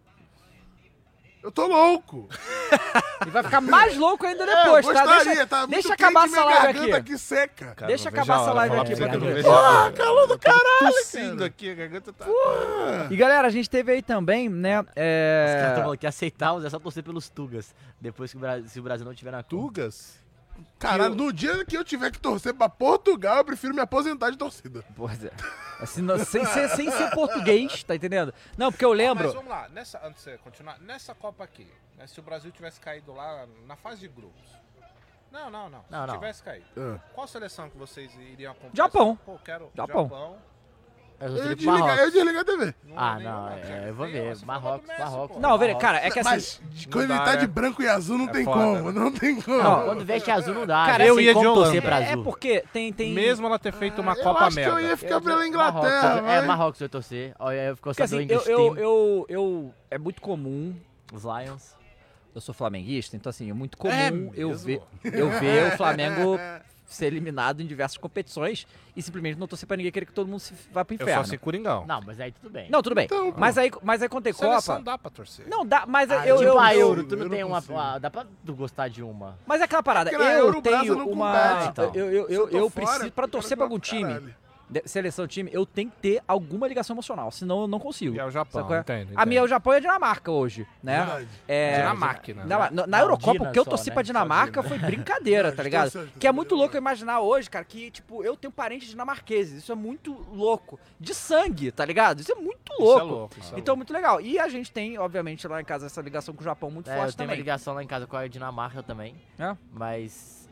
Eu tô louco. E vai ficar mais louco ainda depois, tá? Gostaria, tá muito deixa quente, acabar minha essa live garganta aqui. aqui seca. Cara, Deixa não vejo acabar a essa hora, live falar aqui pra você pra que eu não tu vejo ver. a hora. calor do caralho, Tossindo aqui, a garganta tá... E galera, a gente teve aí também, né? Os caras estão falando que aceitar é só torcer pelos Tugas. Depois que se o Brasil não tiver na Copa. Tugas? Caralho, no dia que eu tiver que torcer pra Portugal, eu prefiro me aposentar de torcida. Pois é. Assim, sem ser português, tá entendendo? Não, porque eu lembro. Mas vamos lá, antes de você continuar, nessa Copa aqui, né, se o Brasil tivesse caído lá na fase de grupos. Não. Se não. tivesse caído. Qual seleção que vocês iriam acompanhar? Japão. Pô, quero Japão. Eu Eu torceria pro desliguei Marrocos. a TV. Eu vou ver. Marrocos. Não, velho, cara, é que assim. Mas quando dá, ele tá né? de branco e azul, não É tem foda, como, né? não tem como. Não, Quando veste azul não dá. Cara, né? eu Sem ia de como torcer Holanda. pra É azul. porque tem. Mesmo ela ter feito uma eu Copa acho merda. que eu ia ficar pela Marrocos, Inglaterra, vai. Marrocos eu ia torcer. Olha, eu ficou Porque sabendo assim, do English Team, é muito comum. os Lions. Eu sou flamenguista, então assim, é muito É comum eu mesmo? ver o Flamengo ser eliminado em diversas competições e simplesmente não torcer pra ninguém, querer que todo mundo vá pro Eu sou inferno. assim, Coringão. Não, mas aí tudo bem. Não, tudo bem. Então, pô. mas aí quando tem Seleção Copa. dá pra torcer. Não, dá, mas Ah, eu. tipo a eu- Euro, tu eu não não tem uma... consigo. Dá pra tu gostar de uma. Mas é aquela parada, Porque na eu Euro, o Brasa tenho não uma. compete, então. Eu fora, preciso, pra eu torcer quero pra algum jogar time, caralho. seleção time, eu tenho que ter alguma ligação emocional, senão eu não consigo. E é o Japão, Sabe qual é? entendo. A minha é o Japão e a Dinamarca hoje, né? Verdade. É, Dinamarca, né? Na Eurocopa, Dina o que eu só, torci né? pra Dinamarca Só foi brincadeira, Não, tá ligado? estou certo, Que é muito estou louco eu imaginar hoje, cara, que, tipo, eu tenho parentes dinamarqueses. Isso é muito louco. De sangue, tá ligado? Isso é muito louco. Isso é louco. Isso é Então, louco. muito legal. E a gente tem, obviamente, lá em casa essa ligação com o Japão muito Eu forte tenho uma também. ligação lá em casa com a Dinamarca também. É? Mas...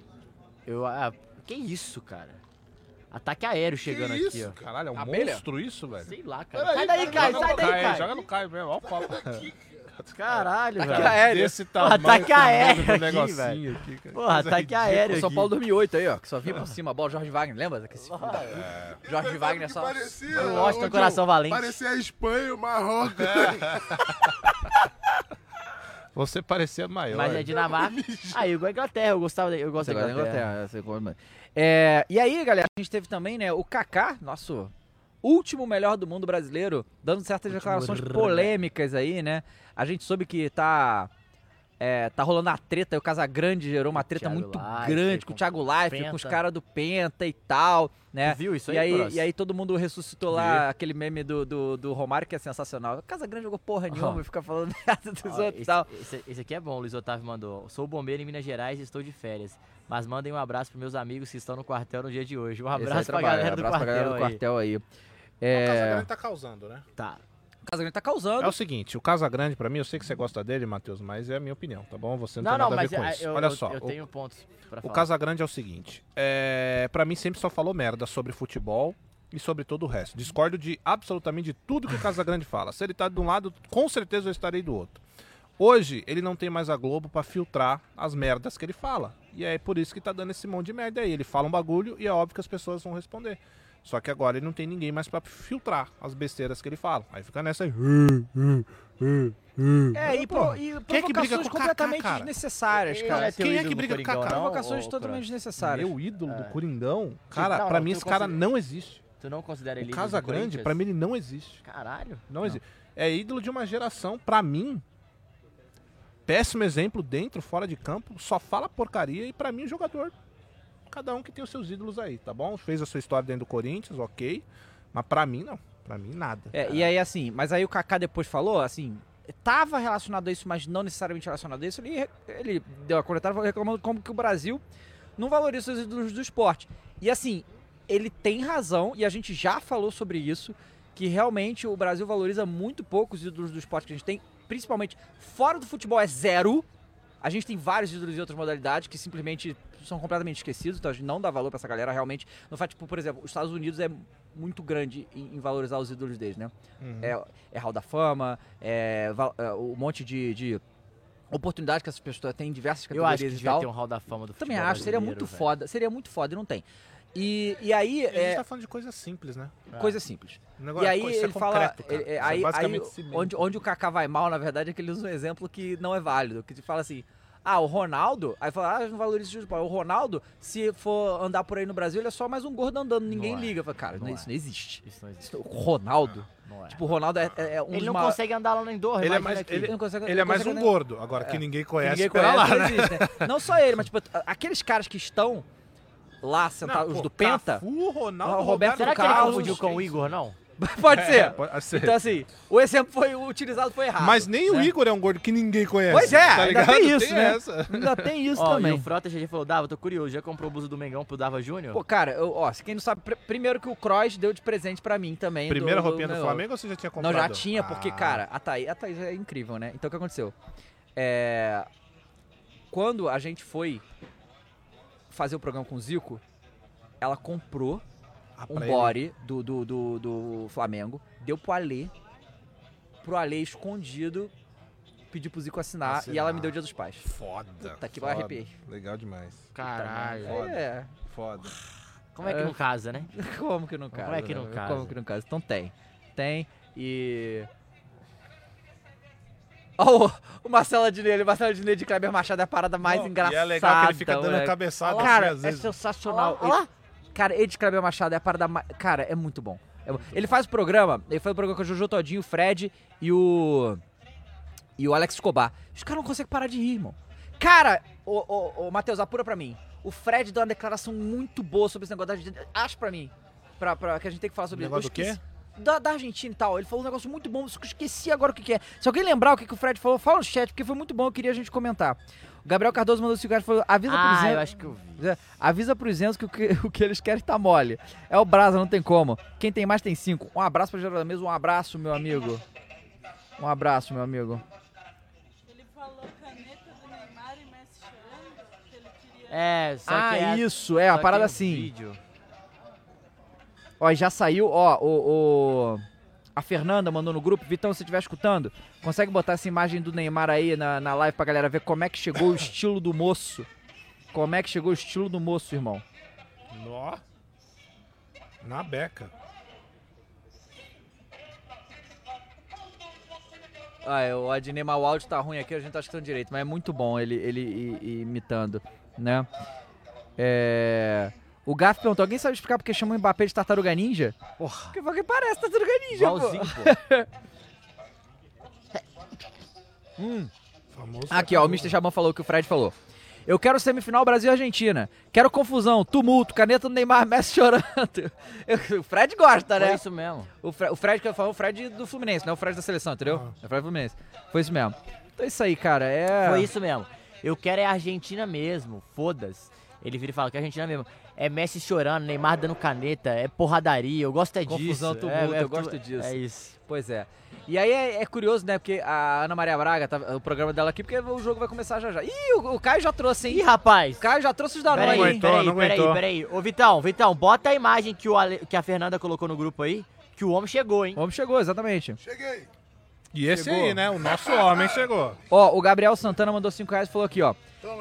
que isso, cara? Ataque aéreo chegando aqui, isso, ó. Caralho, é um Abelha? monstro isso, velho. Sei lá, cara. Peraí, Sai daí, cara, Caio. Sai daí, Caio. Joga no Caio mesmo, ó o copo. Caralho, velho. Ataque aéreo. Desse tamanho, ataque aéreo do aqui, negocinho aqui, cara. Porra, ataque aéreo. O São aqui. Paulo 2008 aí, ó, que só vinha por cima a bola, Jorge Wagner, lembra? Jorge Wagner só... Parecia, O Washington Coração Valente. Parecia a Espanha, o Marrocos. Você parecia maior. Mas é Dinamarca. Igual a Inglaterra, eu gosto da Inglaterra. E aí, galera, a gente teve também, né, o Kaká, nosso último melhor do mundo brasileiro, dando certas declarações polêmicas aí, né? A gente soube que tá rolando a treta, e o Casagrande gerou uma treta muito grande com o Thiago Leifert, com os caras do Penta e tal, né? Tu viu isso aí, E aí todo mundo ressuscitou lá aquele meme do Romário, que é sensacional. O Casagrande jogou porra nenhuma e fica falando merda dos outros e tal. Esse aqui é bom, o Luiz Otávio mandou. Sou bombeiro em Minas Gerais e estou de férias. Mas mandem um abraço pros meus amigos que estão no quartel no dia de hoje. Um abraço pra galera do quartel aí. O Casagrande tá causando, né? Tá. O Casagrande tá causando. É o seguinte, o Casagrande, pra mim, eu sei que você gosta dele, Matheus, mas é a minha opinião, tá bom? Você não tem nada a ver com isso. Olha só, eu tenho pontos pra falar. O Casagrande é o seguinte, pra mim sempre só falou merda sobre futebol e sobre todo o resto. Discordo de absolutamente de tudo que o Casagrande fala. Se ele tá de um lado, com certeza eu estarei do outro. Hoje, ele não tem mais a Globo pra filtrar as merdas que ele fala. E é por isso que tá dando esse monte de merda aí. Ele fala um bagulho e é óbvio que as pessoas vão responder. Só que agora ele não tem ninguém mais pra filtrar as besteiras que ele fala. Aí fica nessa aí. Quem é que briga com o completamente Kaká, desnecessárias, cara. Quem é que briga com o Kaká? Provocações totalmente desnecessárias. Meu ídolo do Coringão? Cara, pra mim esse cara não existe. Tu não considera ele O Casagrande, pra mim, ele não existe. Caralho. Não existe. É ídolo de uma geração, pra mim. Péssimo exemplo dentro, fora de campo. Só fala porcaria e pra mim o jogador. Cada um que tem os seus ídolos aí, tá bom? Fez a sua história dentro do Corinthians, ok. Mas pra mim, não. Pra mim, nada. E aí, assim, mas aí o Kaká depois falou, assim, tava relacionado a isso, mas não necessariamente relacionado a isso. Ele deu a comentário reclamando como que o Brasil não valoriza os ídolos do esporte. E assim, ele tem razão, e a gente já falou sobre isso, que realmente o Brasil valoriza muito pouco os ídolos do esporte que a gente tem, principalmente fora do futebol é zero. A gente tem vários ídolos em outras modalidades que simplesmente são completamente esquecidos, então a gente não dá valor pra essa galera, realmente não faz, tipo, por exemplo, os Estados Unidos é muito grande em valorizar os ídolos deles, né? É Hall da Fama, um monte de oportunidade que essas pessoas têm em diversas categorias e tal. Eu acho que devia ter um Hall da Fama do futebol. Também acho, seria muito foda e não tem. E aí... A gente tá falando de coisas simples, né? Coisa simples. Negócio, e aí ele fala... Onde o Kaká vai mal, na verdade, é que ele usa um exemplo que não é válido. Que fala assim, o Ronaldo... Aí fala, não valoriza o esporte. O Ronaldo, se for andar por aí no Brasil, ele é só mais um gordo andando, ninguém liga. Fala, cara, isso não existe. Isso não existe. O Ronaldo... Tipo, o Ronaldo é um Ele não consegue andar lá no Andorra. Ele é mais um gordo, agora que ninguém conhece lá, né? Não só ele, mas tipo, aqueles caras que estão... lá sentados, os do Penta. Cafu, Ronaldo, Roberto Será Carlos. que ele confundiu com o Igor, não? Pode ser. Pode ser. Então, assim, o exemplo foi utilizado foi errado. Mas nem o Igor é um gordo que ninguém conhece. Pois é, tá ainda ligado? tem isso, tem né? Essa. Ainda tem isso E também. o Frota já falou, Dava, tô curioso, já comprou o blusa do Mengão pro Dava Júnior? Pô, cara, se quem não sabe, primeiro que o Kroos deu de presente pra mim também. Primeira roupinha do Flamengo ou você já tinha comprado? Não, já tinha, porque, cara, a Thaís é incrível, né? Então, o que aconteceu? Quando a gente fazer o programa com o Zico, ela comprou um body do Flamengo, deu pro Alê escondido, pediu pro Zico assinar e ela me deu o Dia dos Pais. Foda. Tá aqui, eu arrepiei. Legal demais. Caralho. Foda. Como é que não casa, né? Como que não casa? Como é que não casa? Como que não casa? Então tem e... Ó, o Marcelo Adnet de Kleber Machado é a parada mais engraçada. E é legal que ele fica dando cabeçada cara, assim, às vezes. É sensacional. Cara, ele de Kleber Machado é a parada mais... Cara, é muito bom. Ele faz o programa com o Jojo Todinho, o Fred e o Alex Escobar. Os caras não conseguem parar de rir, irmão. Cara, ô Matheus, apura pra mim. O Fred deu uma declaração muito boa sobre esse negócio acha pra mim. Pra que a gente tem que falar sobre isso. Negócio do quê? Da Argentina e tal. Ele falou um negócio muito bom, eu esqueci agora o que é. Se alguém lembrar o que o Fred falou, fala no chat, porque foi muito bom, eu queria a gente comentar. O Gabriel Cardoso mandou o cigarro e falou, avisa pro Zenzo. Eu acho que eu vi. Avisa pro Zenzo que o que eles querem tá mole. É o Brasa, não tem como. Quem tem mais tem 5. Um abraço pra geral da mesa, um abraço, meu amigo. Um abraço, meu amigo. Ele falou caneta do Neymar e Messi chorando, que ele queria... Só que isso, a parada assim. Vídeo. Ó, já saiu, ó, A Fernanda mandou no grupo. Vitão, se você estiver escutando, consegue botar essa imagem do Neymar aí na live pra galera ver como é que chegou o estilo do moço? Como é que chegou o estilo do moço, irmão? Nó. Na beca. O Adnei, o áudio tá ruim aqui, a gente tá escutando direito, mas é muito bom ele imitando, né? O Gaf perguntou, alguém sabe explicar porque chama o Mbappé de Tartaruga Ninja? Porra. Porque parece Tartaruga Ninja, Igualzinho, pô. Famoso Aqui, ó, o Mr. Chaban falou o que o Fred falou. Eu quero semifinal Brasil e Argentina. Quero confusão, tumulto, caneta do Neymar, Messi chorando. O Fred gosta, né? Foi isso mesmo. O Fred que eu falo, o Fred do Fluminense, não é o Fred da seleção, entendeu? É o Fred do Fluminense. Foi isso mesmo. Então é isso aí, cara. Foi isso mesmo. Eu quero é a Argentina mesmo, foda-se. Ele vira e fala que é a Argentina mesmo. É Messi chorando, Neymar dando caneta, é porradaria, eu gosto disso. Confusão, tumulto, eu gosto disso. É isso. Pois é. E aí é curioso, né? Porque a Ana Maria Braga, o programa dela aqui, porque o jogo vai começar já. Ih, o Caio já trouxe, hein? Ih, rapaz. O Caio já trouxe os Danone, hein? Peraí. Ô, Vitão, bota a imagem que a Fernanda colocou no grupo aí, que o homem chegou, hein? O homem chegou, exatamente. Cheguei. E esse chegou aí, né? O nosso homem chegou. Ó, o Gabriel Santana mandou 5 reais e falou aqui, ó.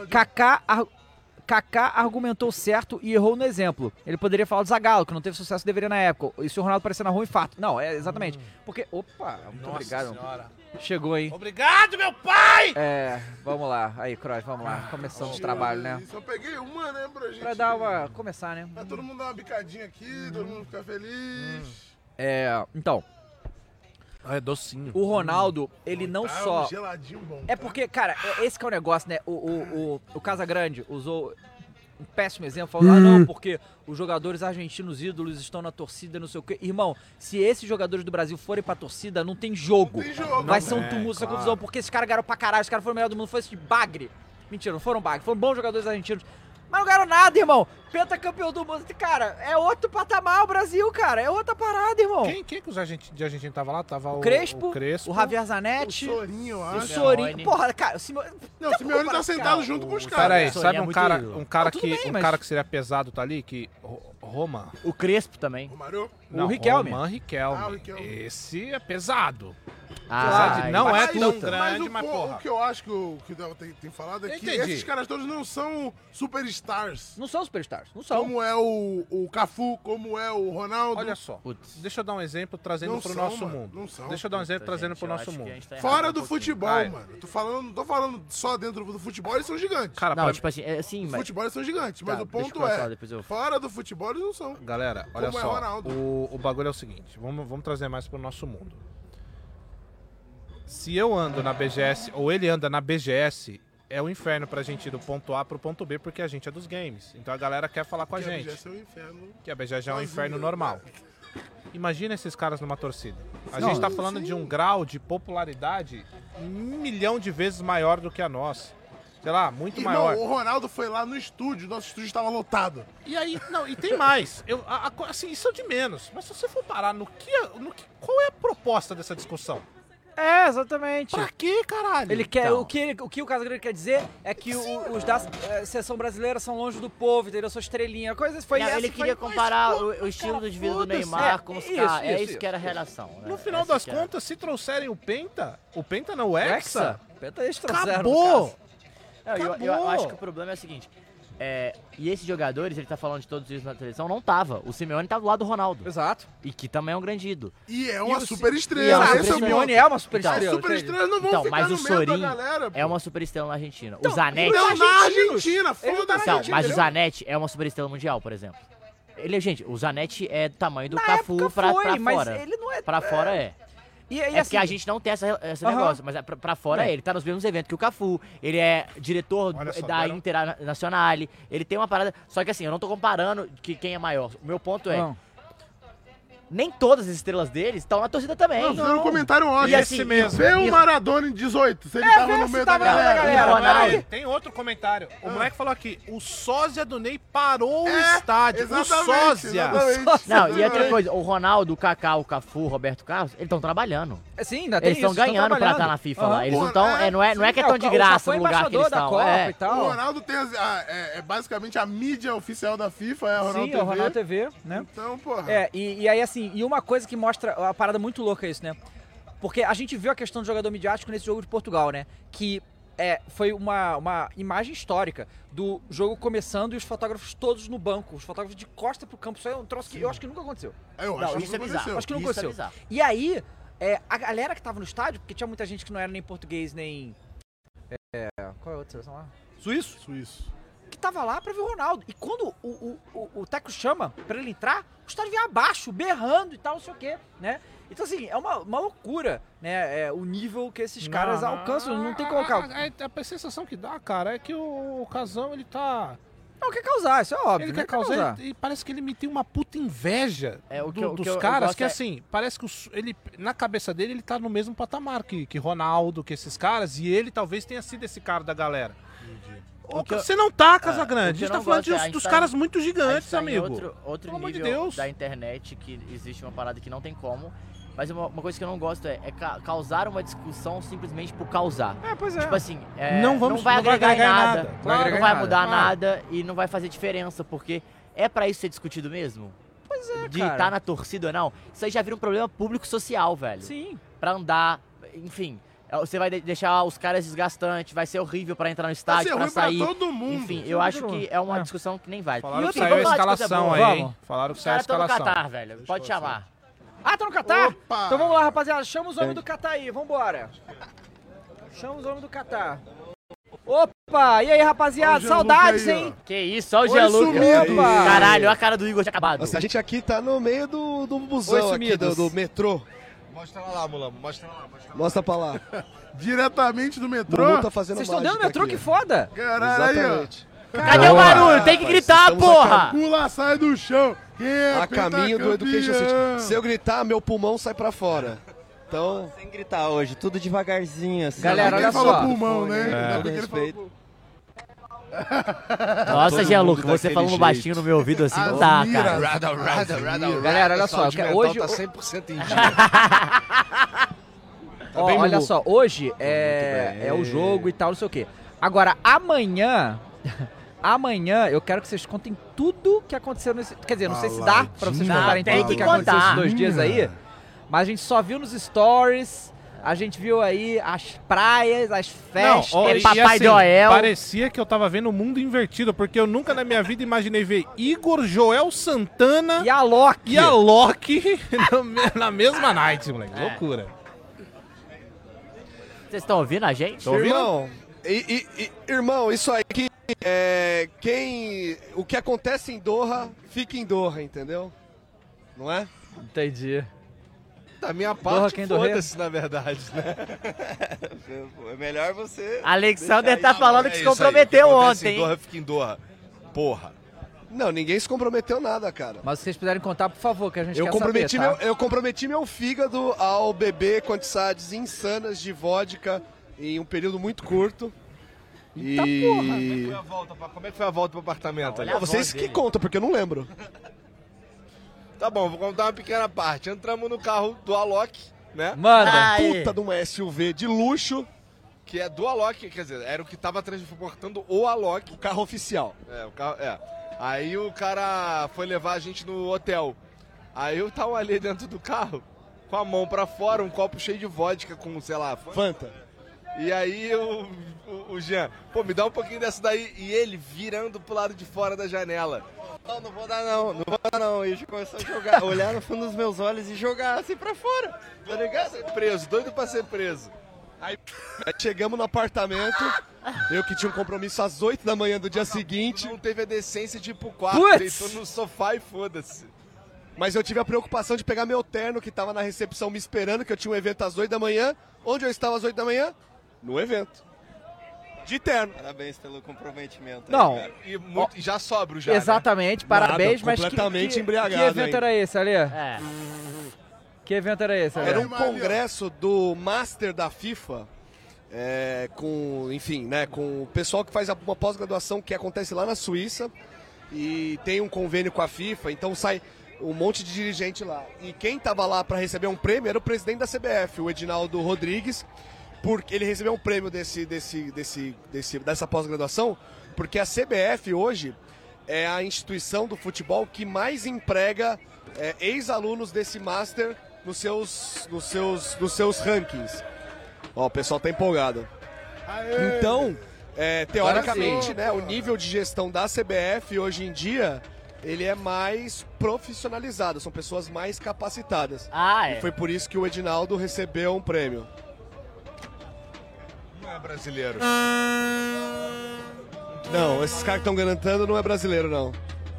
Kaká argumentou certo e errou no exemplo. Ele poderia falar do Zagallo, que não teve sucesso que deveria na época. E se o Ronaldo parecer na rua, infarto. Não, é exatamente. Porque, opa, muito obrigado. Senhora. Chegou, hein? Obrigado, meu pai! Vamos lá. Aí, Cross, vamos lá. Começando o trabalho, né? Só peguei uma, né, pra gente... Pra dar uma... Começar, né? Pra todo mundo dar uma bicadinha aqui, todo mundo ficar feliz. Então... É docinho. O Ronaldo, ele não só... geladinho bom. É porque, cara, esse que é o negócio, né? O Casagrande usou um péssimo exemplo, falou, não, porque os jogadores argentinos ídolos estão na torcida, não sei o quê. Irmão, se esses jogadores do Brasil forem pra torcida, não tem jogo. Não tem jogo. Vai ser um tumulto, essa confusão, porque esses caras ganharam pra caralho, os caras foram o melhor do mundo, foi esse de bagre. Mentira, não foram bagre, foram bons jogadores argentinos. Mas não ganharam nada, irmão. Pentacampeão do mundo. Cara, é outro patamar o Brasil, cara. É outra parada, irmão. Quem que os de Argentina tava lá? Tava o Crespo, o Javier Zanetti. O Sorinho, eu acho. O Sorinho. Porra, cara, o Simeone... Não, o Simeone tá sentado junto com os caras. Peraí, sabe um cara que seria pesado tá ali? Roma. O Crespo também. Romário? O Riquelme. Roman Riquelme. o Riquelme. Esse é pesado. Não é tão grande, mas porra. O que eu acho que o Del tem falado é que esses caras todos não são superstars. Não são superstars, não são. Como é o Cafu, como é o Ronaldo. Olha só, deixa eu dar um exemplo trazendo pro nosso mundo. Não são. Deixa eu dar um exemplo trazendo pro nosso mundo. Fora do futebol, mano. Não tô falando só dentro do futebol, eles são gigantes. Cara, não, tipo assim, assim, mas... futebol eles são gigantes, mas o ponto fora do futebol eles não são. Galera, olha só, o bagulho é o seguinte, vamos trazer mais pro nosso mundo. Se eu ando na BGS, ou ele anda na BGS, é o inferno pra gente ir do ponto A pro ponto B, porque a gente é dos games. Então a galera quer falar com a gente. A BGS é um inferno. Que a BGS é um inferno normal. Imagina esses caras numa torcida. A gente tá falando de um grau de popularidade 1 milhão de vezes maior do que a nossa. Sei lá, muito maior. O Ronaldo foi lá no estúdio, nosso estúdio estava lotado. E aí, e tem mais. Assim, isso é de menos. Mas se você for parar qual é a proposta dessa discussão? É, exatamente. Pra quê, caralho? Ele quer, o que o Casagrande quer dizer é que os da seleção brasileira são longe do povo, entendeu? Sua estrelinha, coisas foi ele queria comparar o estilo de vida do Neymar com os caras. É isso que era a relação. Né? No final das contas, se trouxerem o Penta não é Hexa? O Penta eles trouxeram. Acabou! Eu acho que o problema é o seguinte. E esses jogadores, ele tá falando de todos eles na televisão, não tava. O Simeone tá do lado do Ronaldo. Exato. E que também é um grande ídolo. E é uma super estrela. O Simeone é uma super estrela. As super estrelas não vão ficar no meio da galera. É uma super estrela na Argentina. O Zanetti... Não, na Argentina, foda-se. Mas o Zanetti é uma super estrela mundial, por exemplo. Gente, o Zanetti é do tamanho do Cafu pra fora. Mas ele não é... Pra fora é. Porque a gente não tem esse negócio, mas pra fora ele tá nos mesmos eventos que o Cafu, ele é diretor da Internacional, ele tem uma parada, só que assim, eu não tô comparando quem é maior, o meu ponto é, nem todas as estrelas deles estão na torcida também. Não, fizeram um comentário ótimo. E assim mesmo. Vê o Maradona em 18, se ele tava no meio da galera. Tem outro comentário. O moleque falou aqui, o sósia do Ney parou o estádio. O sósia. Não, e outra coisa, o Ronaldo, o Kaká, o Cafu, o Roberto Carlos, eles estão trabalhando. Sim, ainda tem eles estão ganhando pra estar na FIFA lá. Eles não estão, não é que estão de graça no lugar que eles estão. O Ronaldo tem basicamente a mídia oficial da FIFA, é a Ronaldo TV. Sim, é o Ronaldo TV, né? Então, porra. E aí assim, assim, e uma coisa que mostra uma parada muito louca isso, né? Porque a gente viu a questão do jogador midiático nesse jogo de Portugal, né? Que foi uma imagem histórica do jogo começando e os fotógrafos todos no banco, os fotógrafos de costa pro campo. Isso é um troço que eu acho que nunca aconteceu. Eu acho que nunca aconteceu. Acho que não aconteceu. E aí, a galera que tava no estádio, porque tinha muita gente que não era nem português, nem... qual é a outra seleção lá? Suíço. Que tava lá pra ver o Ronaldo. E quando o técnico chama pra ele entrar, o estádio vinha abaixo, berrando e tal, não sei o quê, né? Então, assim, é uma loucura, né? O nível que esses caras alcançam, não tem como colocar. A sensação que dá, cara, é que o Casão, ele tá... Não, quer causar, isso é óbvio. Ele quer causar, e parece que ele me tem uma puta inveja dos caras, que assim, parece que ele, na cabeça dele, ele tá no mesmo patamar que Ronaldo, que esses caras, e ele talvez tenha sido esse cara da galera. Você não tá, Casagrande. A gente tá falando dos caras muito gigantes, amigo. Outro nível da internet, que existe uma parada que não tem como. Mas uma coisa que eu não gosto é causar uma discussão simplesmente por causar. Pois é. Tipo assim, não vai agregar em nada. Não vai mudar nada e não vai fazer diferença, porque é pra isso ser discutido mesmo? Pois é, de estar na torcida ou não. Isso aí já vira um problema público-social, velho. Sim. Pra andar, enfim... Você vai deixar os caras desgastantes, vai ser horrível pra entrar no estádio, pra sair. Pra todo mundo. Enfim, eu acho que é uma discussão que nem vale. Falaram que saiu a escalação aí, hein? Falaram que saiu a escalação. Os caras estão no Catar, velho. Pode chamar. Ah, tá no Catar? Opa! Então vamos lá, rapaziada. Chama os homens do Catar aí, vambora. Chama os homens do Catar. Opa! E aí, rapaziada? Saudades, aí, hein? Que isso, olha o Gianluca. Caralho, olha a cara do Igor, tinha acabado. Nossa, a gente aqui tá no meio do busão aqui, do metrô. Mostra lá, Mulambo, mostra lá. Mostra pra lá. Diretamente do metrô? Mumu tá fazendo Vocês estão dentro do mágica metrô? aqui. Que foda! Caralho, aí, ó. Exatamente. Cadê o barulho? Tem que gritar, porra! Pula, sai do chão. Quem é A caminho do Education City. Se eu gritar, meu pulmão sai pra fora. Então... Sem gritar hoje, tudo devagarzinho, assim. Galera, olha falou só. pulmão, né? Todo respeito. Nossa, Gianluca, você falando baixinho no meu ouvido assim, não dá, cara. Galera, olha só. Hoje... tá 100% em dia. Ó, olha só, hoje é o jogo e tal, não sei o quê. Agora, amanhã eu quero que vocês contem tudo que aconteceu nesse... Quer dizer, não sei se dá pra vocês contarem tem tudo que que aconteceu esses contar. 2 dias aí, mas a gente só viu nos stories, a gente viu aí as praias, as festas, Papai Noel. Parecia que eu tava vendo o mundo invertido, porque eu nunca na minha vida imaginei ver Igor, Joel Santana e a Loki na mesma night, moleque. Loucura. Vocês estão ouvindo a gente? Irmão, irmão, isso aí que o que acontece em Doha, fica em Doha, entendeu? Não é? Entendi. Da minha Porra, parte, quem foda-se, na verdade, né? É melhor você... Alexander tá Não, falando é que se isso aí, comprometeu o que acontece ontem. em Doha, fica em Doha. Porra. Não, ninguém se comprometeu nada, cara. Mas se vocês puderem contar, por favor, que a gente Eu quer comprometi, saber, tá? eu comprometi meu fígado ao beber quantidades insanas de vodka em um período muito curto. Como é que foi a volta pro apartamento? Olha a Vocês voz que dele. contam, porque eu não lembro. Tá bom, vou contar uma pequena parte. Entramos no carro do Alok, né? Manda. Aí. Puta de uma SUV de luxo, Que é do Alok, quer dizer, era o que tava transportando o Alok. o carro oficial. O carro, Aí o cara foi levar a gente no hotel. Aí eu tava ali dentro do carro, com a mão pra fora, um copo cheio de vodka com, sei lá... Fanta. E aí o Jean, pô, me dá um pouquinho dessa daí. E ele virando pro lado de fora da janela. Não vou dar não. E a gente começou a jogar, olhar no fundo dos meus olhos e jogar assim pra fora, tá ligado? Preso, doido pra ser preso. Aí chegamos no apartamento, eu que tinha um compromisso às 8 da manhã do dia seguinte, Não teve a decência de ir pro quarto, Putz! deitou no sofá e foda-se. mas eu tive a preocupação de pegar meu terno que tava na recepção me esperando, que eu tinha um evento às 8 da manhã. Onde eu estava às 8 da manhã? No evento. De terno. Parabéns pelo comprometimento. aí, Não, cara. E muito, já sobro já, né? exatamente, parabéns, mas completamente embriagado que evento ainda. era esse, Ali? É. Que evento era esse, Ali? Era um congresso do Master da FIFA, com o pessoal que faz uma pós-graduação que acontece lá na Suíça e tem um convênio com a FIFA, então sai um monte de dirigente lá. E quem estava lá para receber um prêmio era o presidente da CBF, o Edinaldo Rodrigues, porque ele recebeu um prêmio dessa pós-graduação, porque a CBF hoje é a instituição do futebol que mais emprega ex-alunos desse Master nos seus rankings. Ó, o pessoal tá empolgado. Aê! Então, teoricamente, né, o nível de gestão da CBF hoje em dia, ele é mais profissionalizado, são pessoas mais capacitadas. E foi por isso que o Edinaldo recebeu um prêmio. Não é brasileiro. Não, esses caras que estão garantando não é brasileiro, não.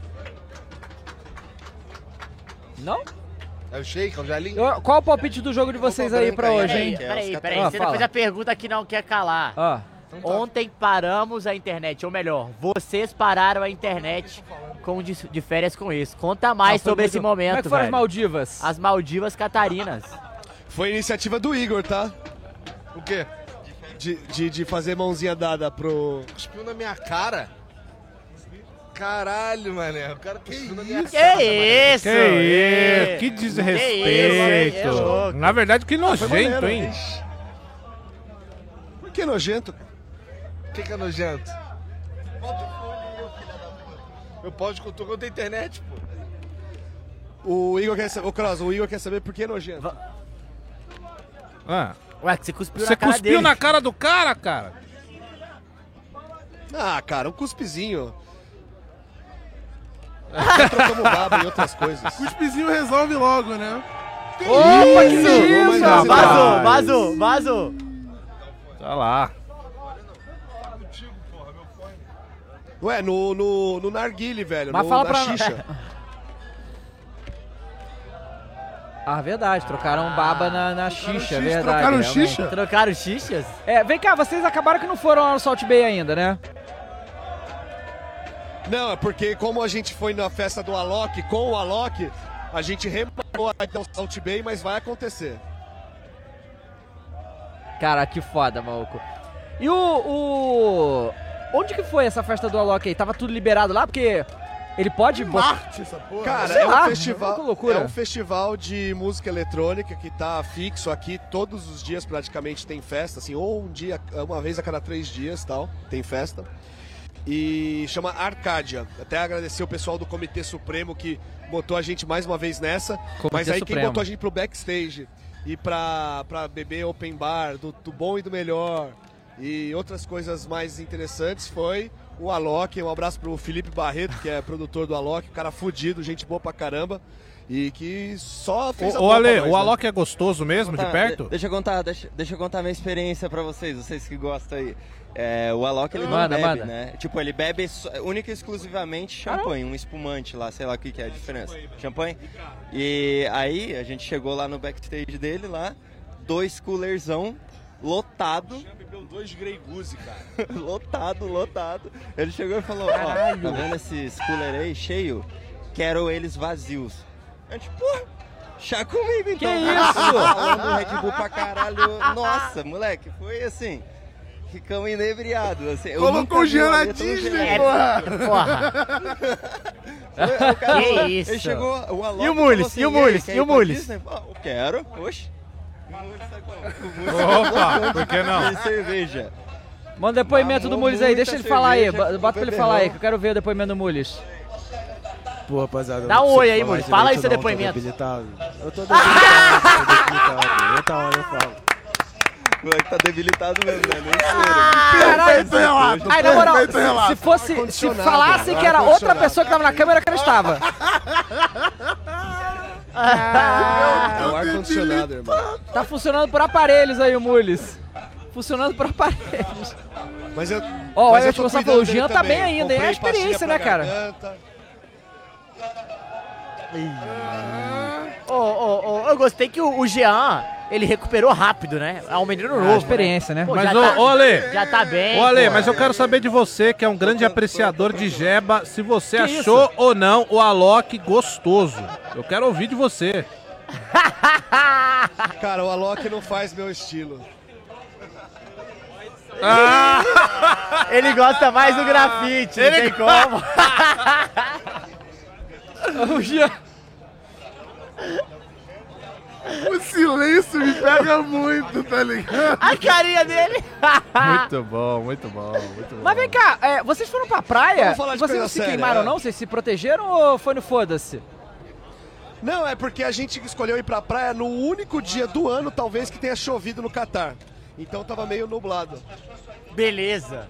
Não? É o Sheik, é o Jalim? Qual o palpite do jogo de vocês aí pra hoje, hein? Peraí, você não fez a pergunta que não quer calar. Ontem paramos a internet, ou melhor, vocês pararam a internet de férias com isso. Conta mais sobre esse momento, Como é que foram as Maldivas? As Maldivas Catarinas. Foi iniciativa do Igor, tá? O quê? De fazer mãozinha dada pro... Cuspiu na minha cara? Caralho, mané. O cara cuspiu na minha Que cara. isso? Que isso? Que desrespeito. louco. Na verdade, que nojento, maneiro, hein? Por que nojento? O que é nojento? Meu pau de cultura contra a internet, pô. O Igor quer saber por que nojento. Ué, que você cuspiu na Você cara cuspiu dele. na cara do cara? Ah, cara, um cuspezinho. Trocamos baba e outras coisas. Cuspezinho resolve logo, né? Opa, que isso? Vazou. Tá lá. Ué, no narguile, velho. Mas fala na pra... xixa. Verdade, trocaram baba na xixa, verdade. Trocaram realmente. xixa? Trocaram xixas? Vem cá, vocês acabaram que não foram lá no Salt Bay ainda, né? Não, é porque como a gente foi na festa do Alok, com o Alok, a gente remarcou o Salt Bay, mas vai acontecer. Cara, que foda, maluco. E onde que foi essa festa do Alok aí? Tava tudo liberado lá? Porque ele pode... Marte essa porra. Cara, é um festival de música eletrônica que tá fixo aqui. Todos os dias praticamente tem festa, assim, ou uma vez a cada 3 dias, tal, tem festa. E chama Arcádia. Até agradecer o pessoal do Comitê Supremo que botou a gente mais uma vez nessa. Mas aí quem botou a gente pro backstage e pra beber open bar, do bom e do melhor e outras coisas mais interessantes foi o Alok. Um abraço pro Felipe Barreto, que é produtor do Alok, um cara fudido, gente boa pra caramba. E que só fez Ô Ale, o Alok é gostoso mesmo, de perto? Deixa eu contar a minha experiência pra vocês que gostam aí. O Alok, ele não bebe, né? Tipo, ele bebe única e exclusivamente champanhe, um espumante lá, sei lá o que é a diferença. Champanhe. E aí, a gente chegou lá no backstage dele, lá, 2 coolerzão, lotado. Já bebeu 2 Grey Goose, cara. lotado. Ele chegou e falou, ó, tá vendo esses cooler aí cheio? Quero eles vazios. A gente, porra, chá comigo então. Que isso? Falando Red Bull pra caralho. Nossa, moleque, foi assim... Ficamos inebriados, assim. Colocou o Jean na Disney, porra! Que isso? Ele chegou, o Alok E o Mules? assim, E o Mules? quer E o ir pra Mules? Disney? Eu quero, oxe. Opa, por que não? De cerveja. Manda depoimento do Mules aí, deixa ele falar aí. Bota pra ele falar aí, que eu quero ver o depoimento do Mules. Pô, rapaziada. Dá um oi aí, Mules. Fala aí seu depoimento. Eu tô debilitado. Outra hora eu falo. O moleque tá debilitado mesmo, né? Perfeito relato. Aí, na moral, se falassem que era outra pessoa que tava na câmera, eu acreditava. É o ar-condicionado, irmão. Tá funcionando por aparelhos aí, o Mules. Funcionando por aparelhos. Mas eu. Ó, mas o eu tô Everton cuidando falou, o dele Jean tá também. bem ainda, hein? É a Comprei experiência, pastilha né, pra cara? garganta. Eu gostei que o Jean, ele recuperou rápido, né? É um menino novo. Experiência, né? Pô, Mas, já ô Ale, já tá bem. ô Ale, pô. mas eu quero saber de você, que é um grande apreciador de jeba, se você Que achou isso? ou não o Alok gostoso. Eu quero ouvir de você. Cara, o Alok não faz meu estilo. Ele gosta mais do grafite, não tem como. O Jean... O silêncio me pega muito, tá ligado? A carinha dele. Muito bom, muito bom, muito bom. Mas vem cá, vocês foram pra praia? Vamos falar de Vocês coisa não se séria, queimaram não? Vocês se protegeram ou foi no foda-se? Não, é porque a gente escolheu ir pra praia no único dia do ano, talvez, que tenha chovido no Catar. Então tava meio nublado. Beleza.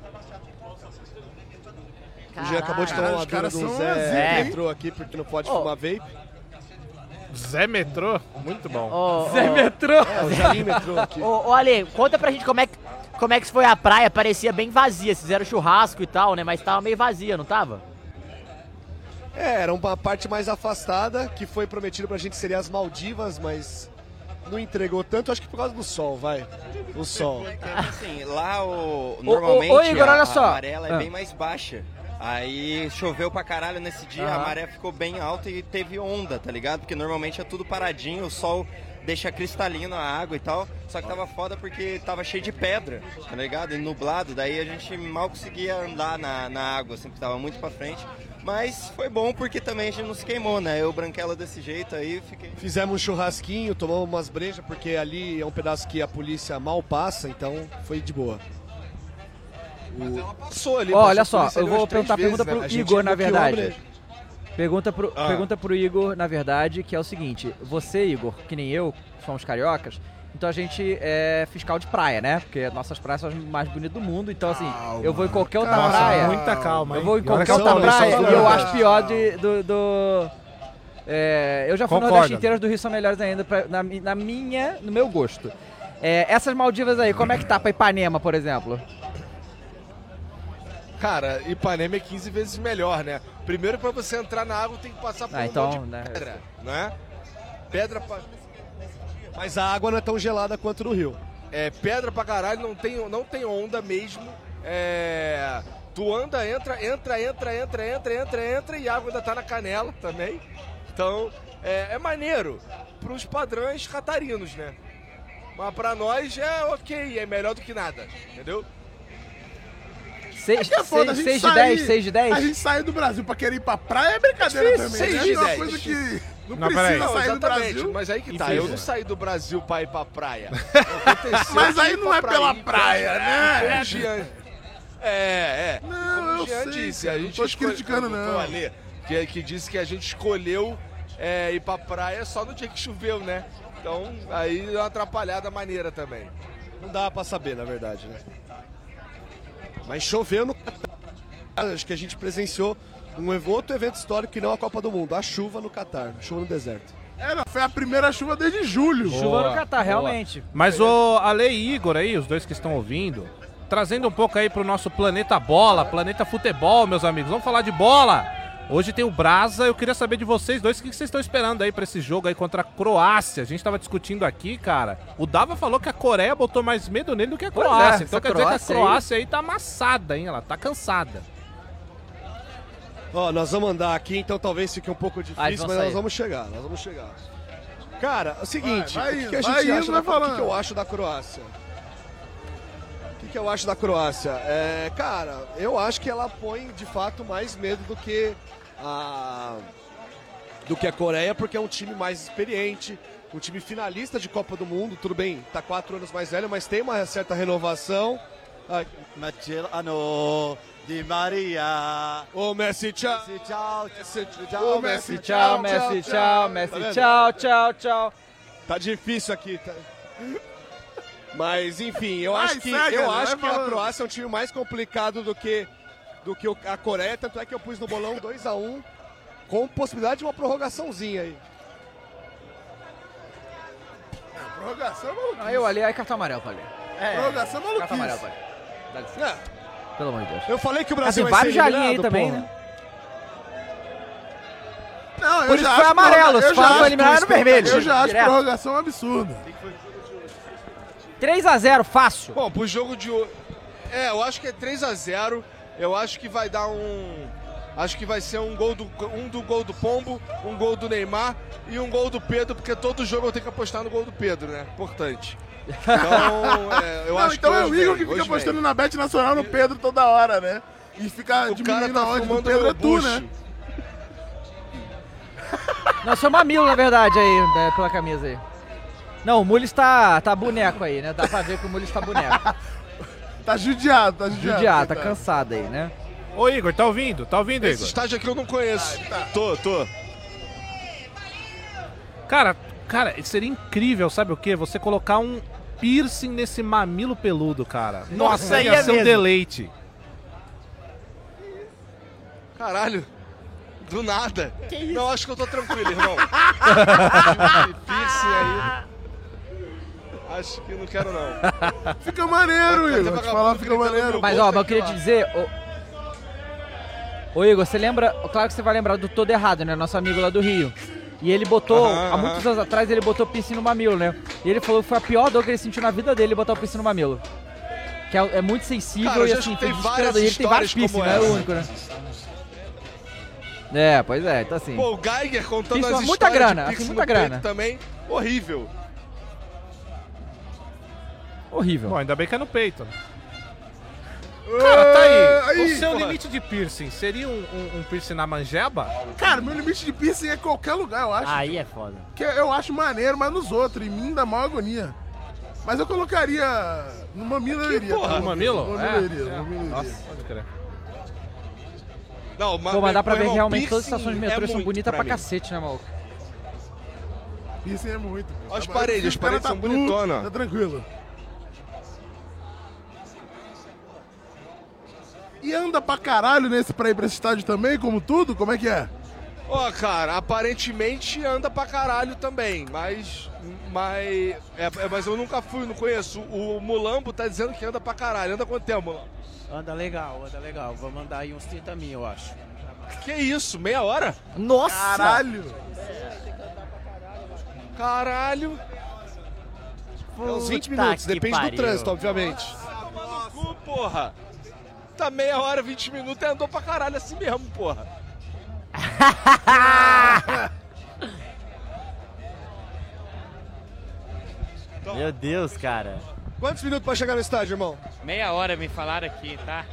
O Jean acabou de tomar uma dura do Zé Metrô aqui, porque não pode fumar vape. Zé Metrô? Muito bom. Zé Metrô? É, o Jalim Metrô aqui. Ô, Ale, conta pra gente como é que foi a praia. Parecia bem vazia. Fizeram churrasco e tal, né? Mas tava meio vazia, não tava? Era uma parte mais afastada, que foi prometido pra gente seria as Maldivas, mas não entregou tanto, acho que por causa do sol, vai. O sol. Assim, lá normalmente ô, Igor, olha só. A maré é bem mais baixa. Aí choveu pra caralho nesse dia, a maré ficou bem alta e teve onda, tá ligado? Porque normalmente é tudo paradinho, o sol deixa cristalino a água e tal. Só que tava foda porque tava cheio de pedra, tá ligado? E nublado, daí a gente mal conseguia andar na água, assim, porque tava muito pra frente. Mas foi bom porque também a gente não se queimou, né? Eu branquela desse jeito aí, fiquei... Fizemos um churrasquinho, tomamos umas brejas, porque ali é um pedaço que a polícia mal passa, então foi de boa. Passou ali. Olha só, eu vou perguntar a pergunta pro Igor, na verdade. Pergunta pro Igor, na verdade, que é o seguinte. Você, Igor, que nem eu, somos cariocas, então a gente é fiscal de praia, né? Porque nossas praias são as mais bonitas do mundo, então assim, eu vou em qualquer outra praia. Muita calma, eu vou em qualquer outra praia e eu acho pior eu já fui no Nordeste inteiro, do Rio são melhores ainda, no meu gosto. Essas Maldivas aí, como é que tá pra Ipanema, por exemplo? Cara, Ipanema é 15 vezes melhor, né? Primeiro, pra você entrar na água, tem que passar por um monte de pedra, né? Pedra pra... Mas a água não é tão gelada quanto no Rio. É pedra pra caralho, não tem onda mesmo. Tu anda, entra e a água ainda tá na canela também. Então, é maneiro pros padrões catarinos, né? Mas pra nós é ok, é melhor do que nada, entendeu? 6 de 10? A gente sai do Brasil pra querer ir pra praia é brincadeira também. 6 de 10. É uma coisa que não precisa sair do Brasil. Mas aí que tá, eu não saí do Brasil pra ir pra praia. Mas aí não é pela praia, né? Não, eu sei, não tô te criticando, não. Que disse que a gente escolheu ir pra praia só no dia que choveu, né? Então, aí é uma atrapalhada maneira também. Não dá pra saber, na verdade, né? Mas choveu no... Acho que a gente presenciou um outro evento histórico que não a Copa do Mundo, a chuva no Catar, chuva no deserto. Foi a primeira chuva desde julho. Chuva no Catar, realmente. Mas o Ale e Igor aí, os dois que estão ouvindo, trazendo um pouco aí pro nosso planeta bola, planeta futebol, meus amigos. Vamos falar de bola. Hoje tem o Brasa, eu queria saber de vocês dois, o que vocês estão esperando aí pra esse jogo aí contra a Croácia? A gente tava discutindo aqui, cara, o Dava falou que a Coreia botou mais medo nele do que a Croácia, então quer dizer que a Croácia aí tá amassada, hein, ela tá cansada. Nós vamos andar aqui, então talvez fique um pouco difícil, mas nós vamos chegar. Cara, é o seguinte, o que a gente acha o que eu acho da Croácia? O que eu acho da Croácia? Cara, eu acho que ela põe, de fato, mais medo do que a Coreia, porque é um time mais experiente, um time finalista de Copa do Mundo, tudo bem, tá 4 anos mais velho, mas tem uma certa renovação. Di Maria. Ô, Messi, tchau. Messi, tchau. Tá difícil aqui, tá... Mas, enfim, eu acho que a Croácia é um time mais complicado do que a Coreia, tanto é que eu pus no bolão 2-1, com possibilidade de uma prorrogaçãozinha aí. Prorrogação é maluquice. Aí eu ali, aí cartão amarelo, falei. Prorrogação é maluquice. Cartão amarelo, falei. Dá licença. Pelo amor de Deus. Eu falei que o Brasil tem vai vários ser jalinhos aí eliminado, também, porra. né? Não, por isso foi amarelo, se for eliminado no vermelho. Eu já acho prorrogação um absurdo. 3-0, fácil. Bom, pro jogo de hoje... eu acho que é 3-0. Eu acho que vai dar acho que vai ser um gol do Pombo, um gol do Neymar e um gol do Pedro, porque todo jogo eu tenho que apostar no gol do Pedro, né? Importante. Então, eu acho que é o Igor que fica apostando na Bet Nacional no Pedro toda hora, né? E fica diminuindo a onde do Pedro é tu, né? Não, seu mamilo, na verdade, aí, pela camisa aí. Não, o Mules tá boneco aí, né? Dá pra ver que o Mules tá boneco. Tá judiado. Judiado, tá cansado aí, né? Ô, Igor, tá ouvindo? Tá ouvindo, Igor? Esse estágio aqui eu não conheço. Tô. Cara, seria incrível, sabe o quê? Você colocar um piercing nesse mamilo peludo, cara. Nossa, ia ser um deleite. Caralho. Do nada. Que isso? Não, acho que eu tô tranquilo, irmão. Piercing aí. Acho que não quero, não. Fica maneiro, Igor. Te falar, fica maneiro. Mas, ó, eu queria te dizer... Ô, Igor, você lembra... Claro que você vai lembrar do Todo Errado, né? Nosso amigo lá do Rio. E ele botou... Há muitos anos atrás, ele botou piercing no mamilo, né? E ele falou que foi a pior dor que ele sentiu na vida dele, botar o piercing no mamilo. Que é muito sensível. Cara, e assim, foi desesperador. E ele tem vários piercing, não é o único, né? É, pois é, então assim... Pô, o Geiger contando Isso, as muita histórias grana, de piercing assim, muita no peito grana. também, horrível. Horrível. Bom, ainda bem que é no peito. Cara, tá aí. O seu limite de piercing seria um piercing na manjeba? Cara, meu limite de piercing é qualquer lugar, eu acho. Aí é foda. Que eu acho maneiro, mas nos outros. Em mim dá maior agonia. Mas eu colocaria... No mamilo eu iria. Porra, no mamilo? No mamilo eu iria. Nossa, pode crer. Não, Pô, mas dá pra ver irmão, realmente todas as piercing estações de metrô são muito bonitas pra mim. cacete, né, maluco? Piercing é muito. Olha as paredes são bonitonas. Tá tranquilo. E anda pra caralho pra ir pra esse estádio também, como tudo? Como é que é? Ó, cara, aparentemente anda pra caralho também, mas eu nunca fui, não conheço. O Mulambo tá dizendo que anda pra caralho. Anda quanto tempo, Mulambo? Anda legal. Vou mandar aí uns 30 mil, eu acho. Que isso, meia hora? Nossa! Caralho! Caralho! É uns 20 Puta minutos, que depende pariu. do trânsito, obviamente. Toma no cu, porra! Tá meia hora, 20 minutos, andou pra caralho assim mesmo, porra. Meu Deus, cara. Quantos minutos pra chegar no estádio, irmão? Meia hora me falaram aqui, tá?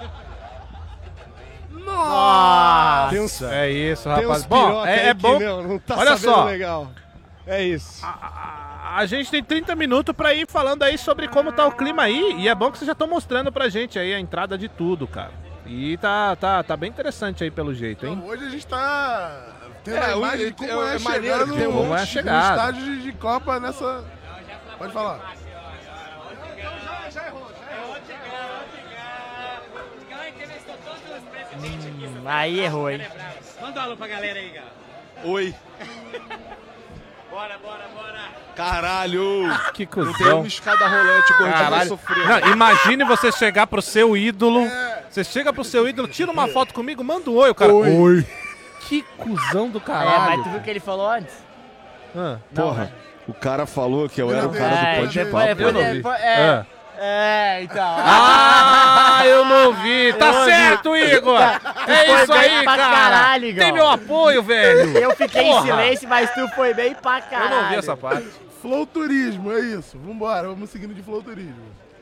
Nossa! É isso, Tem rapaz. uns Bom, piroca é aí bom. que, meu, não tá Olha sabendo só. legal. É isso. A gente tem 30 minutos pra ir falando aí sobre como tá o clima aí. E é bom que vocês já estão mostrando pra gente aí a entrada de tudo, cara. E tá bem interessante aí pelo jeito, hein? Hoje a gente tá tendo a imagem de como é maneiro que tem chegando é chegado. no estádio de Copa nessa... Pode falar. Aí errou, hein? Manda um alô pra galera aí, cara. Oi. Bora. Caralho! Que Não tem cuzão. uma escada rolante, o gordinho vai sofrer. Não, imagine você chegar pro seu ídolo. Você chega pro seu ídolo, tira uma foto comigo, manda um oi, o cara. Oi. Que cuzão do caralho. Mas tu viu o que ele falou antes? Ah. Porra, o cara falou que eu era o cara do Pode Papo. Então. Ah, eu não vi. Tá Eu certo, ouvi. Igor. É Foi isso bem aí, pra cara. caralho, Igor. Tem meu apoio, velho. Eu fiquei Porra. em silêncio, mas tu foi bem pra caralho. Eu não vi essa parte. Flow Turismo, é isso. Vambora, vamos seguindo de Flow Turismo.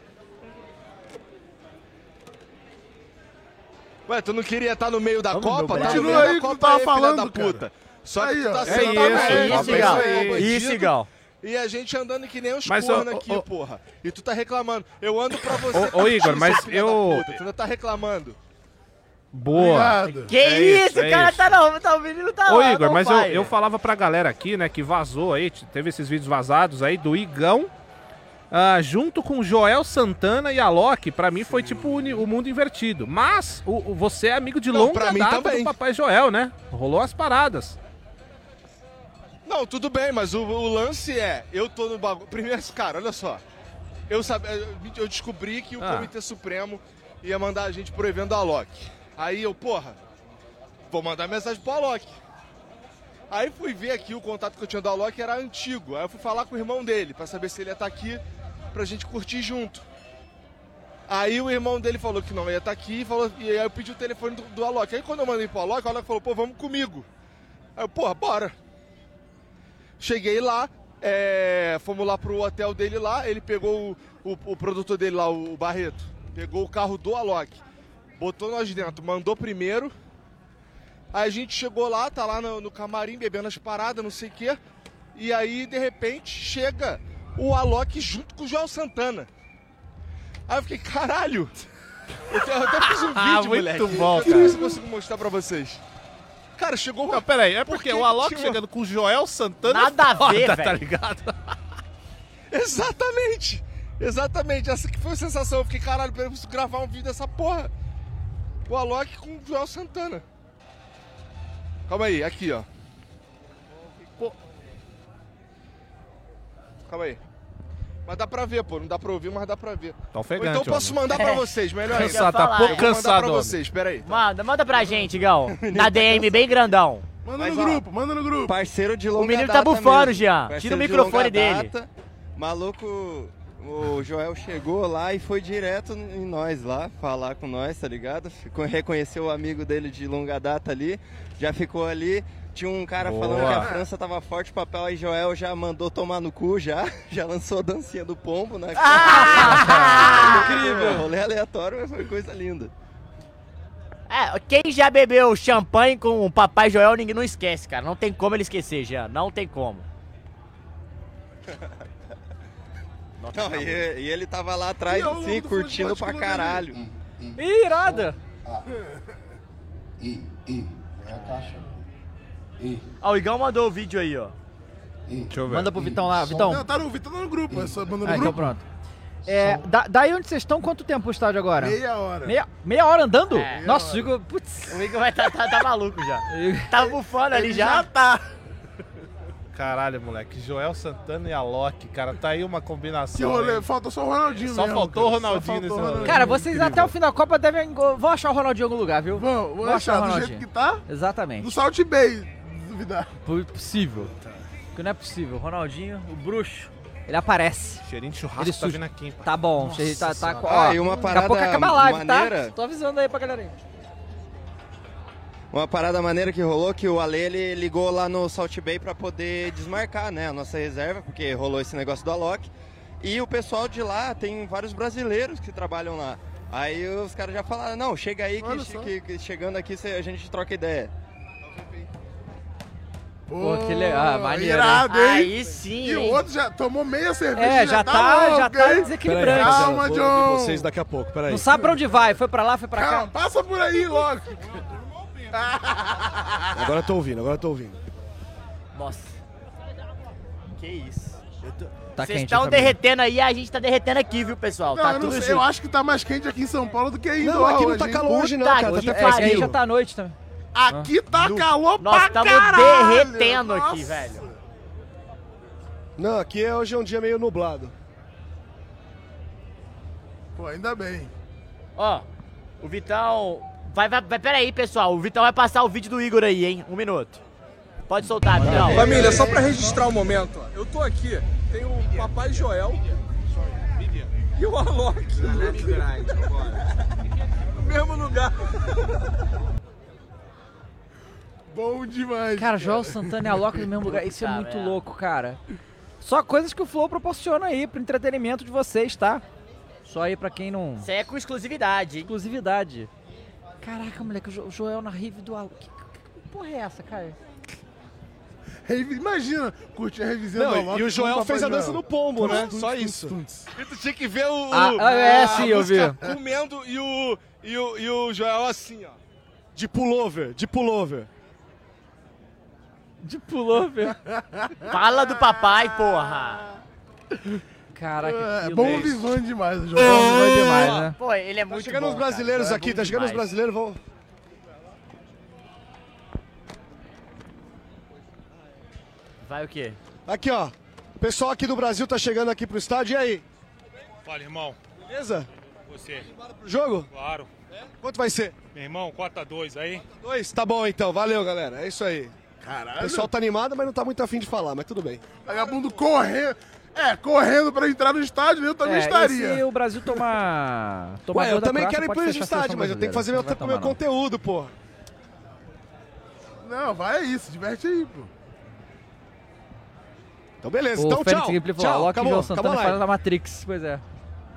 Ué, tu não queria estar no meio da Copa? Tá no Continua meio aí da que tu Copa tava aí, falando, filha da puta. cara. Só que Aí, tu ó. tá É sentado aí, isso, Gal. Isso, Gal. E a gente andando que nem uns Mas, corno ô, aqui, ô, porra. E tu tá reclamando. Eu ando pra você. Ô, Igor, curtir, mas seu filho eu- da puta. Tu ainda tá reclamando. Boa. Obrigado. Que É isso, isso, o é cara isso. tá o menino tá Ô, lá, Igor, não mas vai. eu falava pra galera aqui, né, que vazou aí, teve esses vídeos vazados aí do Igão, junto com o Joel Santana e a Loki. Pra mim foi tipo o mundo invertido. Mas você é amigo de Não, longa pra mim data também. do Papai Joel, né? Rolou as paradas. Não, tudo bem, mas o lance é, eu tô no bagulho. Primeiro, cara, olha só. Eu descobri que o Comitê Supremo ia mandar a gente pro evento da Alok. Aí eu, porra, vou mandar mensagem pro Alok. Aí fui ver aqui o contato que eu tinha do Alok era antigo. Aí eu fui falar com o irmão dele pra saber se ele ia estar aqui pra gente curtir junto. Aí o irmão dele falou que não ia estar aqui e aí eu pedi o telefone do Alok. Aí quando eu mandei pro Alok, o Alok falou, pô, vamos comigo. Aí eu, porra, bora. Cheguei lá, fomos lá pro hotel dele lá, ele pegou o produtor dele lá, o Barreto, pegou o carro do Alok, botou nós dentro, mandou primeiro, aí a gente chegou lá, tá lá no camarim, bebendo as paradas, não sei o quê, E aí, de repente, chega o Alok junto com o Joel Santana. Aí eu fiquei, caralho! Eu até fiz um vídeo, moleque. Muito bom, cara. Queria ver se eu consigo mostrar pra vocês. Cara, chegou... Não, peraí, é porque o Alok chegando com o Joel Santana... Nada a ver, tá velho. ligado? Exatamente! Exatamente, essa que foi a sensação. Eu fiquei, caralho, eu preciso gravar um vídeo dessa porra. O Alok com o Joel Santana. Calma aí, aqui, ó. Calma aí. Mas dá pra ver, pô. Não dá pra ouvir, mas dá pra ver. Tá ofegante, então posso mandar pra vocês, melhor ainda. Cansado, tá pouco cansado, mandar pra vocês, pera aí. Manda pra gente, Igão. Na DM, bem grandão. Manda no grupo, manda no grupo. Parceiro de longa data. O menino tá bufando, mesmo. Jean. Tira o microfone dele. Maluco, o Joel chegou lá e foi direto em nós lá, falar com nós, tá ligado? Reconheceu o amigo dele de longa data ali, já ficou ali. Tinha um cara falando que a França tava forte o papel, aí Joel já mandou tomar no cu, já lançou a dancinha do pombo, né? Incrível! Rolê aleatório, mas foi coisa linda. Quem já bebeu champanhe com o Papai Joel, ninguém não esquece, cara. Não tem como ele esquecer, já. Não tem como. Não, e ele tava lá atrás, assim, curtindo pra caralho. Ih, irada! É a caixa. Ó, o Igão mandou o vídeo aí, ó. Deixa eu ver. Manda pro Vitão lá, Vitão. Não, tá no grupo, é só mandar no grupo. Então pronto. Daí onde vocês estão, quanto tempo o estádio agora? Meia hora. Meia hora andando? É. Nossa, o Igor, putz. O Igor vai tá maluco já. Tá bufando ali já. Já tá. Caralho, moleque. Joel Santana e Alok, cara. Tá aí uma combinação. Que rolê, aí. falta só o Ronaldinho Só mesmo, faltou o cara. Ronaldinho Só nesse faltou o rolê. Cara, vocês Incrível. até o fim da Copa vão achar o Ronaldinho em algum lugar, viu? Vamos Vão achar o do Ronaldinho. jeito que tá. Exatamente. No Salt Bay, se duvidar. Possível. Porque não é possível. O Ronaldinho, o bruxo, ele aparece. Cheirinho de churrasco Ele tá suja. vindo aqui, hein, pai. Tá bom, Nossa tá com. Ah, e uma daqui a parada pouco acaba a live, maneira. tá? Tô avisando aí pra galera aí. Uma parada maneira que rolou, que o Ale, ele ligou lá no Salt Bay pra poder desmarcar, né, a nossa reserva, porque rolou esse negócio do Alok. E o pessoal de lá, tem vários brasileiros que trabalham lá. Aí os caras já falaram, não, chega aí que chegando aqui a gente troca ideia. Pô, que legal, maneiro. Irado, hein? Aí sim, E o hein? outro já tomou meia cerveja. Já tá louco, hein? desequilibrante. Calma, Vou John. ouvir vocês daqui a pouco, peraí. Não sabe pra onde vai, foi pra lá, foi pra Calma, cá. passa por aí logo. Agora eu tô ouvindo. Nossa. Que isso. Tá Vocês quente, estão família. derretendo aí, a gente tá derretendo aqui, viu, pessoal? Não, Tá eu não tudo sei, junto. eu acho que tá mais quente aqui em São Paulo do que aí. Não, aqui não tá calor hoje não, cara. Tá Puta até que pariu. Aqui já tá à noite também. Aqui tá calor Nós pra estamos caralho. derretendo aqui, Nossa. velho. Não, aqui hoje é um dia meio nublado. Pô, ainda bem. Ó, o Vitão... Pera aí, pessoal. O Vitão vai passar o vídeo do Igor aí, hein? 1 minuto. Pode soltar, Vitão. Família, só pra registrar o momento, ó. Eu tô aqui, tem o Papai Joel e o Alok. No mesmo lugar. Bom demais. Cara, Joel Santana e Alok no mesmo lugar. Isso é Tá, muito velho. louco, cara. Só coisas que o Flow proporciona aí pro entretenimento de vocês, tá? Só aí pra quem não... Isso aí é com exclusividade, hein? Exclusividade. Caraca, moleque, o Joel na rave do Alok. Que porra é essa, cara? Imagina, curtir a revisinha do Não, Alok e o com Joel Papai fez a dança Joel. do pombo, né? Tunts, Só tunts, isso. tunts. E tu tinha que ver o... sim, eu vi. música comendo e o Joel assim, ó. De pullover. De pullover. Fala do papai, porra. Caraca, É que bom louco. vivão demais o Bom Joel. vivão demais, né? Pô, ele é Tá muito chegando bom, os brasileiros cara. aqui, tá chegando os brasileiros, vão... Vai o quê? Aqui, ó. O pessoal aqui do Brasil tá chegando aqui pro estádio, e aí? Fala, irmão. Beleza? Você. Pro jogo? Claro. Quanto vai ser? Meu irmão, 4-2 aí. 2? Tá bom então, valeu galera, é isso aí. Caralho. O pessoal tá animado, mas não tá muito afim de falar, mas tudo bem. Vagabundo correndo. Correndo pra entrar no estádio, eu também E estaria. se o Brasil tomar Ué, eu gol da também Croácia, quero ir pode pro fechar a estádio, seleção mas eu tenho que fazer meu brasileira. tempo, meu Não vai tomar, conteúdo, porra. Não, vai aí, se diverte aí, pô. Então beleza, não. então O Fênix tchau. Gameplay falou, Tchau, Alok e acabou, Joel acabou Santana a falando live. da Matrix. Pois é.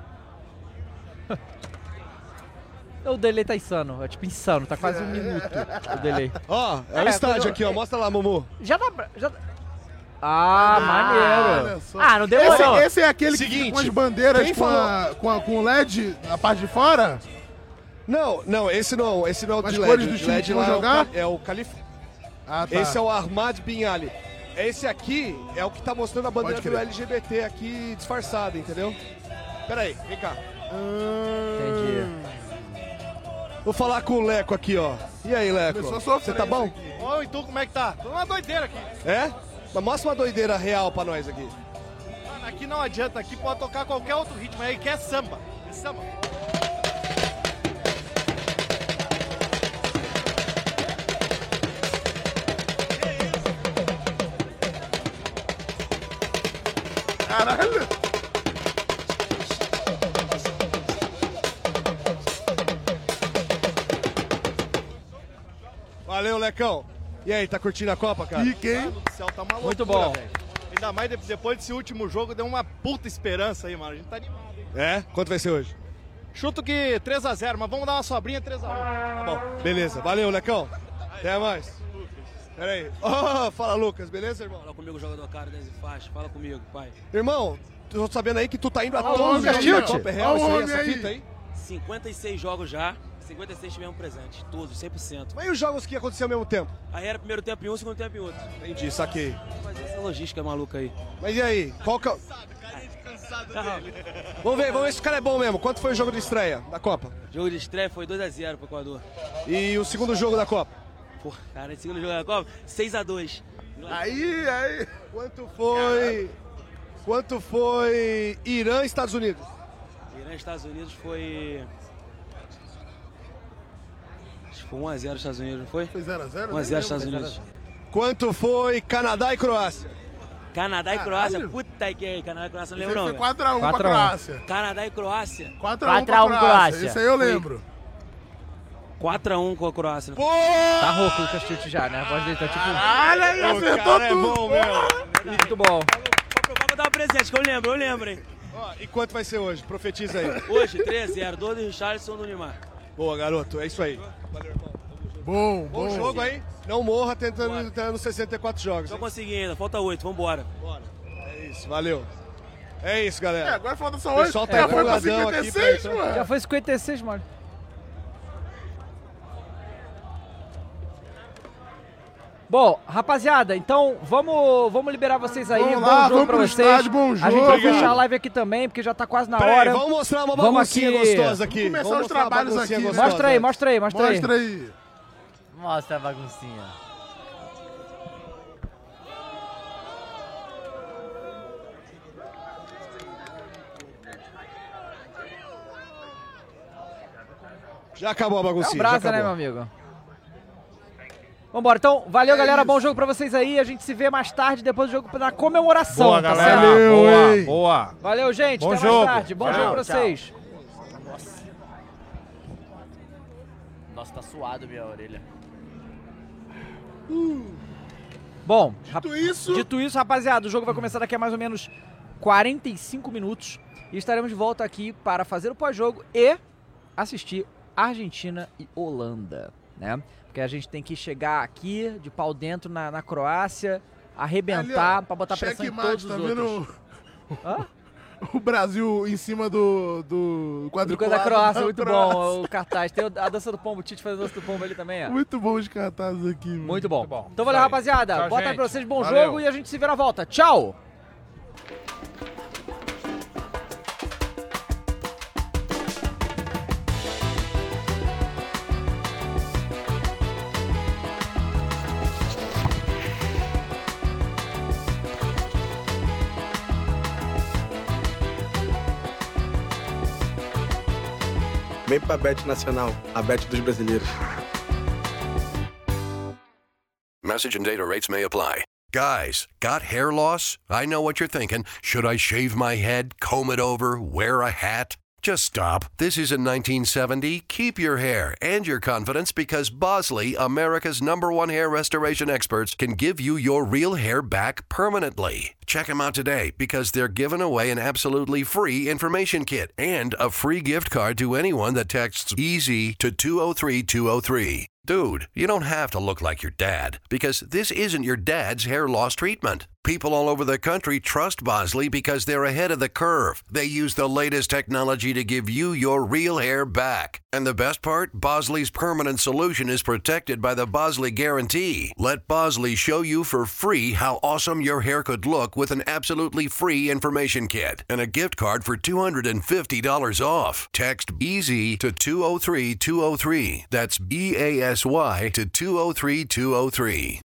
O delay tá insano, é tipo insano, tá quase 1 minuto o delay. Ó, é o estádio aqui, ó, mostra lá, Mumu. Já dá pra... Maneiro. Não demorou. Esse é aquele que com as bandeiras com LED na parte de fora? Não, esse não é o As de cores LED. do O time LED que vão lá jogar? é o Calif. Tá. Esse é o Ahmad Bin Ali. Esse aqui é o que tá mostrando a bandeira do LGBT aqui disfarçada, entendeu? Pera aí, vem cá. Entendi. Vou falar com o Leco aqui, ó. E aí, Leco? Você tá bom? Ô, e tu, como é que tá? Tô uma doideira aqui. É? Mas mostra uma doideira real pra nós aqui. Mano, aqui não adianta. Aqui pode tocar qualquer outro ritmo. Aí que é samba. É samba. Caralho! Valeu, Lecão. E aí, tá curtindo a Copa, cara? Mano do céu, tá uma Muito loucura, bom. velho. Ainda mais depois desse último jogo, deu uma puta esperança aí, mano. A gente tá animado, hein? É? Quanto vai ser hoje? Chuto que 3x0, mas vamos dar uma sobrinha 3x1. Tá bom. Beleza. Valeu, Lecão. Até mais. Pera aí. Oh, fala, Lucas. Beleza, irmão? Fala comigo, jogador cara das faixas. Fala comigo, pai. Irmão, tô sabendo aí que tu tá indo a Ó, todos os Lucas, jogos da Tilt. Copa. É real Ó, isso aí, homem essa aí. fita aí? 56 jogos já. 56 tivemos presente. Todos, 100%. Mas e os jogos que aconteceram ao mesmo tempo? Aí era primeiro tempo em um, segundo tempo em outro. Entendi, saquei. Vamos fazer essa logística maluca aí. Mas e aí? Qual que é... Vamos ver se o cara é bom mesmo. Quanto foi o jogo de estreia da Copa? O jogo de estreia foi 2x0 pro Equador. E o segundo jogo da Copa? Pô, cara, esse segundo jogo da Copa, 6x2. Aí. Quanto foi Irã e Estados Unidos? Irã e Estados Unidos foi... Acho que foi 1x0 Estados Unidos, não foi? Foi 0x0? 1x0 Estados Unidos. Quanto foi Canadá e Croácia? Canadá e Croácia, puta que aí, Canadá e Croácia, não lembro não. Foi 4x1 pra Croácia. Canadá e Croácia. 4x1 pra Croácia. Isso aí eu lembro. 4x1 com a Croácia. Pô! Tá rouco o Lucas Tilt já, né? A voz dele tá tipo... Caralho, ele acertou tudo. Bom, meu. Muito bom. Vou dar um presente, que eu lembro, hein. Ó, e quanto vai ser hoje? Profetiza aí. Hoje, 3x0, 2 do Richarlison do Neymar. Boa, garoto, é isso aí. Valeu, irmão. Bom jogo aí. Não morra tentando 64 jogos. Só consegui ainda, falta 8, vambora. É isso, valeu. É isso, galera. Agora falta só O 8. pessoal tá Já foi pra empolgadão aqui. 56, mano. Já foi 56, mano. Bom, rapaziada, então vamos liberar vocês aí. Vamos bom lá, jogo vamos pra pro vocês. estádio, bom A gente vai jogo. fechar a live aqui também, porque já tá quase na Pera aí, hora. vamos mostrar uma baguncinha gostosa aqui. Vamos começar Vamos os mostrar uma trabalhos baguncinha aqui. gostosa. Mostra aí. Mostra aí. Mostra a baguncinha. Já acabou a É um baguncinha. brasa, já né, acabou. meu amigo? Vambora, então, valeu, galera, bom jogo pra vocês aí, a gente se vê mais tarde, depois do jogo, na comemoração, Boa, tá galera. certo? Boa. Valeu, gente, Bom até jogo. mais tarde, bom Tchau, jogo pra tchau. vocês. Nossa, tá suado minha orelha. Bom, Dito isso, rapaziada, o jogo vai começar daqui a mais ou menos 45 minutos e estaremos de volta aqui para fazer o pós-jogo e assistir Argentina e Holanda, né? Porque a gente tem que chegar aqui de pau dentro na Croácia, arrebentar para botar pressão em todos os tá outros. Vendo o Brasil em cima do Do quadriculado da Croácia, da muito Croácia. bom o cartaz. Tem a dança do pombo, o Tite faz a dança do pombo ali também, ó. Muito bom os cartazes aqui, mano. Muito bom. Muito bom. Então valeu, Isso aí. rapaziada. Tchau, Bota aí gente. pra vocês, bom Valeu. jogo e a gente se vê na volta. Tchau! Vem pra Bet Nacional, a Bet dos brasileiros. Message and data rates may apply. Guys, got hair loss? I know what you're thinking. Should I shave my head, comb it over, wear a hat? Just stop. This isn't 1970. Keep your hair and your confidence because Bosley, America's #1 hair restoration experts, can give you your real hair back permanently. Check them out today because they're giving away an absolutely free information kit and a free gift card to anyone that texts EASY to 203203. Dude, you don't have to look like your dad, because this isn't your dad's hair loss treatment. People all over the country trust Bosley because they're ahead of the curve. They use the latest technology to give you your real hair back. And the best part? Bosley's permanent solution is protected by the Bosley Guarantee. Let Bosley show you for free how awesome your hair could look with an absolutely free information kit and a gift card for $250 off. Text BASY to 203-203. That's BASY to 203-203.